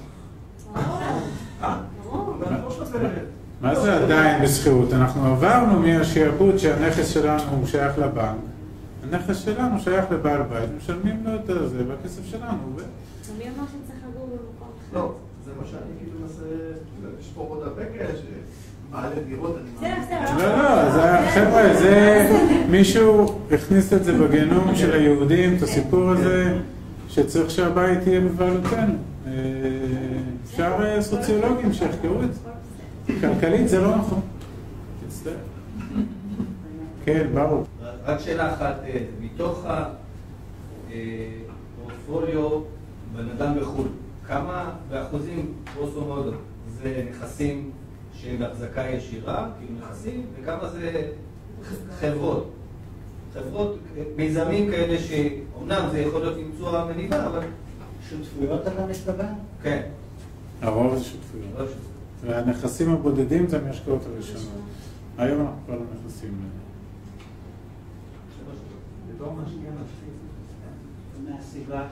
מה זה עדיין בסחירות? אנחנו עברנו מהשיעבוד שהנכס שלנו הוא שייך לבנק. הנכס שלנו שייך לבעל בית, משלמים לו את זה, והכסף שלנו עובד. מי אמר שצריך לגור במקום אחר? לא, זה מה שאני כאילו מנסה, יש פה עוד הרבה כאלה שבעלי דירות, לא, חבר'ה, זה מישהו הכניס את זה בגנום של היהודים, את הסיפור הזה, שצריך שהבית יהיה בבעלותנו. אפשר סוציולוגים שיחקרו את זה. כלכלית זה לא נכון. תצטער. כן, ברור. רק שאלה אחת, מתוך הפורטפוליו בנדל"ן בחו"ל, כמה באחוזים גרוסו מודו זה נכסים שהם בהחזקה ישירה, כאילו נכסים, וכמה זה חברות? חברות, מיזמים כאלה שאומנם זה יכול להיות עם תשואה מניבה, אבל... שותפויות אתה מסתבר? כן. הרוב זה שותפויות. והנכסים הבודדים זה מהשקעות הראשונות. היום אנחנו כבר לא נכנסים לזה. בתור משקיע מהסיבה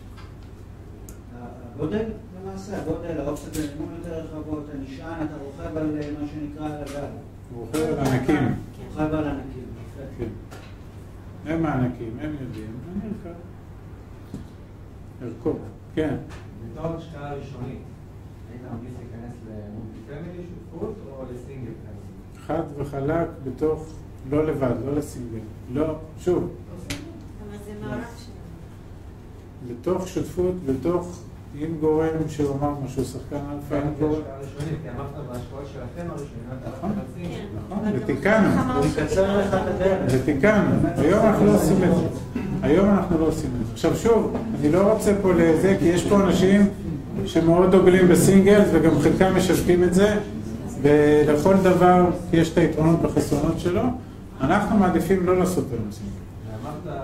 שהגודל, למעשה, הגודל, האופציות במימון יותר רחבות, הנשען, אתה רוכב על מה שנקרא על הגל. הוא רוכב על ענקים. רוכב על ענקים. כן. הם הענקים, הם יודעים, אני ארכב. ארכוב, כן. בתור השקעה ראשונית, היית ממליץ להיכנס למולטי פמילי, שותפות או לסינגל פמילי? חד וחלק בתוך, לא לבד, לא לסינגל. לא, שוב. אבל זה מערב שלנו. בתוך שותפות, בתוך, אם גורם שאומר משהו, שחקן אלפא, אם גורם... השקעה ראשונית, כי אמרת בהשקעות שלכם הראשונית, נכון, נכון, ותיקנו. יקצר לך את הדרך. ותיקנו. היום אנחנו לא עושים את זה. היום אנחנו לא עושים את זה. עכשיו שוב, אני לא רוצה פה לזה, כי יש פה אנשים שמאוד דוגלים בסינגלס, וגם חלקם משווקים את זה, ולכל דבר יש את היתרונות בחסרונות שלו. אנחנו מעדיפים לא לעשות את זה. ואמרת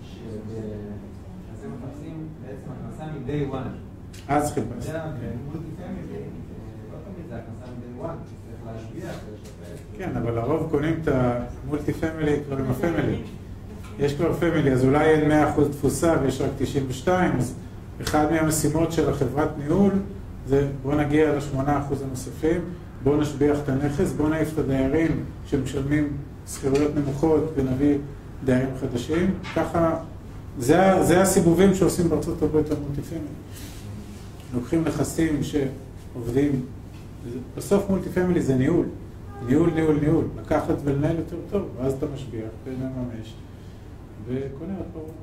שאתם מחפשים בעצם הכנסה מ-day one. אז חיפש. זה מולטי פמילי, לא תמיד זה הכנסה מ-day one, צריך להשביח, לשפט. כן, אבל הרוב קונים את המולטי פמילי כבר עם הפמילי. יש כבר פמילי, אז אולי אין 100% תפוסה ויש רק 92, אז אחד מהמשימות של החברת ניהול זה בוא נגיע ל8% הנוספים, בוא נשביח את הנכס, בוא נעיף את הדיירים שמשלמים שכירויות נמוכות ונביא דיירים חדשים. ככה, זה הסיבובים שעושים בארצות הברית המולטי פמילי. לוקחים נכסים שעובדים, בסוף מולטי פמילי זה ניהול. ניהול. לקחת ולנהל יותר טוב, ואז אתה משביח ומממש. וקונה עוד פעם.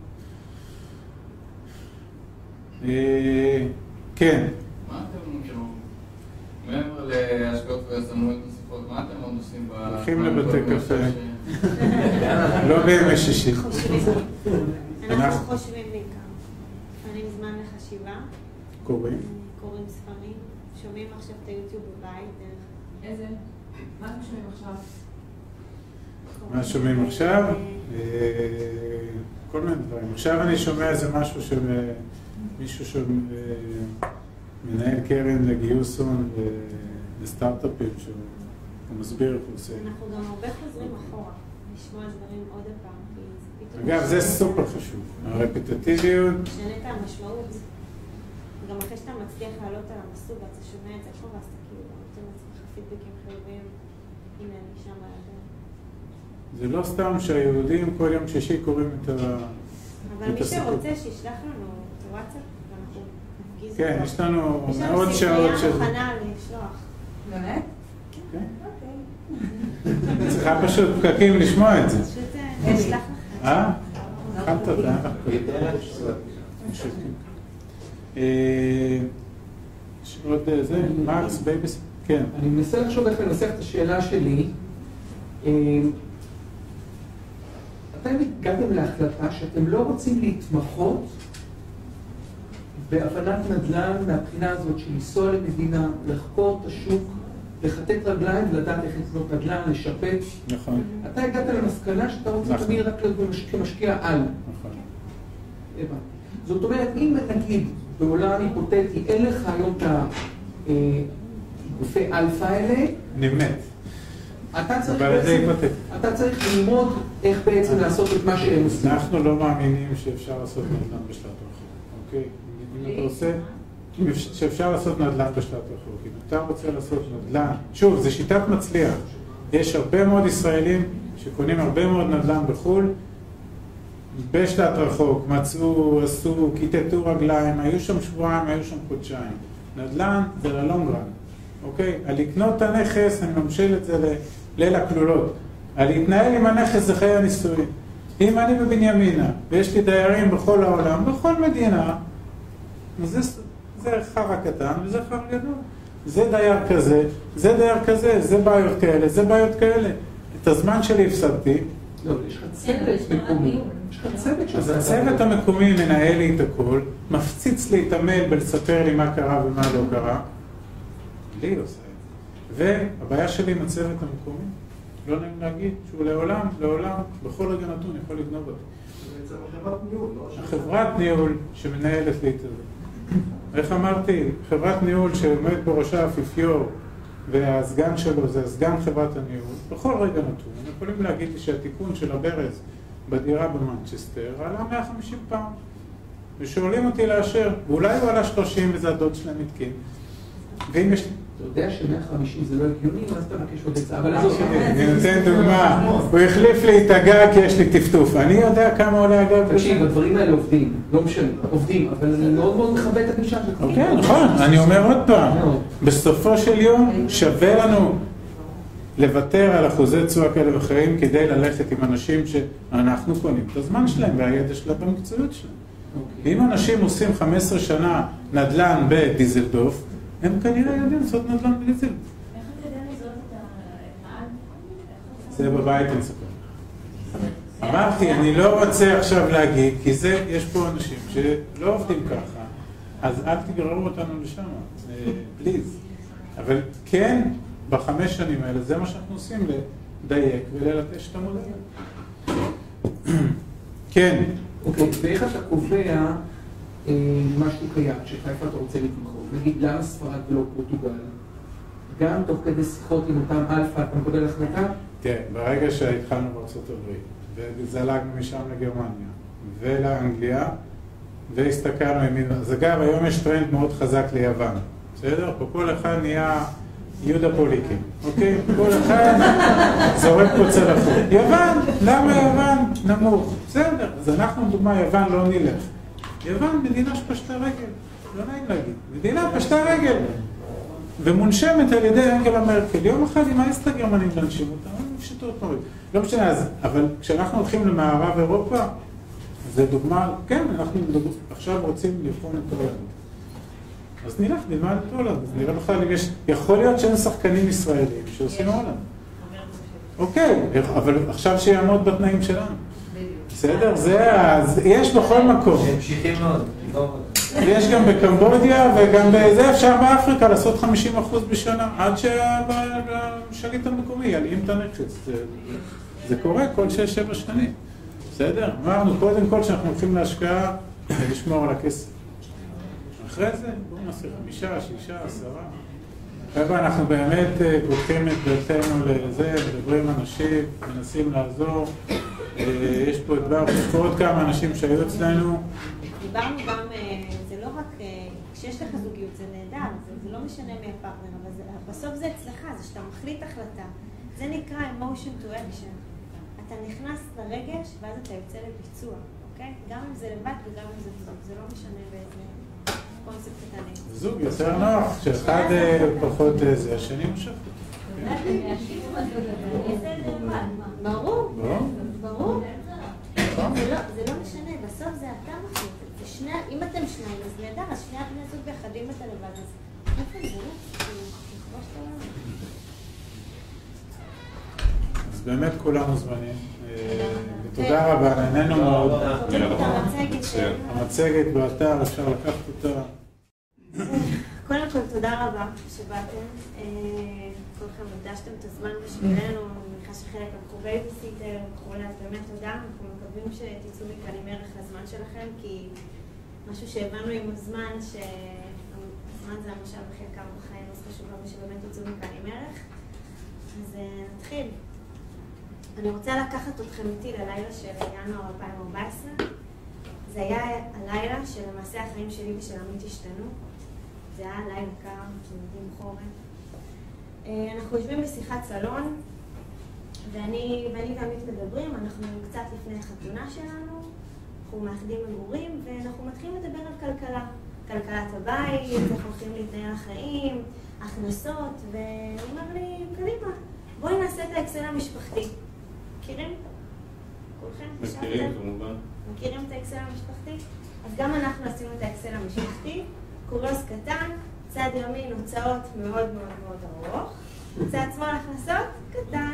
כן. מה אתם כאילו, מעבר להשקעות ויזמות נוספות, מה אתם עוד עושים? הולכים לבתי קפה. לא בימי שישי. אנחנו חושבים בעיקר. אני זמן לחשיבה. קוראים. קוראים ספרים, שומעים עכשיו את היוטיוב בבית. איזה? מה אתם שומעים עכשיו? מה שומעים עכשיו? כל מיני דברים. עכשיו אני שומע איזה משהו מישהו שמנהל קרן לגיוס הון לסטארט-אפים, שהוא מסביר איך הוא עושה. אנחנו גם הרבה חוזרים אחורה, לשמוע דברים עוד הפעם. אגב, זה סופר חשוב. הרפטטיביות... משנה את המשמעות. גם אחרי שאתה מצליח לעלות על המסלול, ואתה שומע את זה פה, ואז אתה כאילו נותן לעצמך פידבקים חיוביים. הנה, אני שם על הדרך. זה לא סתם שהיהודים כל יום שישי קוראים את הסיפור. אבל מי שרוצה שישלח לנו את הוואטסאפ, ואנחנו נפגיז אותו. כן, יש לנו מאות שעות יש לנו ספרייה מוכנה לשלוח. באמת? כן. צריכה פשוט פקקים לשמוע את זה. פשוט נשלח לך. חמת אותה. יש עוד זה, מרקס, בייביס, כן. אני מנסה לחשוב איך לנסח את השאלה שלי. אתם הגעתם להחלטה שאתם לא רוצים להתמחות בהבנת נדל"ן מהבחינה הזאת של לנסוע למדינה, לחקור את השוק, לחטט רגליים ולדעת איך לקנות נדל"ן, לשפץ. נכון. אתה הגעת למסקנה שאתה רוצה תמיד רק להיות כמשקיע על. נכון. זאת אומרת, אם נגיד בעולם היפותטי אין לך היום את הגופי אלפא האלה, נמת. אתה צריך ללמוד איך בעצם לעשות את מה שהם עושים. אנחנו לא מאמינים שאפשר לעשות נדל"ן בשלט רחוק, אוקיי? אם אתה עושה, שאפשר לעשות נדל"ן בשלט רחוק, אם אתה רוצה לעשות נדל"ן, שוב, זה שיטת מצליח. יש הרבה מאוד ישראלים שקונים הרבה מאוד נדל"ן בחו"ל, בשלט רחוק, מצאו, עשו, כיתתו רגליים, היו שם שבועיים, היו שם חודשיים. נדל"ן זה ללונגרן, אוקיי? על לקנות את הנכס, אני ממשיל את זה ליל הכלולות. על להתנהל עם הנכס זה חיי הניסויים. אם אני בבנימינה, ויש לי דיירים בכל העולם, בכל מדינה, זה חרא קטן וזה חרא גדול. זה דייר כזה, זה דייר כזה, זה בעיות כאלה, זה בעיות כאלה. את הזמן שלי הפסדתי. לא, יש לך צוות מקומי. אז הצוות המקומי מנהל לי את הכל, מפציץ לי את המייל בלספר לי מה קרה ומה לא קרה. לי עושה את זה. והבעיה שלי עם הצוות המקומי, לא נעים להגיד שהוא לעולם, בכל רגע נתון יכול לגנוב אותי. זה חברת ניהול, לא? חברת ניהול שמנהלת לי את זה. איך אמרתי? חברת ניהול שעומד בראשה האפיפיור, והסגן שלו זה סגן חברת הניהול. בכל רגע נתון, הם יכולים להגיד לי שהתיקון של הברז בדירה במנצ'סטר עלה 150 פעם. ושואלים אותי לאשר, ואולי הוא עלה 30 וזה הדוד שלהם מתקין. ואם יש... אתה יודע ש-150 זה לא הגיוני, אז אתה מבקש עוד עצה, אבל אני נותן דוגמה, הוא החליף לי את הגג כי יש לי טפטוף. אני יודע כמה עולה הגג. תקשיב, הדברים האלה עובדים, לא משנה, עובדים, אבל אני מאוד מאוד מכבד את הגישה שלך. אוקיי, נכון, אני אומר עוד פעם, בסופו של יום שווה לנו לוותר על אחוזי תשואה כאלה ואחרים כדי ללכת עם אנשים שאנחנו קונים את הזמן שלהם והידע שלהם במקצועיות שלהם. אם אנשים עושים 15 שנה נדל"ן בדיזלדורף, הם כנראה יודעים לעשות נדל"ן בדיזל. איך אתה יודע לזהות את העד? זה בבית אני אספר. אמרתי, אני לא רוצה עכשיו להגיד, כי יש פה אנשים שלא עובדים ככה, אז אל תגררו אותנו לשם, פליז. אבל כן, ב5 שנים האלה, זה מה שאנחנו עושים, לדייק וללטש את המודל. כן. אוקיי, ואיך אתה קובע משהו קיים, שחיפה אתה רוצה לתמכות? נגיד, למה ספרד ולא פורטוגל? גם תוך כדי שיחות עם אותם אלפא, אתה מקבל החלטה? כן, ברגע שהתחלנו בארצות הברית, וזלגנו משם לגרמניה ולאנגליה, והסתכלנו ימין, אז אגב, היום יש טרנד מאוד חזק ליוון, בסדר? פה כל אחד נהיה יהודה פוליקים, אוקיי? כל אחד זורק פה צלחות. יוון, למה יוון? נמוך. בסדר, אז אנחנו דוגמה, יוון לא נלך. יוון מדינה שפשטה רגל, לא נעים להגיד. מדינה פשטה רגל. ומונשמת על ידי אנגלה מרקל. יום אחד עם האסטגרמנים לאנשים אותם, הם פשטות נורית. לא משנה, אבל כשאנחנו הולכים למערב אירופה, זה דוגמה, כן, אנחנו עכשיו רוצים לבחון את הולנד. אז נלך, נלמד את הולנד. אז נראה בכלל אם יש, יכול להיות שאין שחקנים ישראלים שעושים הולנד. אוקיי, אבל עכשיו שיעמוד בתנאים שלנו. בסדר? זה, יש בכל מקום. ממשיכים מאוד. יש גם בקמבודיה וגם בזה, אפשר באפריקה לעשות 50% בשנה, עד שהשליט המקומי ילאים את הנכס. זה קורה כל 6-7 שנים. בסדר? אמרנו קודם כל שאנחנו הולכים להשקעה ולשמור על הכסף. אחרי זה, בואו נעשה 5, 6, 10. חבר'ה, אנחנו באמת פותחים את דלתנו לזה, מדברים אנשים, מנסים לעזור. יש פה עוד כמה אנשים שהיו אצלנו. דיברנו גם, זה לא רק, כשיש לך זוגיות זה נהדר, זה לא משנה מי הפרטנר, אבל בסוף זה אצלך, זה שאתה מחליט החלטה. זה נקרא emotion to action. אתה נכנס לרגש ואז אתה יוצא לביצוע, אוקיי? גם אם זה לבד וגם אם זה זוג, זה לא משנה באיזה קונספט קטני. זוג יותר נוח, שאחד פחות זה, השני משך. ברור, ברור. זה לא משנה, בסוף זה אתה מחליט. אם אתם שניים, אז נהדר, אז שני הבני זוג ביחד, אם אתה לבד, אז איפה זה לא? לכבוש את העולם. אז באמת כולנו זמנים. ותודה רבה, נהנינו מאוד. המצגת באתר, אפשר לקחת אותה. קודם כל, תודה רבה שבאתם. כולכם הקדשתם את הזמן בשבילנו, אני מניחה שחלק לקחו בייביסיטר, לקחו לה, אז באמת תודה. אנחנו מקווים שתצאו מכאן עם ערך לזמן שלכם, כי משהו שהבנו עם הזמן, שהזמן זה המשאב הכי יקר בחיים, אז חשוב לנו שבאמת תצאו מכאן עם ערך. אז נתחיל. אני רוצה לקחת אתכם איתי ללילה של ינואר 2014. זה היה הלילה שלמעשה החיים שלי ושל עמית השתנו. זה היה לילה קר, שמדים חורף. אנחנו יושבים בשיחת סלון, ואני ועמית מדברים, אנחנו קצת לפני החתונה שלנו, אנחנו מאחדים מגורים, ואנחנו מתחילים לדבר על כלכלה. כלכלת הבית, איך הולכים להתנהל החיים, הכנסות, והוא אומר לי, קדימה, בואי נעשה את האקסל המשפחתי. מכירים? כולכם? מכירים, כמובן. מכירים את האקסל המשפחתי? אז גם אנחנו עשינו את האקסל המשפחתי, קורס קטן, צד ימין הוצאות מאוד מאוד מאוד ארוך, צד שמאל הכנסות קטן.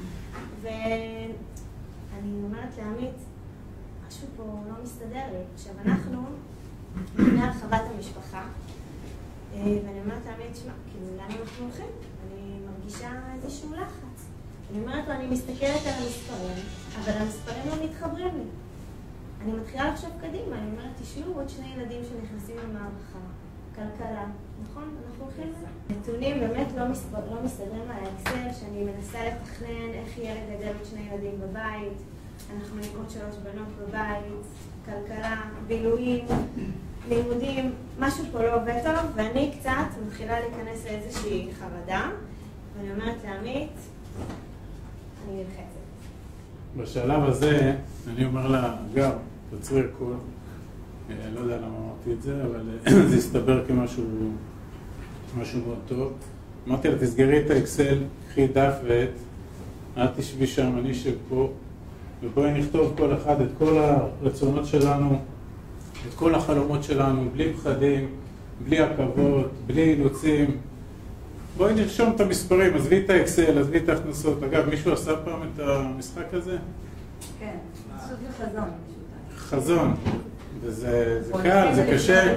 ואני אומרת לעמית, משהו פה לא מסתדר לי. עכשיו אנחנו לפני הרחבת המשפחה, ואני אומרת לעמית, שמע, כאילו לאן אנחנו הולכים? אני מרגישה איזשהו לחץ. אני אומרת לו, אני מסתכלת על המספרים, אבל המספרים לא מתחברים לי. אני מתחילה לחשוב קדימה, אני אומרת, תשמעו עוד 2 ילדים שנכנסים למערכה, כלכלה, נכון? אנחנו הולכים לזה. נתונים באמת לא מסתדרים על האקסל, שאני מנסה לתכנן איך ילד גדל עוד 2 ילדים בבית, אנחנו נקרות 3 בנות בבית, כלכלה, בילויים, לימודים, משהו פה לא עובד טוב, ואני קצת מתחילה להיכנס לאיזושהי חרדה, ואני אומרת לעמית, אני נלחצת. בשלב הזה, אני אומר לה, גר, תצרי הכל. לא יודע למה אמרתי את זה, אבל זה הסתבר כמשהו מאוד טוב. אמרתי לה, תסגרי את האקסל, קחי דף ועט, את תשבי שם, אני אשב פה, ובואי נכתוב כל אחד את כל הרצונות שלנו, את כל החלומות שלנו, בלי פחדים, בלי עכבות, בלי אילוצים. בואי נרשום את המספרים, עזבי את האקסל, עזבי את ההכנסות. אגב, מישהו עשה פעם את המשחק הזה? כן, פשוט לחזון. חזון. וזה קל, זה קשה.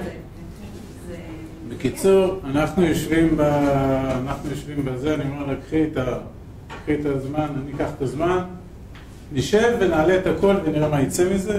בקיצור, אנחנו יושבים בזה, אני אומר לה, קחי את הזמן, אני אקח את הזמן, נשב ונעלה את הכל ונראה מה יצא מזה.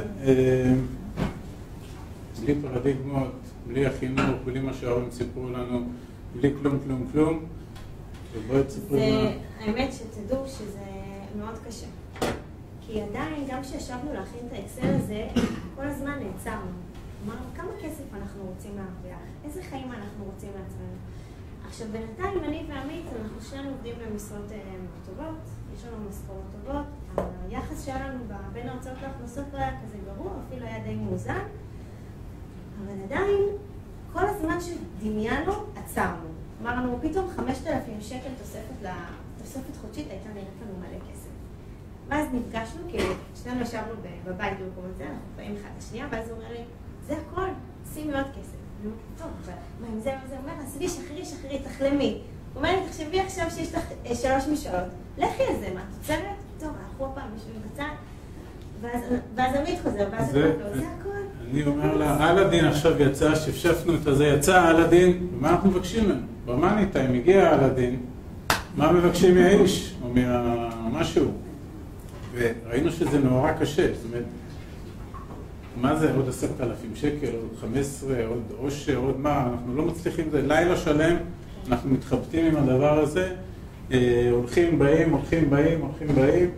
בלי פרדיגמות, בלי החינוך, בלי מה שההורים סיפרו לנו, בלי כלום. ובואי תספרו מה. האמת שתדעו שזה מאוד קשה. כי עדיין, גם כשישבנו להכין את האקסל הזה, כל הזמן נעצרנו. אמרנו, כמה כסף אנחנו רוצים להרוויח? איזה חיים אנחנו רוצים לעצמנו? עכשיו, בינתיים, אני ועמית, אנחנו שנינו עובדים במשרות מאוד טובות, יש לנו משכורות טובות, היחס שלנו בין ההוצאות להכנסות לא היה כזה גרוע, אפילו היה די מאוזן, אבל עדיין, כל הזמן שדמיינו, עצרנו. אמרנו, פתאום 5,000 שקל תוספת חודשית הייתה נראית לנו מלא כסף. ואז נפגשנו, כי שנינו ישבנו בבית במקום הזה, אנחנו באים אחד לשנייה, ואז הוא אומר לי, זה הכל, שימי עוד כסף. אני אומרת, טוב, מה עם זה? הוא אומר, עזבי, שחררי, תחלמי. הוא אומר לי, תחשבי עכשיו שיש לך 3 משאלות, לכי על זה, מה, תוצרת? טוב, אנחנו הפעם יושבים בצד. ואז עמית חוזר, ואז זה הכל. אני אומר לה, אלאדין עכשיו יצא, שפשפנו את הזה, יצא אלאדין, ומה אנחנו מבקשים ממנו? במאני טיים הגיע אלאדין, מה מבקשים מהאיש, או ממשהו? וראינו שזה נורא קשה, זאת אומרת, מה זה עוד 10,000 שקל, עוד 15, עוד עושר, עוד מה, אנחנו לא מצליחים, זה לילה שלם, אנחנו מתחבטים עם הדבר הזה, הולכים באים, הולכים באים, הולכים באים.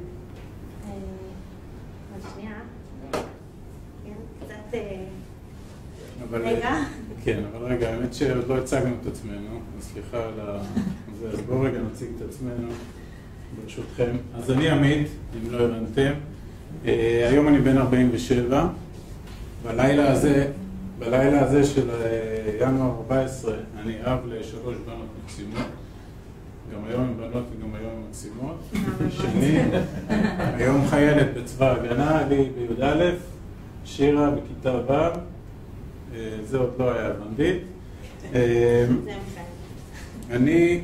רגע. כן, אבל רגע, האמת שעוד לא הצגנו את עצמנו, סליחה על זה, אז בואו רגע נציג את עצמנו, ברשותכם. אז אני עמית, אם לא הבנתם, היום אני בן 47, בלילה הזה של ינואר 14, אני אב לשלוש בנות מקסימות, גם היום הן בנות וגם היום הן מקסימות. שני, היום חיילת בצבא הגנה, לי בי"א, שירה בכיתה ו', זה עוד לא היה בנדית. אני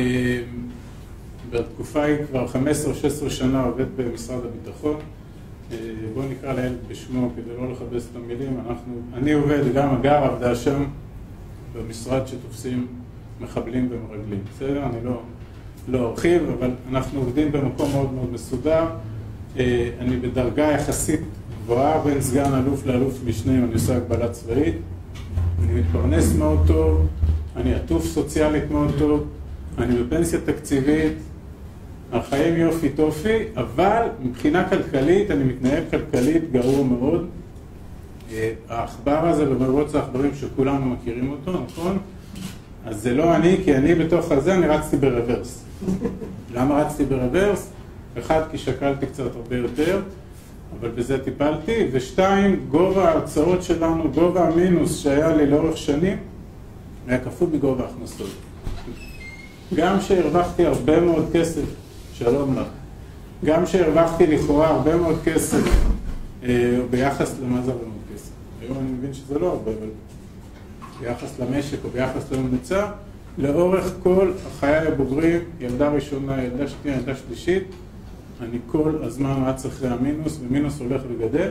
בתקופה היא כבר 15 או 16 שנה עובד במשרד הביטחון. בואו נקרא לילד בשמו כדי לא לחפש את המילים. אני עובד, גם הגר עבדה שם במשרד שתופסים מחבלים ומרגלים. בסדר? אני לא ארחיב, אבל אנחנו עובדים במקום מאוד מאוד מסודר. אני בדרגה יחסית גבוהה בין סגן אלוף לאלוף משנה, אני עושה הגבלה צבאית. אני מתפרנס מאוד טוב, אני עטוף סוציאלית מאוד טוב, אני בפנסיה תקציבית, החיים יופי טופי, אבל מבחינה כלכלית, אני מתנהל כלכלית גרוע מאוד. העכבר הזה במרוץ העכברים שכולנו מכירים אותו, נכון? אז זה לא אני, כי אני בתוך הזה, אני רצתי ברוורס. למה רצתי ברוורס? אחד, כי שקלתי קצת הרבה יותר, אבל בזה טיפלתי, ושתיים, גובה ההרצאות שלנו, גובה המינוס שהיה לי לאורך שנים, היה כפול בגובה ההכנסות. גם שהרווחתי הרבה מאוד כסף, שלום לך, גם שהרווחתי לכאורה הרבה מאוד כסף, ביחס למה זה הרבה מאוד כסף. היום אני מבין שזה לא הרבה, אבל ביחס למשק או ביחס לממוצע, לאורך כל החיי הבוגרים, ילדה ראשונה, ילדה שנייה, ילדה שלישית, אני כל הזמן רץ אחרי המינוס, ומינוס הולך וגדל.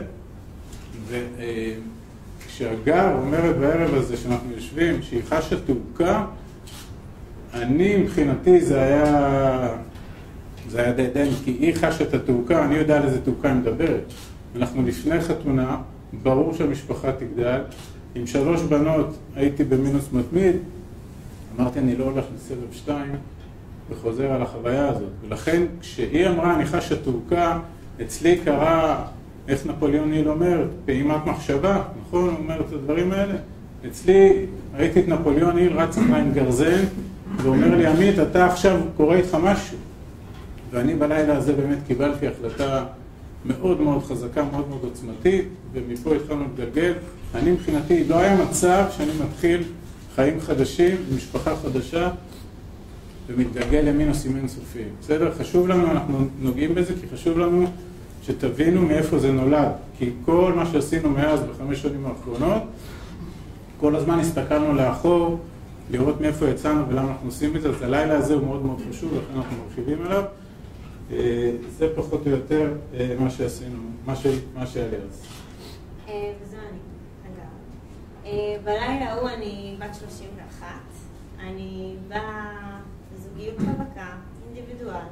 וכשהגר אומרת בערב הזה שאנחנו יושבים, שהיא חשה תעוקה, אני מבחינתי זה היה די, כי היא חשה את התעוקה, אני יודע על איזה תעוקה היא מדברת. אנחנו לפני חתונה, ברור שהמשפחה תגדל, עם 3 בנות הייתי במינוס מתמיד, אמרתי אני לא הולך לסבב 2, וחוזר על החוויה הזאת. ולכן, כשהיא אמרה, אני חשה תעוקה, אצלי קרה, איך נפוליאון היל אומר, פעימת מחשבה, נכון? הוא אומר את הדברים האלה. אצלי, ראיתי את נפוליאון היל רץ אחרי עם גרזן, ואומר לי, עמית, אתה עכשיו קורא איתך משהו. ואני בלילה הזה באמת קיבלתי החלטה מאוד מאוד חזקה, מאוד מאוד עוצמתית, ומפה התחלנו לגלגל. אני מבחינתי, לא היה מצב שאני מתחיל חיים חדשים, משפחה חדשה, ומתגלגל למינוסים אינסופיים. בסדר? חשוב לנו, אנחנו נוגעים בזה, כי חשוב לנו שתבינו מאיפה זה נולד. כי כל מה שעשינו מאז ב5 שנים האחרונות, כל הזמן הסתכלנו לאחור, לראות מאיפה יצאנו ולמה אנחנו עושים את זה. אז הלילה הזה הוא מאוד מאוד חשוב, לכן אנחנו מרחיבים עליו. זה פחות או יותר מה שעשינו, מה שהיה לי אז. וזה אני, אגב. בלילה ההוא אני בת 31, אני באה בזוגיות רווקה, אינדיבידואל.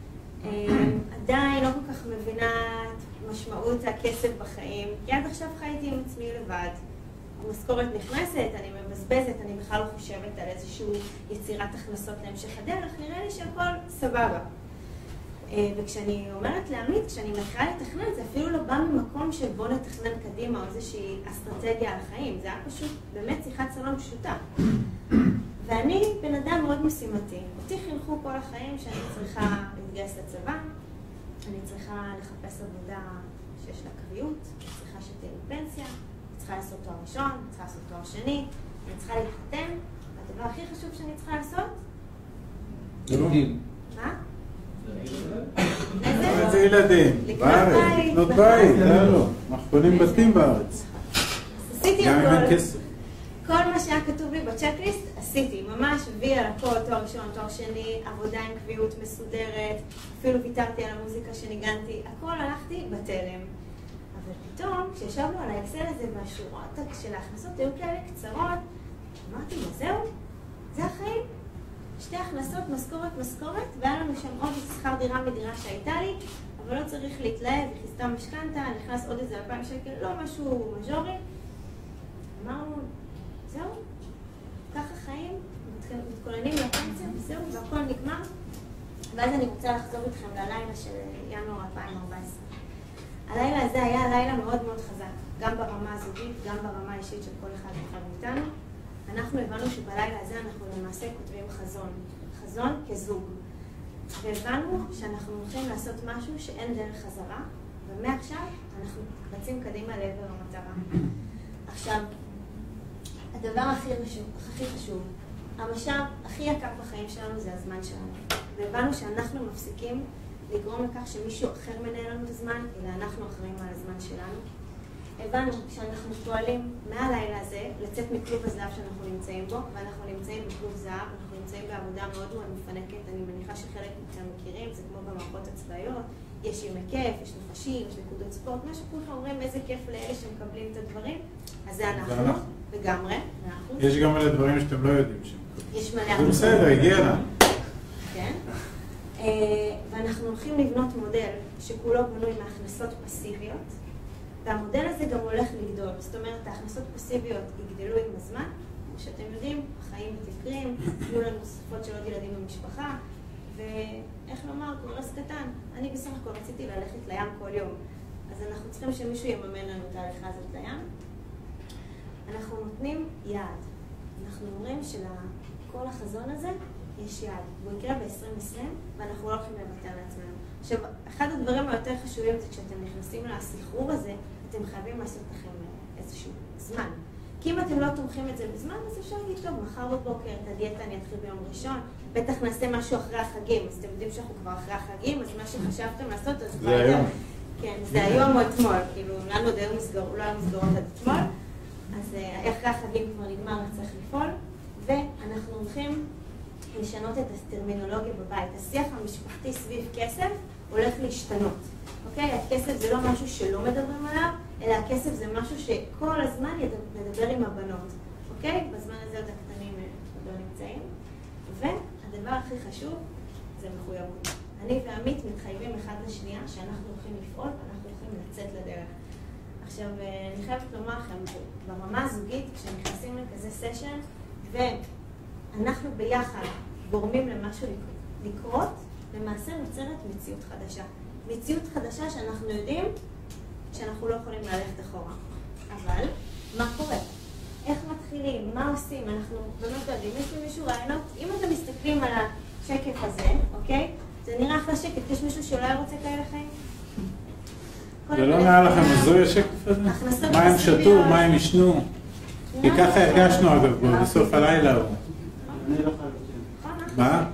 עדיין לא כל כך מבינה את משמעות הכסף בחיים, כי עד עכשיו חייתי עם עצמי לבד. המשכורת נכנסת, אני מבזבזת, אני בכלל לא חושבת על איזושהי יצירת הכנסות להמשך הדרך, נראה לי שהכל סבבה. וכשאני אומרת לעמית, כשאני מתחילה לתכנן, זה אפילו לא בא ממקום שבו נתכנן קדימה או איזושהי אסטרטגיה על החיים, זה היה פשוט באמת שיחת סלון פשוטה. ואני בן אדם מאוד משימתי. אותי חינכו כל החיים שאני צריכה להתגייס לצבא, אני צריכה לחפש עבודה שיש לה קביעות, אני צריכה שתהיה לי פנסיה, אני צריכה לעשות תואר ראשון, אני צריכה לעשות תואר שני, אני צריכה להתחתן, והדבר הכי חשוב שאני צריכה לעשות? ילדים. מה? איזה ילדים? בארץ, לקנות בית, לא. אנחנו קונים בתים בארץ. עשיתי גם אם אין הכל. כסף. כל מה שהיה כתוב לי בצ'קליסט עשיתי, ממש וי על הכל, תואר ראשון, תואר שני, עבודה עם קביעות מסודרת, אפילו ויתרתי על המוזיקה שניגנתי, הכל הלכתי בתלם. אבל פתאום, כשישבנו על האקסל הזה והשורות של ההכנסות היו כאלה קצרות, אמרתי, מה זהו? זה החיים. 2 הכנסות, משכורת, והיה לנו שם עוד שכר דירה מדירה שהייתה לי, אבל לא צריך להתלהב, הכניסה משכנתה, נכנס עוד איזה 2,000 שקל, לא משהו מז'ורי. אמרנו, זהו, ככה חיים, מתכוננים לפנסיה, זהו, והכל נגמר. ואז אני רוצה לחזור איתכם ללילה של ינואר 2014. הלילה הזה היה לילה מאוד מאוד חזק, גם ברמה הזוגית, גם ברמה האישית של כל אחד מאיתנו. אנחנו הבנו שבלילה הזה אנחנו למעשה כותבים חזון כזוג. והבנו שאנחנו הולכים לעשות משהו שאין דרך חזרה, ומעכשיו אנחנו רצים קדימה לעבר המטרה. עכשיו, הדבר הכי חשוב, המשאב הכי יקר בחיים שלנו זה הזמן שלנו. והבנו שאנחנו מפסיקים לגרום לכך שמישהו אחר מנהל לנו את הזמן, אלא אנחנו אחראים על הזמן שלנו. הבנו שאנחנו פועלים מהלילה הזה לצאת מכלוב הזהב שאנחנו נמצאים בו, ואנחנו נמצאים בכלוב זהב, אנחנו נמצאים בעבודה מאוד מאוד מפנקת, אני מניחה שחלק מכם מכירים, זה כמו במערכות הצבאיות, יש ימי כיף, יש נחשים, יש נקודות ספורט, מה שכולכם אומרים, איזה כיף לאלה שמקבלים את הדברים, אז זה אנחנו, לגמרי, 100%. יש גם מלא דברים שאתם לא יודעים שהם. יש מלא. זה בסדר, הגיע לה. כן. ואנחנו הולכים לבנות מודל שכולו בנוי מהכנסות פסיביות, והמודל הזה גם הולך לגדול. זאת אומרת, ההכנסות פסיביות יגדלו עם הזמן, כמו שאתם יודעים, החיים מתקרים, יהיו לנו תוספות של עוד ילדים במשפחה, ואיך לומר, קורס קטן. אני בסך הכל רציתי ללכת לים כל יום, אז אנחנו צריכים שמישהו יממן לנו את ההליכה הזאת לים. אנחנו נותנים יעד. אנחנו אומרים שלכל החזון הזה יש יעד. הוא יקרה ב-2020, ואנחנו לא הולכים לוותר לעצמנו. עכשיו, אחד הדברים היותר חשובים זה כשאתם נכנסים לסחרור הזה, אתם חייבים לעשות לכם איזשהו זמן. כי אם אתם לא תומכים את זה בזמן, אז אפשר להגיד, טוב, מחר בבוקר, את הדיאטה אני אתחיל ביום ראשון, בטח נעשה משהו אחרי החגים, אז אתם יודעים שאנחנו כבר אחרי החגים, אז מה שחשבתם לעשות, אז זה היום. כן, זה היום או אתמול, כאילו, לנו עוד היום לא היו מסגרות עד אתמול, אז אחרי החגים כבר נגמר, צריך לפעול, ואנחנו הולכים לשנות את הטרמינולוגיה בבית. השיח המשפחתי סביב כסף הולך להשתנות. אוקיי? הכסף זה לא משהו שלא מדברים עליו, אלא הכסף זה משהו שכל הזמן נדבר עם הבנות. אוקיי? בזמן הזה עוד הקטנים עוד לא נמצאים. והדבר הכי חשוב זה מחויבות. אני ועמית מתחייבים אחד לשנייה שאנחנו הולכים לפעול ואנחנו הולכים לצאת לדרך. עכשיו, אני חייבת לומר לכם, ברמה הזוגית, כשנכנסים לכזה סשן, ואנחנו ביחד גורמים למשהו לקרות, למעשה נוצרת מציאות חדשה. מציאות חדשה שאנחנו יודעים שאנחנו לא יכולים ללכת אחורה. אבל, מה קורה? איך מתחילים? מה עושים? אנחנו באמת יודעים, יש למישהו רעיונות, אם אתם מסתכלים על השקף הזה, אוקיי? זה נראה אחלה שקף, יש מישהו שאולי רוצה כאלה חיים? זה לא נראה לכם הזוי השקף הזה? מה הם שתו, מה הם ישנו? כי ככה הרגשנו אגב, בסוף הלילה הוא. מה?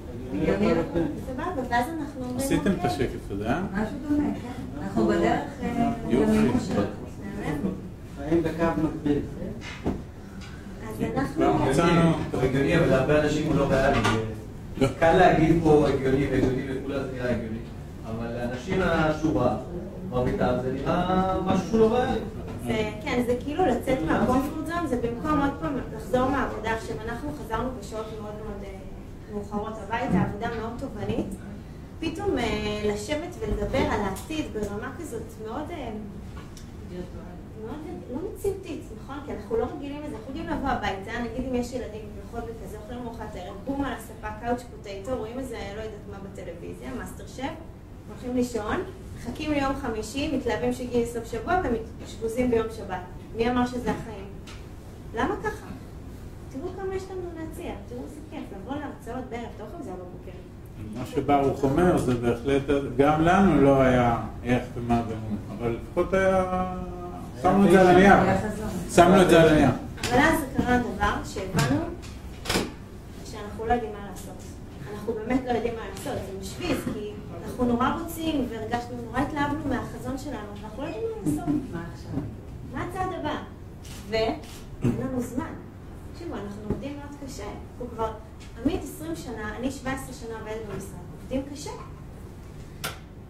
ואז אנחנו אומרים... עשיתם את השקף הזה, אה? משהו דומה, כן. אנחנו בדרך... יופי. חיים בקו מקביל. אז אנחנו... מצאנו... הגיוני, אבל להרבה אנשים הוא לא ריאלי. קל להגיד פה הגיוני והגיוני וכולה זה נראה הגיוני. אבל לאנשים מהשורה, מרביתם, זה נראה משהו שהוא לא ריאלי. כן, זה כאילו לצאת מהקומפורט זון, זה במקום עוד פעם לחזור מהעבודה. עכשיו, אנחנו חזרנו בשעות מאוד מאוד מאוחרות הביתה, עבודה מאוד תובענית. פתאום לשבת ולדבר על העתיד ברמה כזאת מאוד לא מציאותית, נכון? כי אנחנו לא רגילים לזה, אנחנו יודעים לבוא הביתה, נגיד אם יש ילדים במיוחד וכזה, אוכלים ארוחת ערב, בום על הספה, קאוץ' פוטטו, רואים איזה, לא יודעת מה בטלוויזיה, מאסטר שף, הולכים לישון, מחכים ליום חמישי, מתלהבים שהגיע סוף שבוע ומשבוזים ביום שבת. מי אמר שזה החיים? למה ככה? תראו כמה יש לנו להציע, תראו איזה כיף, לבוא להרצאות בערב, תוך זה בבוקר. מה שברוך אומר זה בהחלט, גם לנו לא היה איך ומה ומו, אבל לפחות היה... שמנו את זה על הנייר. שמנו את זה על הנייר. אבל אז קרה דבר שהבנו שאנחנו לא יודעים מה לעשות. אנחנו באמת לא יודעים מה לעשות, זה משוויז, כי אנחנו נורא רוצים והרגשנו, נורא התלהבנו מהחזון שלנו, ואנחנו לא יודעים מה לעשות. מה עכשיו? מה הצעד הבא? ואין לנו זמן. תקשיבו, אנחנו עובדים מאוד קשה. אנחנו כבר, עמית 20 שנה, אני 17 שנה עובדת במשרד. עובדים קשה.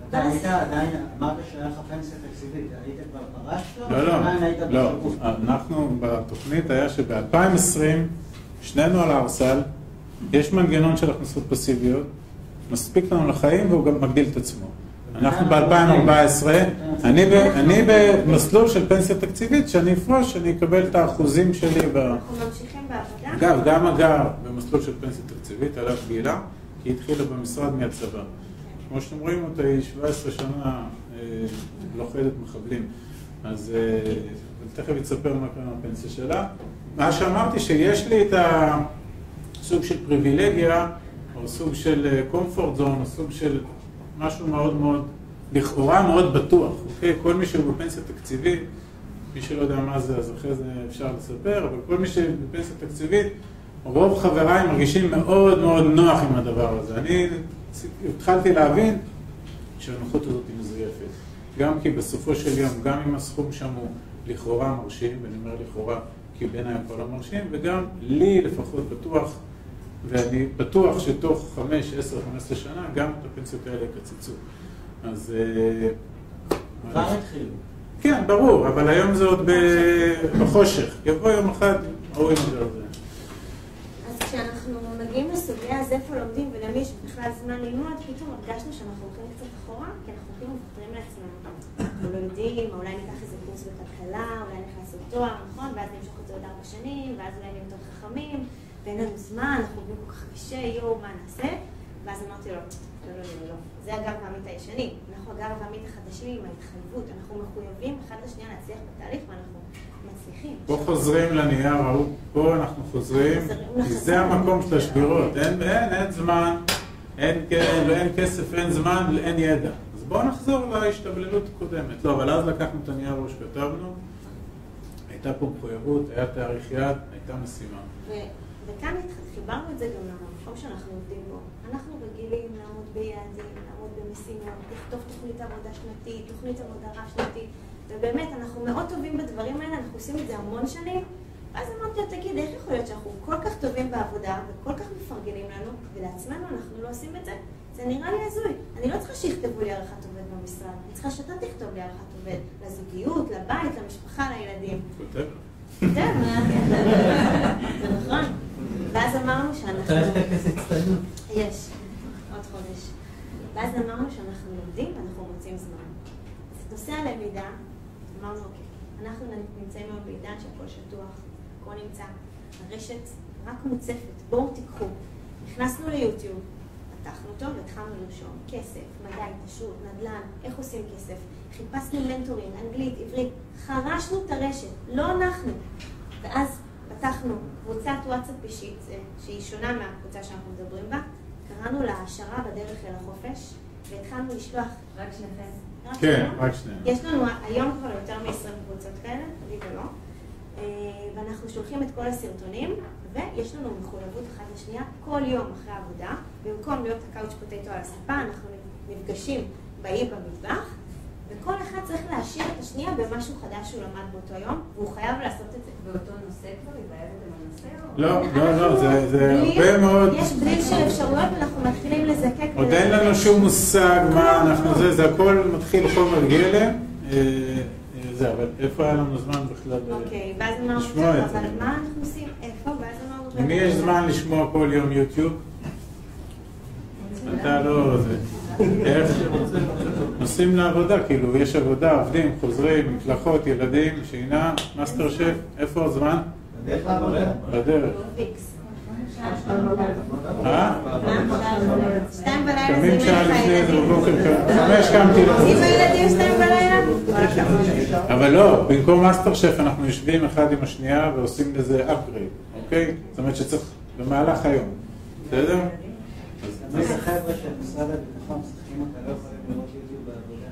אתה היית עדיין, אמרת שהיה לך פנסיה תקציבית, היית כבר פרשת? לא, אנחנו בתוכנית היה שב-2020 שנינו על הארסל, יש מנגנון של הכנסות פסיביות, מספיק לנו לחיים והוא גם מגדיל את עצמו. אנחנו ב-2014, אני במסלול של פנסיה תקציבית, שאני אפרוש, שאני אקבל את האחוזים שלי. אנחנו ממשיכים בעבודה? גם הגר במסלול של פנסיה תקציבית, עליו גילה, כי היא התחילה במשרד מהצבא. כמו שאתם רואים אותה, היא 17 שנה לוחדת מחבלים. אז תכף יתספר מה קרה הפנסיה שלה. מה שאמרתי שיש לי את הסוג של פריבילגיה, או סוג של קומפורט זון, או סוג של משהו מאוד מאוד, לכאורה מאוד בטוח, אוקיי? כל מי שהוא בפנסיה תקציבית, מי שלא יודע מה זה, אז אחרי זה אפשר לספר, אבל כל מי שבפנסיה תקציבית, רוב חבריי מרגישים מאוד מאוד נוח עם הדבר הזה. אני התחלתי להבין שהנוחות הזאת היא מזויפת. גם כי בסופו של יום, גם אם הסכום שם הוא לכאורה מרשים, ואני אומר לכאורה כי בעיניי הכל לא מרשים, וגם לי לפחות בטוח, ואני בטוח שתוך 5, 10, 15 שנה גם את הפנסיות האלה יקצצו. אז... כבר התחילו. כן, ברור, אבל היום זה עוד בחושך. יבוא יום אחד, רואים את זה. אז כשאנחנו מגיעים לסוגיה אז איפה לומדים ולמי יש בכלל זמן ללמוד, פתאום הרגשנו שאנחנו הולכים קצת אחורה, כי אנחנו הולכים ומוותרים לעצמנו. אנחנו לא יודעים, אולי ניקח איזה קורס בכלכלה, אולי נלך לעשות תואר, נכון? ואז נמשוך את זה עוד 4 שנים, ואז אולי נהיה יותר חכמים, ואין לנו זמן, אנחנו עובדים כל כך קשה, מה נעשה? ואז אמרתי לו, לא. זה הגר והעמית הישני. אנחנו הגר והעמית החדשים עם ההתחייבות. אנחנו מחויבים אחד לשנייה להצליח בתהליך ואנחנו מצליחים. פה חוזרים לנייר ההוא, פה אנחנו חוזרים, כי זה המקום של השבירות. אין זמן, אין כסף, אין זמן, אין ידע. אז בואו נחזור להשתבללות הקודמת. לא, אבל אז לקחנו את הנייר ההוא שכתבנו, הייתה פה מחויבות, היה תאריך יד, הייתה משימה. וכאן חיברנו את זה גם למקום שאנחנו עובדים בו. אנחנו רגילים לעמוד ביעדים, לעמוד במשימות, לכתוב תוכנית עבודה שנתית, תוכנית עבודה רב שנתית, ובאמת אנחנו מאוד טובים בדברים האלה, אנחנו עושים את זה המון שנים, ואז אמרתי, תגיד, איך יכול להיות שאנחנו כל כך טובים בעבודה וכל כך מפרגנים לנו, ולעצמנו אנחנו לא עושים את זה? זה נראה לי הזוי. אני לא צריכה שיכתבו לי עריכת עובד במשרד, אני צריכה שאתה תכתוב לי עריכת עובד, לזוגיות, לבית, למשפחה, לילדים. כותב. כותב, זה נכון. ואז אמרנו שאנחנו... אתה יש כסף הצטיינות? יש, עוד חודש. ואז אמרנו שאנחנו לומדים ואנחנו מוצאים זמן. אז נושא הלמידה, אמרנו, אוקיי, אנחנו נמצאים היום בעידן שהכל שטוח, הכל נמצא, הרשת רק מוצפת, בואו תיקחו. נכנסנו ליוטיוב, פתחנו אותו והתחלנו לרשום כסף, מדע, התעשרות, נדל"ן, איך עושים כסף, חיפשנו מנטורים, אנגלית, עברית, חרשנו את הרשת, לא אנחנו. ואז פתחנו קבוצת וואטסאפ אישית, שהיא שונה מהקבוצה שאנחנו מדברים בה, קראנו לה העשרה בדרך אל החופש, והתחלנו לשלוח רק שניכם. כן, רק שניהם. יש לנו היום כבר יותר מ-20 קבוצות כאלה, לי ולא, ואנחנו שולחים את כל הסרטונים, ויש לנו מחויבות אחת לשנייה כל יום אחרי העבודה, במקום להיות הקאוץ' פוטטו על הספה, אנחנו נפגשים באי במטבח, וכל אחד צריך להשאיר את השנייה במשהו חדש שהוא למד באותו יום, והוא חייב לעשות את זה. באותו נושא כבר? היא בעייבת על הנושא? לא, זה הרבה מאוד... יש בליל של אפשרויות ואנחנו מתחילים לזקק... עוד אין לנו שום מושג מה אנחנו זה הכל מתחיל חומר גלם. זה, אבל איפה היה לנו זמן בכלל אוקיי, ואז אמרנו, אבל מה אנחנו עושים? איפה? ואז אמרנו... למי יש זמן לשמוע כל יום יוטיוב? אתה לא... איך? נוסעים לעבודה, כאילו, יש עבודה, עובדים, חוזרים, מקלחות, ילדים, שינה, מאסטר שף, איפה הזמן? בדרך. קמים שעה לפני זה בבוקר, 5 קמתי אם הילדים 2 בלילה? אבל לא, במקום מאסטר שף אנחנו יושבים אחד עם השנייה ועושים לזה upgrade, אוקיי? זאת אומרת שצריך במהלך היום, בסדר? אז החבר'ה של משרד הביטחון צריכים אותה, לא יכולים לראות יוטיוב בעבודה.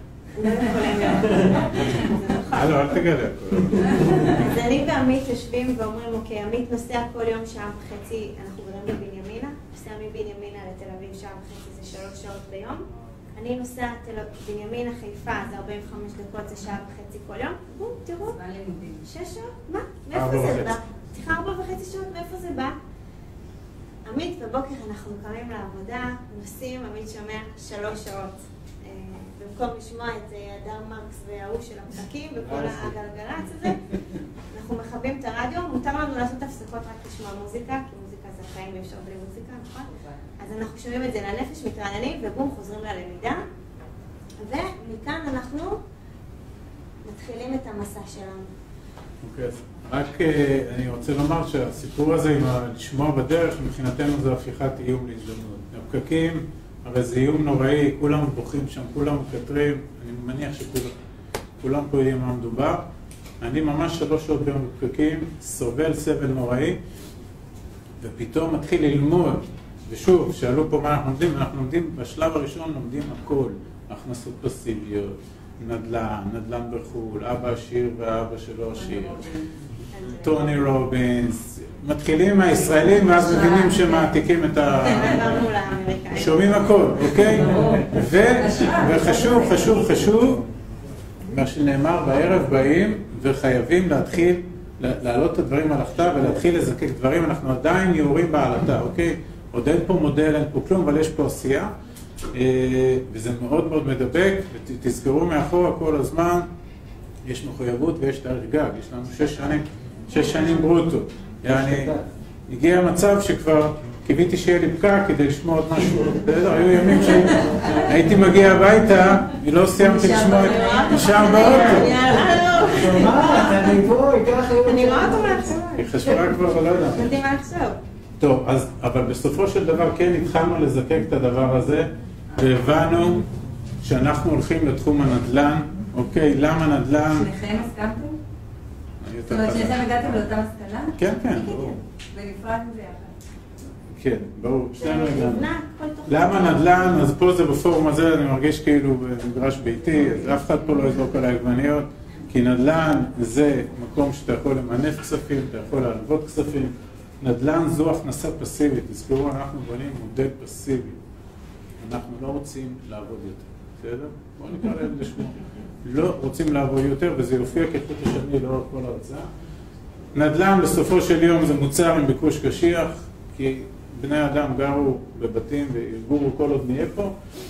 אל תגלה הכל. אז אני ועמית יושבים ואומרים, אוקיי, עמית נוסע כל יום שעה וחצי, אנחנו גרים בבנימינה, נוסע מבנימינה לתל אביב שעה וחצי, זה 3 שעות ביום. אני נוסע בנימינה חיפה, זה 45 דקות, זה שעה וחצי כל יום. תראו, 6 שעות? מה? מאיפה זה בא? צריכה 4.5 שעות, מאיפה זה בא? עמית, בבוקר אנחנו קמים לעבודה, נוסעים, עמית שומע 3 שעות. במקום לשמוע את הדר מרקס וההוא של הפסקים וכל הגלגלץ הזה, אנחנו מכבים את הרדיו, מותר לנו לעשות הפסקות רק לשמוע מוזיקה, כי מוזיקה זה חיים ואי אפשר בלי מוזיקה, נכון? אז אנחנו שומעים את זה לנפש, מתרעננים, ובום, חוזרים ללמידה, ומכאן אנחנו מתחילים את המסע שלנו. אוקיי, רק אני רוצה לומר שהסיפור הזה עם לשמוע בדרך, מבחינתנו זה הפיכת איום להזדמנות. הפקקים, הרי זה איום נוראי, כולם בוכים שם, כולם מקטרים, אני מניח שכולם פה יודעים מה מדובר. אני ממש 3 שעות ביום בפקקים, סובל סבל נוראי, ופתאום מתחיל ללמוד, ושוב, שאלו פה מה אנחנו לומדים, בשלב הראשון לומדים הכל, הכנסות פסיביות, נדל"ן בחול, אבא עשיר ואבא שלו עשיר, טוני רובינס, מתחילים מהישראלים ואז מבינים שמעתיקים את שומעים הכל, אוקיי? וחשוב, מה שנאמר בערב באים וחייבים להתחיל להעלות את הדברים על הכתב ולהתחיל לזקק דברים, אנחנו עדיין יורים בעלתה, אוקיי? עוד אין פה מודל, אין פה כלום, אבל יש פה עשייה, וזה מאוד מאוד מדבק, ותזכרו מאחורה כל הזמן, יש מחויבות ויש תאריך גג, יש לנו 6 שנים ברוטו. יעני, הגיע המצב שכבר קיוויתי שיהיה לי פקק כדי לשמוע עוד משהו. היו ימים שהייתי מגיע הביתה, ולא סיימתי לשמוע נשאר באוטו. אני רואה אותו מעכשיו. היא חשבה כבר, לא יודע. נתתי מעכשיו. טוב, אבל בסופו של דבר כן התחלנו לזקק את הדבר הזה, והבנו שאנחנו הולכים לתחום הנדל"ן. אוקיי, למה נדל"ן? שניכם הסכמתם? זאת אומרת שניכם הגעתם לאותה מסקנה? כן. ונפרדנו ביחד. כן, ברור, שנינו הגענו. למה נדל"ן? אז פה זה בפורום הזה, אני מרגיש כאילו במגרש ביתי, אז אף אחד פה לא יזרוק על העגבניות, כי נדל"ן זה מקום שאתה יכול למנף כספים, אתה יכול להלוות כספים. נדל"ן זו הכנסה פסיבית, תזכרו, אנחנו בונים מודל פסיבי. אנחנו לא רוצים לעבוד יותר, בסדר? בואו נקרא להם לשמוע. לא רוצים לעבוד יותר, וזה יופיע כחוט השני לאורך כל ההרצאה. נדל"ן בסופו של יום זה מוצר עם ביקוש קשיח, כי בני אדם גרו בבתים ויגורו כל עוד נהיה פה,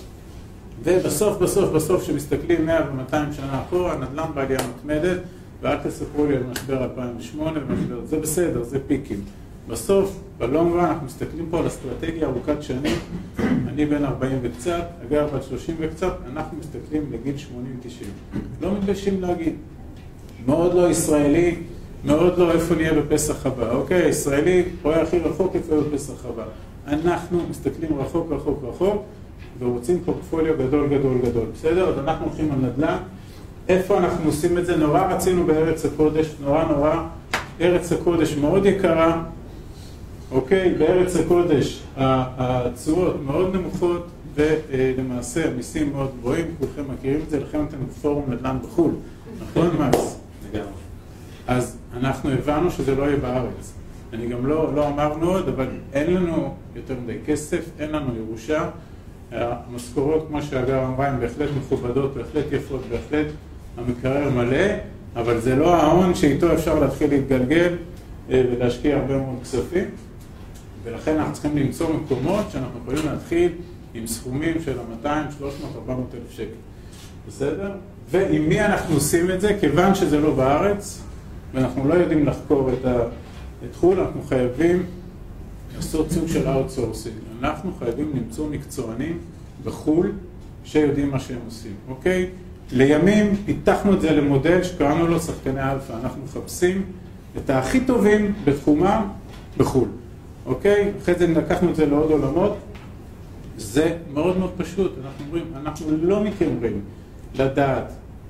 ובסוף שמסתכלים 100 ו-200 שנה אחורה, נדל"ן בעלייה מתמדת, ואל תספרו לי על משבר 2008 ומשבר, זה בסדר, זה פיקים. בסוף, בלונג רן, אנחנו מסתכלים פה על אסטרטגיה ארוכת שנים, אני בן 40 וקצת, אגב בת 30 וקצת, אנחנו מסתכלים לגיל 80-90. לא מתביישים להגיד. מאוד לא ישראלי, מאוד לא איפה נהיה בפסח הבא. אוקיי, ישראלי רואה הכי רחוק איפה יהיה בפסח הבא. אנחנו מסתכלים רחוק, ורוצים פורטפוליו גדול. בסדר? אז אנחנו הולכים על נדל"ן. איפה אנחנו עושים את זה? נורא רצינו בארץ הקודש, נורא. ארץ הקודש מאוד יקרה. אוקיי, בארץ הקודש התשואות מאוד נמוכות, ולמעשה המיסים מאוד גבוהים, כולכם מכירים את זה, לכן אתם בפורום נדל"ן בחול. נכון, מקס? לגמרי. אז אנחנו הבנו שזה לא יהיה בארץ. אני גם לא אמרנו עוד, אבל אין לנו יותר מדי כסף, אין לנו ירושה. המשכורות, כמו שהגר אמרה, הן בהחלט מכובדות, בהחלט יפות, בהחלט המקרר מלא, אבל זה לא ההון שאיתו אפשר להתחיל להתגלגל ולהשקיע הרבה מאוד כספים. ולכן אנחנו צריכים למצוא מקומות שאנחנו יכולים להתחיל עם סכומים של 200, 300, 400 אלף שקל. בסדר? ועם מי אנחנו עושים את זה? כיוון שזה לא בארץ, ואנחנו לא יודעים לחקור את חול, אנחנו חייבים לעשות סוג של אאוטסורסינג. אנחנו חייבים למצוא מקצוענים בחול שיודעים מה שהם עושים, אוקיי? לימים פיתחנו את זה למודל שקראנו לו שחקני אלפא. אנחנו מחפשים את הכי טובים בתחומם בחול, אוקיי? אחרי זה לקחנו את זה לעוד עולמות. זה מאוד מאוד פשוט. אנחנו אומרים, אנחנו לא מתיימרים לדעת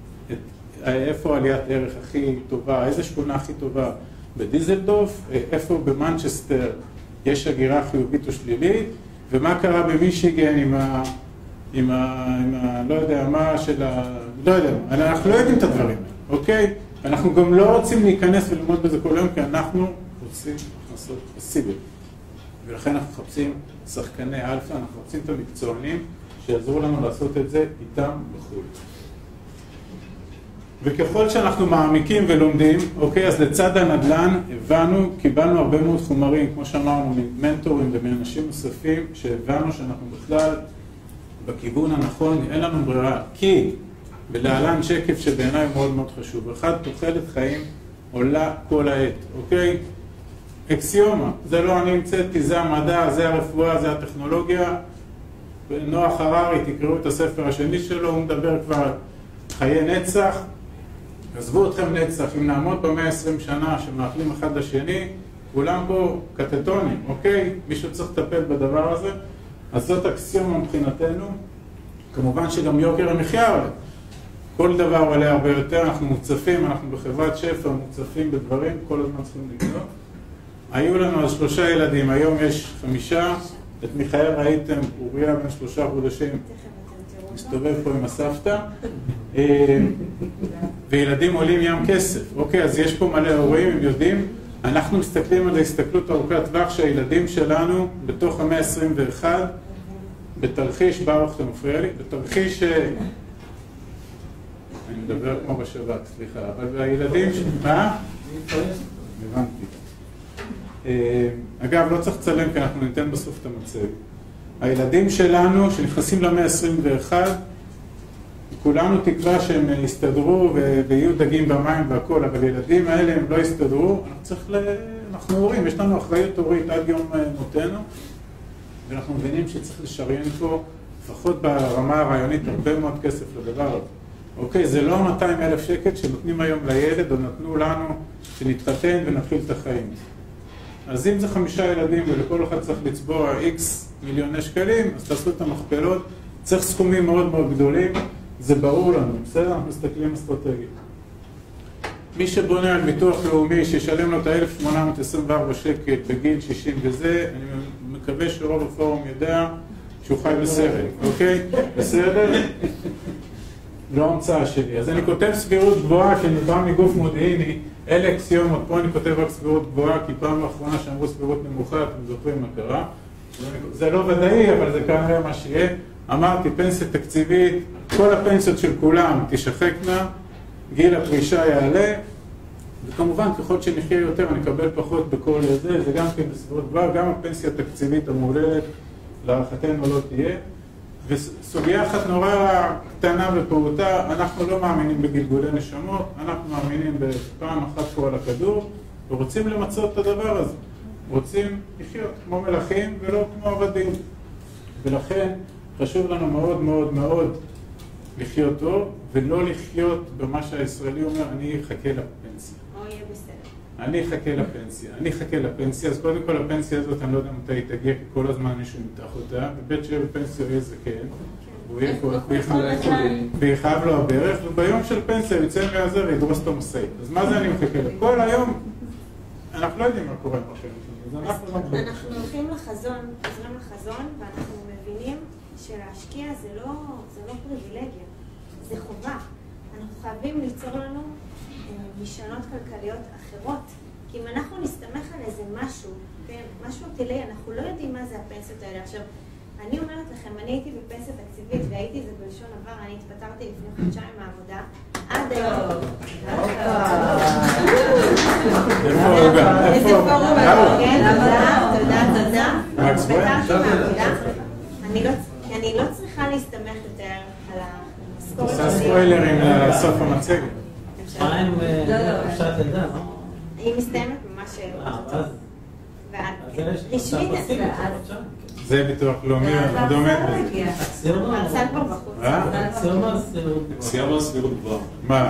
איפה עליית ערך הכי טובה, איזה שכונה הכי טובה בדיזלדורף, איפה במנצ'סטר יש הגירה חיובית או שלילית, ומה קרה במישיגן עם לא יודע מה של לא יודע, אנחנו לא יודעים את הדברים, אוקיי? אנחנו גם לא רוצים להיכנס וללמוד בזה כל יום, כי אנחנו רוצים הכנסות פסיביות. ולכן אנחנו מחפשים שחקני אלפא, אנחנו רוצים את המקצוענים שיעזרו לנו לעשות את זה איתם בחו"ל. וככל שאנחנו מעמיקים ולומדים, אוקיי, אז לצד הנדל"ן קיבלנו הרבה מאוד חומרים, כמו שאמרנו, ממנטורים ומאנשים נוספים, שהבנו שאנחנו בכלל בכיוון הנכון, אין לנו ברירה, כי, ולהלן שקף שבעיניי מאוד מאוד חשוב, אחד, תוחלת חיים עולה כל העת, אוקיי? אקסיומה, זה לא אני המצאתי, זה המדע, זה הרפואה, זה הטכנולוגיה. נוח הררי, תקראו את הספר השני שלו, הוא מדבר כבר על חיי נצח. עזבו אתכם נצח, אם נעמוד במאה 20 שנה שמאכלים אחד לשני, כולם פה קטטונים, אוקיי? מישהו צריך לטפל בדבר הזה. אז זאת אקסיומה מבחינתנו. כמובן שגם יוקר המחיה עולה. כל דבר עולה הרבה יותר, אנחנו מוצפים, אנחנו בחברת שפע, מוצפים בדברים, כל הזמן צריכים לקנות. היו לנו אז 3 ילדים, היום יש 5, את מיכאל ראיתם, אוריה בן 3 חודשים, מסתובב פה עם הסבתא, וילדים עולים ים כסף, אוקיי, אז יש פה מלא הורים, הם יודעים, אנחנו מסתכלים על ההסתכלות ארוכת טווח שהילדים שלנו בתוך המאה ה-21, בתרחיש, ברוך אתה מפריע לי, בתרחיש, אני מדבר כמו בשבת, סליחה, אבל הילדים, מה? הבנתי. אגב, לא צריך לצלם כי אנחנו ניתן בסוף את המצב. הילדים שלנו שנכנסים למאה ה-21, כולנו תקווה שהם יסתדרו ויהיו דגים במים והכל, אבל הילדים האלה הם לא יסתדרו, אנחנו הורים, יש לנו אחריות הורית עד יום מותנו, ואנחנו מבינים שצריך לשריין פה, לפחות ברמה הרעיונית, הרבה מאוד כסף לדבר הזה. אוקיי, זה לא 200,000 שקל שנותנים היום לילד, או נתנו לנו שנתחתן ונתחיל את החיים. אז אם זה 5 ילדים ולכל אחד צריך לצבוע X מיליוני שקלים, אז תעשו את המכפלות, צריך סכומים מאוד מאוד גדולים, זה ברור לנו, בסדר? אנחנו מסתכלים אסטרטגית. מי שבונה על ביטוח לאומי שישלם לו את ה-1,824 שקל בגיל 60 וזה, אני מקווה שרוב הפורום יודע שהוא חי בסרט, אוקיי? בסדר? לא המצאה שלי. אז אני כותב סבירות גבוהה, כי אני בא מגוף מודיעיני, אלה אקסיומות, פה אני כותב רק סבירות גבוהה, כי פעם האחרונה שאמרו סבירות נמוכה, אתם זוכרים מה קרה. זה לא ודאי, אבל זה כנראה מה שיהיה. אמרתי, פנסיה תקציבית, כל הפנסיות של כולם תשחקנה, גיל הפרישה יעלה, וכמובן, ככל שנחיה יותר, אני אקבל פחות בכל זה, זה גם כן בסבירות גבוהה, גם הפנסיה התקציבית המולדת, להערכתנו לא תהיה. וסוגיה אחת נורא קטנה ופעוטה, אנחנו לא מאמינים בגלגולי נשמות, אנחנו מאמינים בפעם אחת פה על הכדור, ורוצים למצות את הדבר הזה. רוצים לחיות כמו מלכים ולא כמו עבדים. ולכן חשוב לנו מאוד מאוד מאוד לחיות טוב, ולא לחיות במה שהישראלי אומר, אני אחכה לפנסיה. או יהיה בסדר. אני אחכה לפנסיה, אז קודם כל הפנסיה הזאת, אני לא יודע מתי היא תגיע, כי כל הזמן מישהו ימתח אותה, בבית שיהיה בפנסיה יהיה זקן, ויחב לו הברך, וביום של פנסיה יצא מהזה וידרוס את המשאית. אז מה זה אני מחכה לו? כל היום, אנחנו לא יודעים מה קורה עם החיים. אנחנו הולכים לחזון, חוזרים לחזון, ואנחנו מבינים שלהשקיע זה לא פריבילגיה, זה חובה. אנחנו חייבים ליצור לנו משנות כלכליות אחרות. כי אם אנחנו נסתמך על איזה משהו, משהו תלי, אנחנו לא יודעים מה זה הפנסיות האלה. עכשיו, אני אומרת לכם, אני הייתי בפנסיה תקציבית והייתי זה בלשון עבר, אני התפטרתי לפני 2 חודשים מהעבודה, עד היום. איזה פורום, כן, תודה. התפטרתי מהעבודה. אני לא צריכה להסתמך יותר על המשכורת שלי. עושה ספוילרים לסוף המצגת. מה עם חופשת לידה, לא? היא מסתיימת ממש רשמית. זה ביטוח לאומי, דומה. הרסל כבר בחוץ. אקסיומה סבירות גבוהה. מה?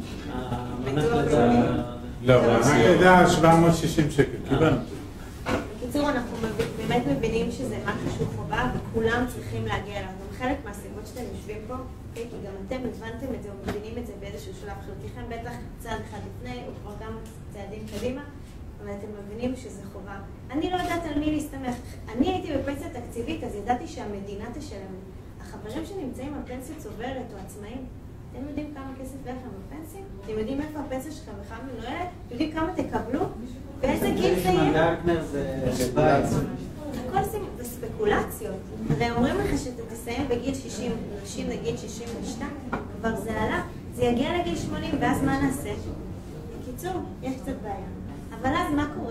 לא, מענק לידה 760 שקל, קיבלנו. בקיצור, אנחנו באמת מבינים שזה משהו שהוא חובה, וכולם צריכים להגיע אליו. גם חלק מהסיבות שאתם יושבים פה, כי גם אתם הבנתם את זה או מבינים את זה באיזשהו שלב. חלקכם בטח צעד אחד לפני, או כבר גם צעדים קדימה, אבל אתם מבינים שזה חובה. אני לא יודעת על מי להסתמך. אני הייתי בפנסיה תקציבית, אז ידעתי שהמדינה תשלם. החברים שנמצאים על פנסיה צוברת או עצמאים, אתם יודעים כמה כסף בערך בפנסיה? אתם יודעים איפה הפנסיה שלכם בכלל מנוהלת? אתם יודעים כמה תקבלו? באיזה גיל זה יהיה? הכל זה ספקולציות. הרי אומרים לך שאתה תסיים בגיל 60, נשים לגיל 62, כבר זה עלה. זה יגיע לגיל 80, ואז מה נעשה? בקיצור, יש קצת בעיה. אבל אז מה קורה?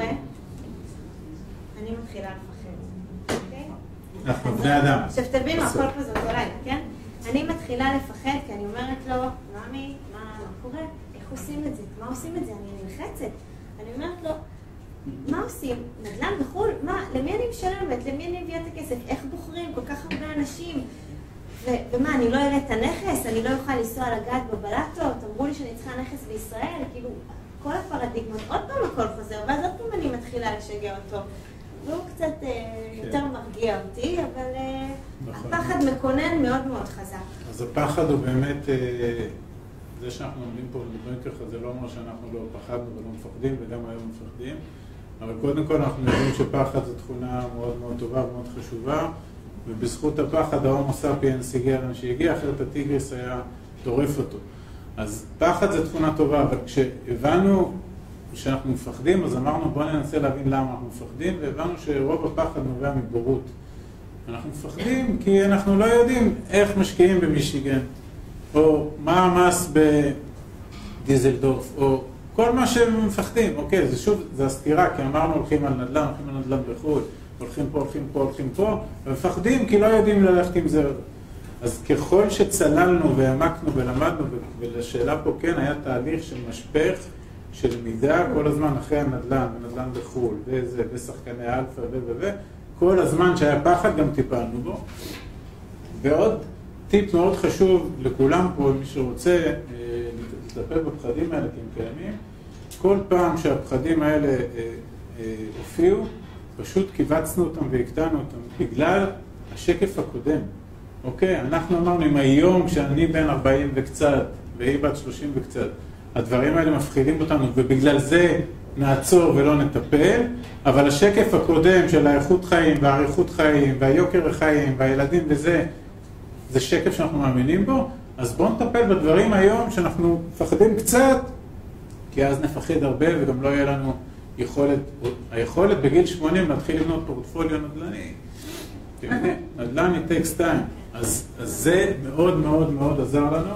אני מתחילה לפחד, אוקיי? אנחנו בני אדם. עכשיו תבינו, הכל פה זאת אולי, כן? אני מתחילה לפחד כי אני אומרת לו, ממי, מה קורה? איך עושים את זה? מה עושים את זה? אני נלחצת. אני אומרת לו, מה עושים? נדל"ן בחול? מה? למי אני משלמת? למי אני מביאה את הכסף? איך בוחרים? כל כך הרבה אנשים. ומה, אני לא אראה את הנכס? אני לא אוכל לנסוע לגעת בבלטות? אמרו לי שאני צריכה נכס בישראל? כאילו, כל הפרדיגמות, עוד פעם הכל חוזר, ואז עוד פעם אני מתחילה לשגע אותו. והוא קצת יותר מרגיע אותי, אבל הפחד מקונן מאוד מאוד חזק. אז הפחד הוא באמת, זה שאנחנו עומדים פה ומדברים ככה, זה לא אומר שאנחנו לא פחדנו ולא מפחדים, וגם היום מפחדים. אבל קודם כל אנחנו יודעים שפחד זו תכונה מאוד מאוד טובה ומאוד חשובה, ובזכות הפחד ההומו ספיאנס הגיע לנו שהגיע, אחרת הטיגריס היה טורף אותו. אז פחד זו תכונה טובה, אבל כשהבנו שאנחנו מפחדים, אז אמרנו בוא ננסה להבין למה אנחנו מפחדים, והבנו שרוב הפחד נובע מבורות. אנחנו מפחדים כי אנחנו לא יודעים איך משקיעים במישיגן, או מה המס בדיזלדורף, או כל מה שהם מפחדים. אוקיי, זה שוב, זה הסתירה, כי אמרנו הולכים על נדל"ן, הולכים על נדל"ן בחו"ל, הולכים פה, הולכים פה, הולכים פה, ומפחדים כי לא יודעים ללכת עם זה. אז ככל שצללנו והעמקנו ולמדנו, ולשאלה פה כן היה תהליך של משפך, של מידע כל הזמן אחרי הנדל"ן, ונדל"ן בחו"ל, וזה, ושחקני אלפא, כל הזמן שהיה פחד גם טיפלנו בו. ועוד טיפ מאוד חשוב לכולם פה, מי שרוצה לטפל בפחדים האלה, כי הם קיימים, כל פעם שהפחדים האלה הופיעו, פשוט קיבצנו אותם והקטענו אותם, בגלל השקף הקודם. אוקיי, אנחנו אמרנו, אם היום כשאני בן 40 וקצת, והיא בת 30 וקצת, הדברים האלה מפחידים אותנו, ובגלל זה נעצור ולא נטפל, אבל השקף הקודם של האיכות חיים והאריכות חיים והיוקר החיים והילדים וזה, זה שקף שאנחנו מאמינים בו, אז בואו נטפל בדברים היום שאנחנו מפחדים קצת, כי אז נפחד הרבה וגם לא יהיה לנו היכולת בגיל 80 להתחיל לבנות פורטפוליו נדל"ני. נדל"ן it takes time. אז זה מאוד מאוד מאוד עזר לנו,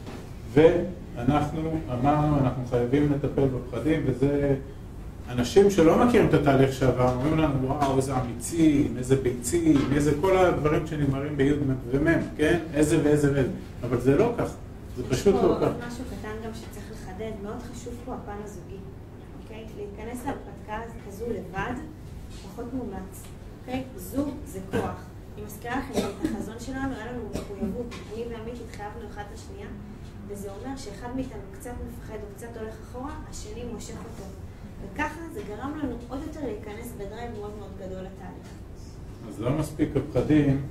ואנחנו אמרנו, אנחנו חייבים לטפל בפחדים, וזה אנשים שלא מכירים את התהליך שעבר, אומרים לנו, וואו, איזה אמיצים, איזה ביצים, איזה כל הדברים שנגמרים בי' ומ', כן? איזה ואיזה ואיזה. אבל זה לא כך, זה פשוט לא כך. יש פה משהו קטן גם שצריך לחדד, מאוד חשוב פה הפן הזוגי, אוקיי? להיכנס להרפתקה כזו לבד, פחות מומלץ, אוקיי? זוג זה כוח. אני מזכירה לכם את החזון שלנו, היה לנו מחויבות, אני ועמית התחייבנו אחד לשנייה, וזה אומר שאחד מאיתנו קצת מפחד או קצת הולך אחורה, השני מושך אותו. וככה זה גרם לנו עוד יותר להיכנס בדרייב מאוד מאוד גדול לתהליך. אז לא מספיק הפחדים,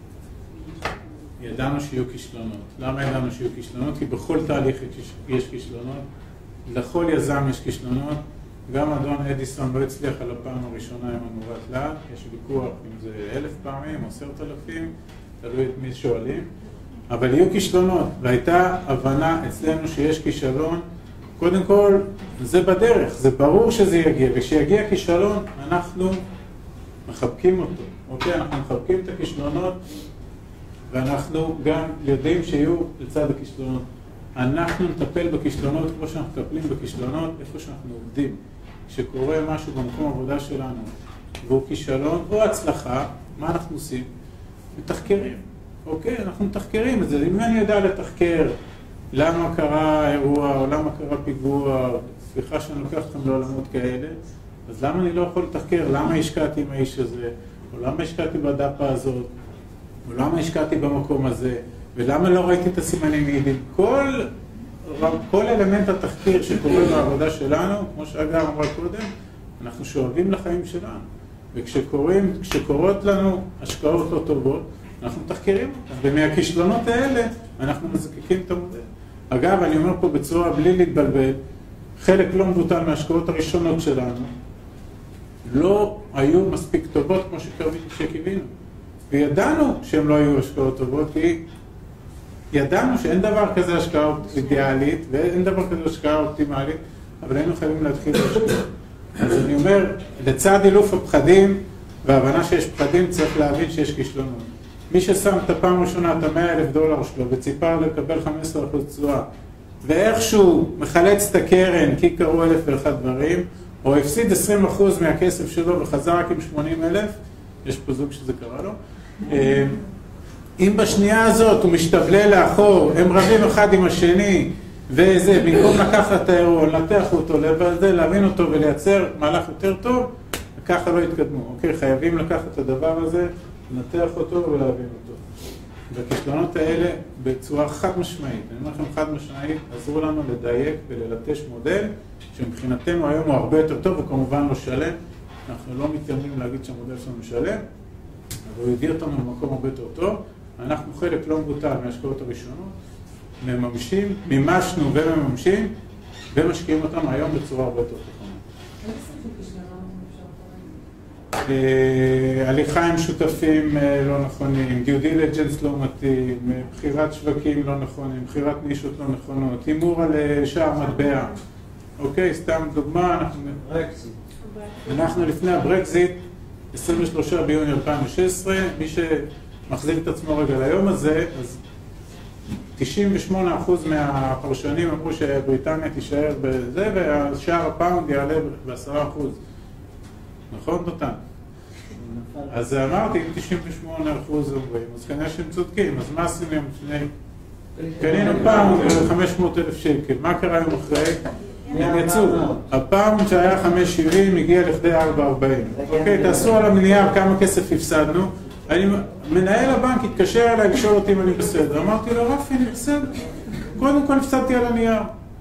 ידענו שיהיו כישלונות. למה ידענו שיהיו כישלונות? כי בכל תהליך יש כישלונות, לכל יזם יש כישלונות, גם אדון אדיסון לא הצליח על הפעם הראשונה עם הנורת להט, יש ויכוח אם זה 1,000 פעמים או 10,000, תלוי את מי שואלים, אבל יהיו כישלונות, והייתה הבנה אצלנו שיש כישלון, קודם כל זה בדרך, זה ברור שזה יגיע, וכשיגיע כישלון אנחנו מחבקים אותו, אוקיי? אנחנו מחבקים את הכישלונות, ואנחנו גם יודעים שיהיו לצד הכישלונות. אנחנו נטפל בכישלונות כמו שאנחנו מטפלים בכישלונות איפה שאנחנו עובדים. כשקורה משהו במקום העבודה שלנו והוא כישלון או הצלחה, מה אנחנו עושים? מתחקרים. אוקיי, אנחנו מתחקרים את זה. אם אני יודע לתחקר למה קרה אירוע או למה קרה פיגוע, סליחה שאני לוקח אתכם לעולמות כאלה, אז למה אני לא יכול לתחקר? למה השקעתי עם האיש הזה? או למה השקעתי בדפה הזאת? או למה השקעתי במקום הזה? ולמה לא ראיתי את הסימנים מעידים? כל אלמנט התחקיר שקורה בעבודה שלנו, כמו שאגב אמרה קודם, אנחנו שואבים לחיים שלנו. וכשקורות לנו השקעות לא טובות, אנחנו מתחקרים אותם. ומהכישלונות האלה אנחנו מזקקים את המודל. אגב, אני אומר פה בצורה בלי להתבלבל, חלק לא מבוטל מההשקעות הראשונות שלנו, לא היו מספיק טובות כמו שקיווינו. וידענו שהן לא היו השקעות טובות, כי ידענו שאין דבר כזה השקעה אידיאלית, ואין דבר כזה השקעה אופטימלית, אבל היינו חייבים להתחיל להשקיע. אז אני אומר, לצד אילוף הפחדים, וההבנה שיש פחדים, צריך להבין שיש כישלונות. מי ששם את הפעם הראשונה את $100,000 שלו, וציפה לקבל 15% תשואה, ואיכשהו מחלץ את הקרן כי קרו 1,001 דברים, או הפסיד 20% מהכסף שלו וחזר רק עם 80,000, יש פה זוג שזה קרה לו, אם בשנייה הזאת הוא משתבלל לאחור, הם רבים אחד עם השני, וזה, במקום לקחת את האירוע, לנתח אותו, להבין אותו ולייצר מהלך יותר טוב, ככה לא יתקדמו. אוקיי, חייבים לקחת את הדבר הזה, לנתח אותו ולהבין אותו. והכישלונות האלה בצורה חד משמעית, אני אומר לכם חד משמעית, עזרו לנו לדייק וללטש מודל, שמבחינתנו היום הוא הרבה יותר טוב, הוא כמובן לא שלם, אנחנו לא מתיימרים להגיד שהמודל שלנו משלם, אבל הוא הביא אותנו למקום הרבה יותר טוב, אנחנו חלק לא מבוטל מההשקעות הראשונות, מממשים, מימשנו ומממשים, ומשקיעים אותם היום בצורה הרבה יותר נכונה. הליכה עם שותפים לא נכונים, due diligence לא מתאים, בחירת שווקים לא נכונים, בחירת נישות לא נכונות, הימור על שער מטבע. אוקיי, סתם דוגמה, אנחנו לפני הברקזיט, 23 ביוני 2016, מי שמחזיק את עצמו רגע ליום הזה, אז 98% מהפרשנים אמרו שבריטניה תישאר בזה, והשער הפאונד יעלה ב10%. נכון, נותן? אז אמרתי, אם 98% אומרים, אז כנראה שהם צודקים, אז מה עשינו יום לפני? קנינו פאונד 500,000 שקל, מה קרה יום אחרי? הם יצאו, הפאונד שהיה 5.70 הגיע לכדי 4.40. אוקיי, תעשו על המנייר כמה כסף הפסדנו. מנהל הבנק התקשר אליי לשאול אותי אם אני בסדר. אמרתי לו, רפי, אני בסדר. קודם כל הפסדתי על הנייר.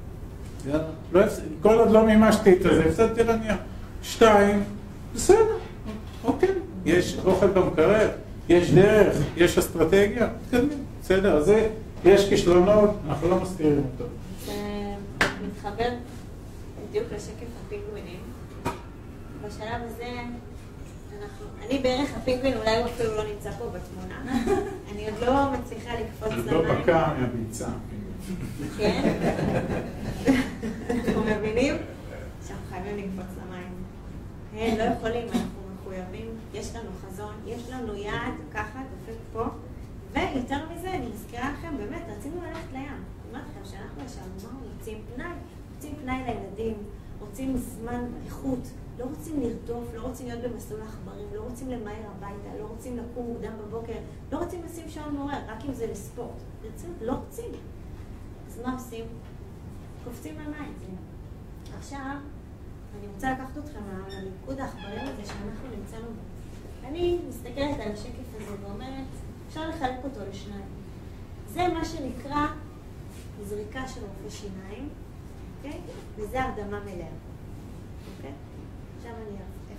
כל עוד לא מימשתי את זה, הפסדתי על הנייר. 2, בסדר, אוקיי. יש אוכל במקרר, יש דרך, יש אסטרטגיה, תקדמים. בסדר, אז יש כישלונות, אנחנו לא מסתירים אותו. מתחבר בדיוק לשקף הפינגווינים. בשלב הזה, אני בערך הפינגווין, אולי הוא אפילו לא נמצא פה בתמונה. אני עוד לא מצליחה לקפוץ למים. עוד לא בקע מהביצה. כן? אנחנו מבינים שאנחנו חייבים לקפוץ למים. הם לא יכולים, אנחנו מחויבים, יש לנו חזון, יש לנו יעד, ככה, דופק פה. ויותר מזה, אני מזכירה לכם, באמת, רצינו ללכת לים. אני אומרת לכם שאנחנו ישבנו, רוצים פנאי לילדים, רוצים זמן איכות, לא רוצים לרדוף, לא רוצים להיות במסלול העכברים, לא רוצים למהר הביתה, לא רוצים לקום מוקדם בבוקר, לא רוצים לשים שעון מעורר, רק אם זה לספורט. רצינות, לא רוצים. אז מה עושים? קופצים למים. עכשיו, אני רוצה לקחת אתכם למיקוד העכברים הזה שאנחנו נמצאנו בו. אני מסתכלת על השקף הזה ואומרת, אפשר לחלק אותו לשניים. זה מה שנקרא זריקה של רופא שיניים, אוקיי? וזה הרדמה מלאה. אוקיי? עכשיו אני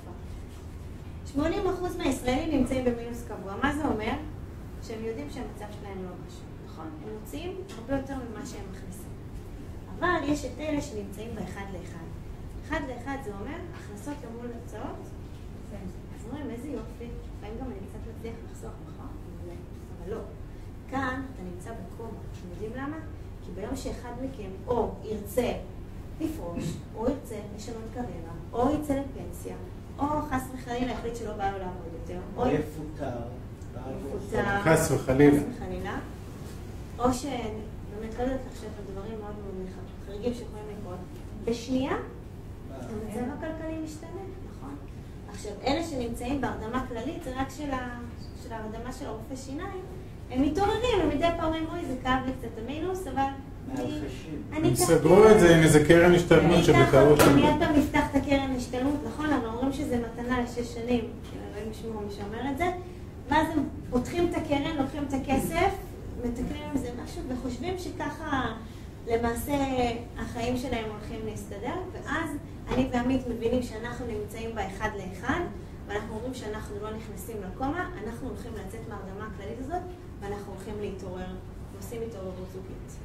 איפה? 80% מהישראלים נמצאים במינוס קבוע. מה זה אומר? שהם יודעים שהמצב שלהם לא משהו, נכון? הם מוצאים הרבה יותר ממה שהם מכניסים. אבל יש את אלה שנמצאים באחד לאחד. אחד לאחד זה אומר הכנסות למול הוצאות. אז אומרים, איזה יופי. לפעמים גם אני קצת מצליח לחסוך, נכון? אבל לא. כאן אתה נמצא בקומה. אתם יודעים למה? כי ביום שאחד מכם או ירצה לפרוש, או ירצה לשנות קריירה, או יצא לפנסיה, או חס וחלילה החליט שלא בא לו לעבוד יותר, או יפוטר, חס וחלילה, או שבאמת לא יודעת לחשב על דברים מאוד מאוד חריגים שיכולים לקרות. בשנייה, המצב הכלכלי משתנה, נכון? עכשיו, אלה שנמצאים בהרדמה כללית, זה רק של ההרדמה של הרופא שיניים, הם מתעוררים, הם מדי פעם אומרים, אוי, זה כאב לי קצת המינוס, אבל הם סדרו את זה עם איזה קרן השתלמות שבקרות לנו. אני עד פעם נפתח את הקרן השתלמות, נכון? אנחנו אומרים שזה מתנה ל6 שנים, אלוהים ישמעו מי שאומר את זה, ואז הם פותחים את הקרן, לוקחים את הכסף, מתקנים עם זה משהו, וחושבים שככה למעשה החיים שלהם הולכים להסתדר, ואז אני ועמית מבינים שאנחנו נמצאים באחד לאחד, ואנחנו אומרים שאנחנו לא נכנסים לקומה, אנחנו הולכים לצאת מהרדמה הכללית הזאת, ואנחנו הולכים להתעורר, ועושים התעוררות זוגית.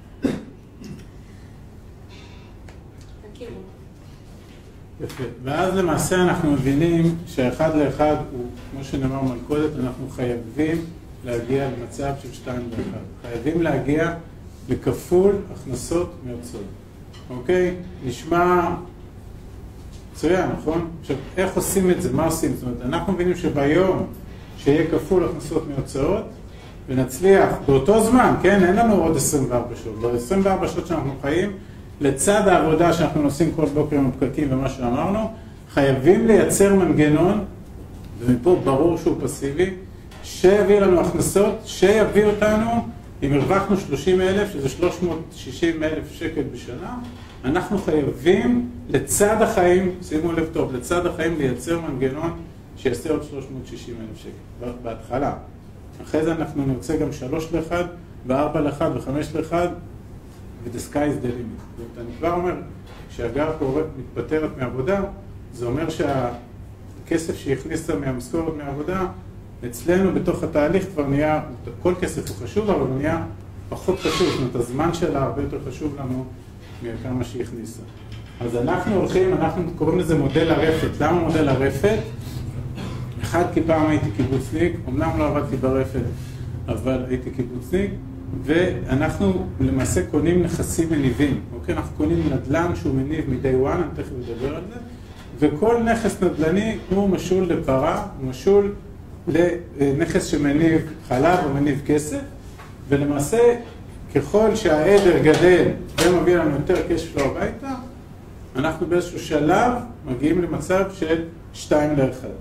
תכירו. יפה. ואז למעשה אנחנו מבינים שהאחד לאחד הוא, כמו שנאמר מלכודת, אנחנו חייבים להגיע למצב של 2 ל-1. חייבים להגיע לכפול הכנסות מהוצאות. אוקיי? נשמע מצוין, נכון? עכשיו, איך עושים את זה? מה עושים? זאת אומרת, אנחנו מבינים שביום שיהיה כפול הכנסות מהוצאות, ונצליח באותו זמן, כן, אין לנו עוד 24 שעות, ב-24 שעות שאנחנו חיים, לצד העבודה שאנחנו נוסעים כל בוקר עם הפקקים ומה שאמרנו, חייבים לייצר מנגנון, ומפה ברור שהוא פסיבי, שיביא לנו הכנסות, שיביא אותנו, אם הרווחנו 30,000, שזה 360,000 שקל בשנה, אנחנו חייבים לצד החיים, שימו לב טוב, לצד החיים לייצר מנגנון שיעשה עוד 360,000 שקל, בהתחלה. אחרי זה אנחנו נרצה גם 3 ל-1, ו4 ל-1 ו5 ל-1, ו-the sky is the limit. אני כבר אומר, כשהגר פה מתפטרת מעבודה, זה אומר שהכסף שהכניסה מהמשכורת מעבודה, אצלנו בתוך התהליך כבר נהיה, כל כסף הוא חשוב, אבל הוא נהיה פחות חשוב, זאת אומרת, הזמן שלה הרבה יותר חשוב לנו מכמה שהיא הכניסה. אז אנחנו הולכים, אנחנו קוראים לזה מודל הרפת. למה מודל הרפת? אחד, כי פעם הייתי קיבוצניק, אמנם לא עבדתי ברפת, אבל הייתי קיבוצניק, ואנחנו למעשה קונים נכסים מניבים, אוקיי? אנחנו קונים נדל"ן שהוא מניב מ-day one, אני תכף אדבר על זה, וכל נכס נדל"ני הוא משול לפרה, הוא משול לנכס שמניב חלב או מניב כסף, ולמעשה ככל שהעדר גדל ומביא לנו יותר כסף לו הביתה, אנחנו באיזשהו שלב מגיעים למצב של 2 ל-1. אבל סליחה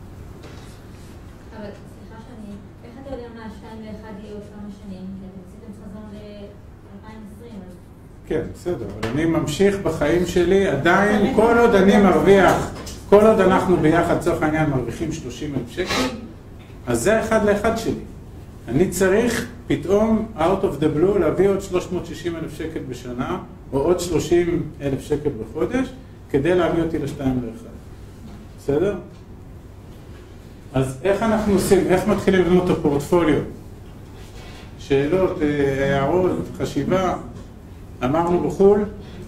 שאני, איך אתה יודע מה 2 ל-1 יהיו עוד כמה שנים? כי אתם עשיתם חזון ל-2020. כן, בסדר, אבל אני ממשיך בחיים שלי, עדיין כל עוד אני מרוויח, כל עוד אנחנו ביחד צורך העניין מרוויחים 30,000 שקל, אז זה 1 ל-1 שלי. אני צריך פתאום, out of the blue, להביא עוד 360,000 שקל בשנה, או עוד 30,000 שקל בחודש, כדי להביא אותי ל-2 ל-1. בסדר? אז איך אנחנו עושים? איך מתחילים לבנות את הפורטפוליו? שאלות, הערות, חשיבה, אמרנו בחול?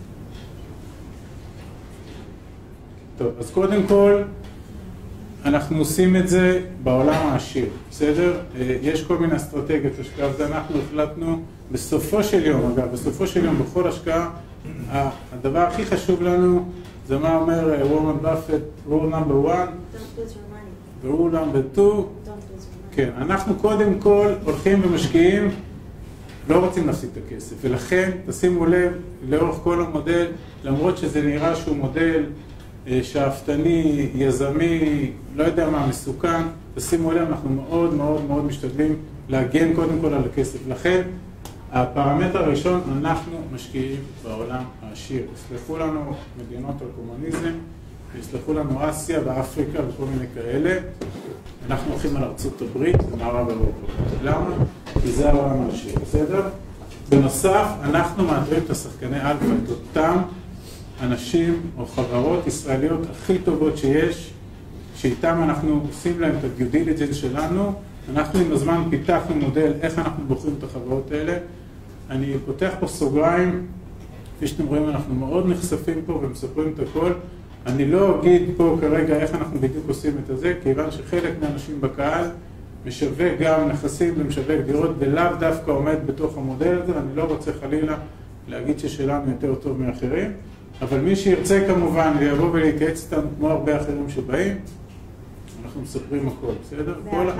טוב, אז קודם כל, אנחנו עושים את זה בעולם העשיר, בסדר? יש כל מיני אסטרטגיות השקעה, אז אנחנו החלטנו בסופו של יום, אגב, בסופו של יום בכל השקעה, הדבר הכי חשוב לנו, זה מה אומר וורן באפט, rule number 1, ו-rule number 2, כן, אנחנו קודם כל הולכים ומשקיעים, לא רוצים להפסיד את הכסף, ולכן תשימו לב לאורך כל המודל, למרות שזה נראה שהוא מודל שאפתני, יזמי, לא יודע מה, מסוכן, תשימו לב, אנחנו מאוד מאוד מאוד משתדלים להגן קודם כל על הכסף. לכן, הפרמטר הראשון, אנחנו משקיעים בעולם העשיר. יסלחו לנו מדינות על קומוניזם, יסלחו לנו אסיה ואפריקה וכל מיני כאלה. אנחנו הולכים על ארצות הברית ומערב אירופה. למה? כי זה העולם העשיר, בסדר? בנוסף, אנחנו מאתרים את השחקני אלפא, את אותם אנשים או חברות ישראליות הכי טובות שיש, שאיתם אנחנו עושים להם את ה-due diligence שלנו. אנחנו עם הזמן פיתחנו מודל איך אנחנו בוחרים את החברות האלה. אני פותח פה סוגריים, כפי שאתם רואים אנחנו מאוד נחשפים פה ומספרים את הכל. אני לא אגיד פה כרגע איך אנחנו בדיוק עושים את זה, כיוון שחלק מהאנשים בקהל משווק גם נכסים ומשווק דירות ולאו דווקא עומד בתוך המודל הזה, ואני לא רוצה חלילה להגיד ששלנו יותר טוב מאחרים. אבל מי שירצה כמובן לבוא ולהתייעץ איתנו כמו הרבה אחרים שבאים, אנחנו מספרים הכל, בסדר?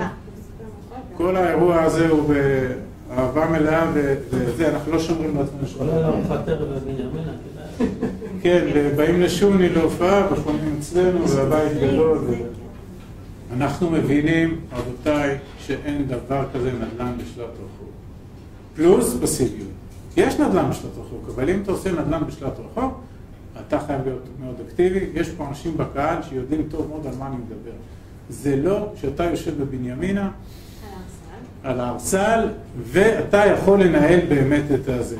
כל האירוע הזה הוא באהבה מלאה וזה, אנחנו לא שומרים לעצמנו שום. כולל ארוחת ערב בבנימינה, כדאי. כן, באים לשוני להופעה וחונים אצלנו והבית גדול. אנחנו מבינים, רבותיי, שאין דבר כזה נדל"ן בשלט רחוק. פלוס פסיביות. יש נדל"ן בשלט רחוק, אבל אם אתה עושה נדל"ן בשלט רחוק, אתה חייב להיות מאוד אקטיבי. יש פה אנשים בקהל שיודעים טוב מאוד על מה אני מדבר. זה לא שאתה יושב בבנימינה, על הארסל, ואתה יכול לנהל באמת את הזה.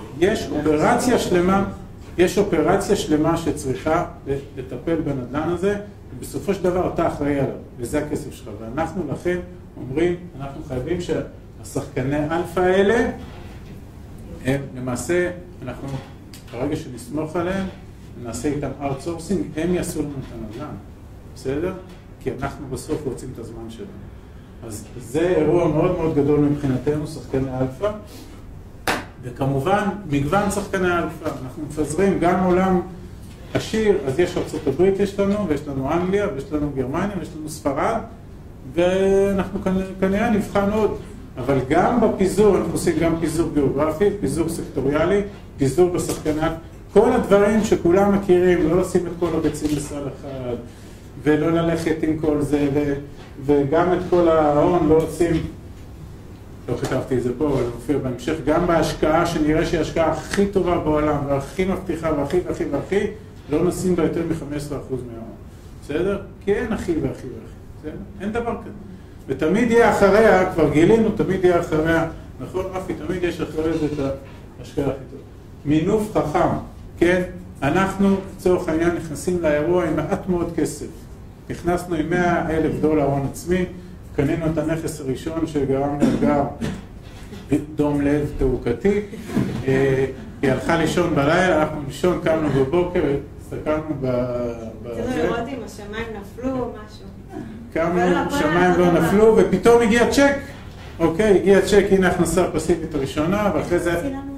יש אופרציה שלמה שצריכה לטפל בנדל"ן הזה, ובסופו של דבר אתה אחראי עליו, וזה הכסף שלך. ואנחנו לכן אומרים, אנחנו חייבים שהשחקני אלפא האלה, הם למעשה, אנחנו ברגע שנסמוך עליהם, נעשה איתם outsourcing, הם יעשו לנו את הנדל"ן, בסדר? כי אנחנו בסוף רוצים את הזמן שלנו. אז זה אירוע מאוד מאוד גדול מבחינתנו, שחקני אלפא, וכמובן מגוון שחקני אלפא. אנחנו מפזרים גם עולם עשיר, אז יש ארצות הברית יש לנו, ויש לנו אנגליה, ויש לנו גרמניה, ויש לנו ספרד, ואנחנו כנראה נבחן עוד. אבל גם בפיזור, אנחנו עושים גם פיזור גיאוגרפי, פיזור סקטוריאלי, פיזור בשחקנת, כל הדברים שכולם מכירים, לא לשים את כל הביצים בסל אחד, ולא ללכת עם כל זה, וגם את כל ההון לא לשים, לא כתבתי את זה פה, אבל זה מופיע בהמשך, גם בהשקעה שנראה שהיא ההשקעה הכי טובה בעולם, והכי מבטיחה, והכי, לא נשים בה יותר מ-15% מההון. בסדר? כי אין הכי והכי. בסדר? אין דבר כזה. ותמיד יהיה אחריה, כבר גילינו, תמיד יהיה אחריה, נכון רפי, תמיד יש אחריה את ההשקעה הכי טובה. מינוף חכם, כן? אנחנו, לצורך העניין, נכנסים לאירוע עם מעט מאוד כסף. נכנסנו עם $100,000 הון עצמי, קנינו את הנכס הראשון שגרם לאתגר דום לב תעוקתי, היא הלכה לישון בלילה, אנחנו לישון, קמנו בבוקר, הסתכלנו רצינו לראות אם השמיים נפלו או משהו. קמנו, שמיים לא נפלו, ופתאום הגיע צ'ק. אוקיי, הגיע צ'ק, הנה הכנסה הפסיבית הראשונה, ואחרי זה...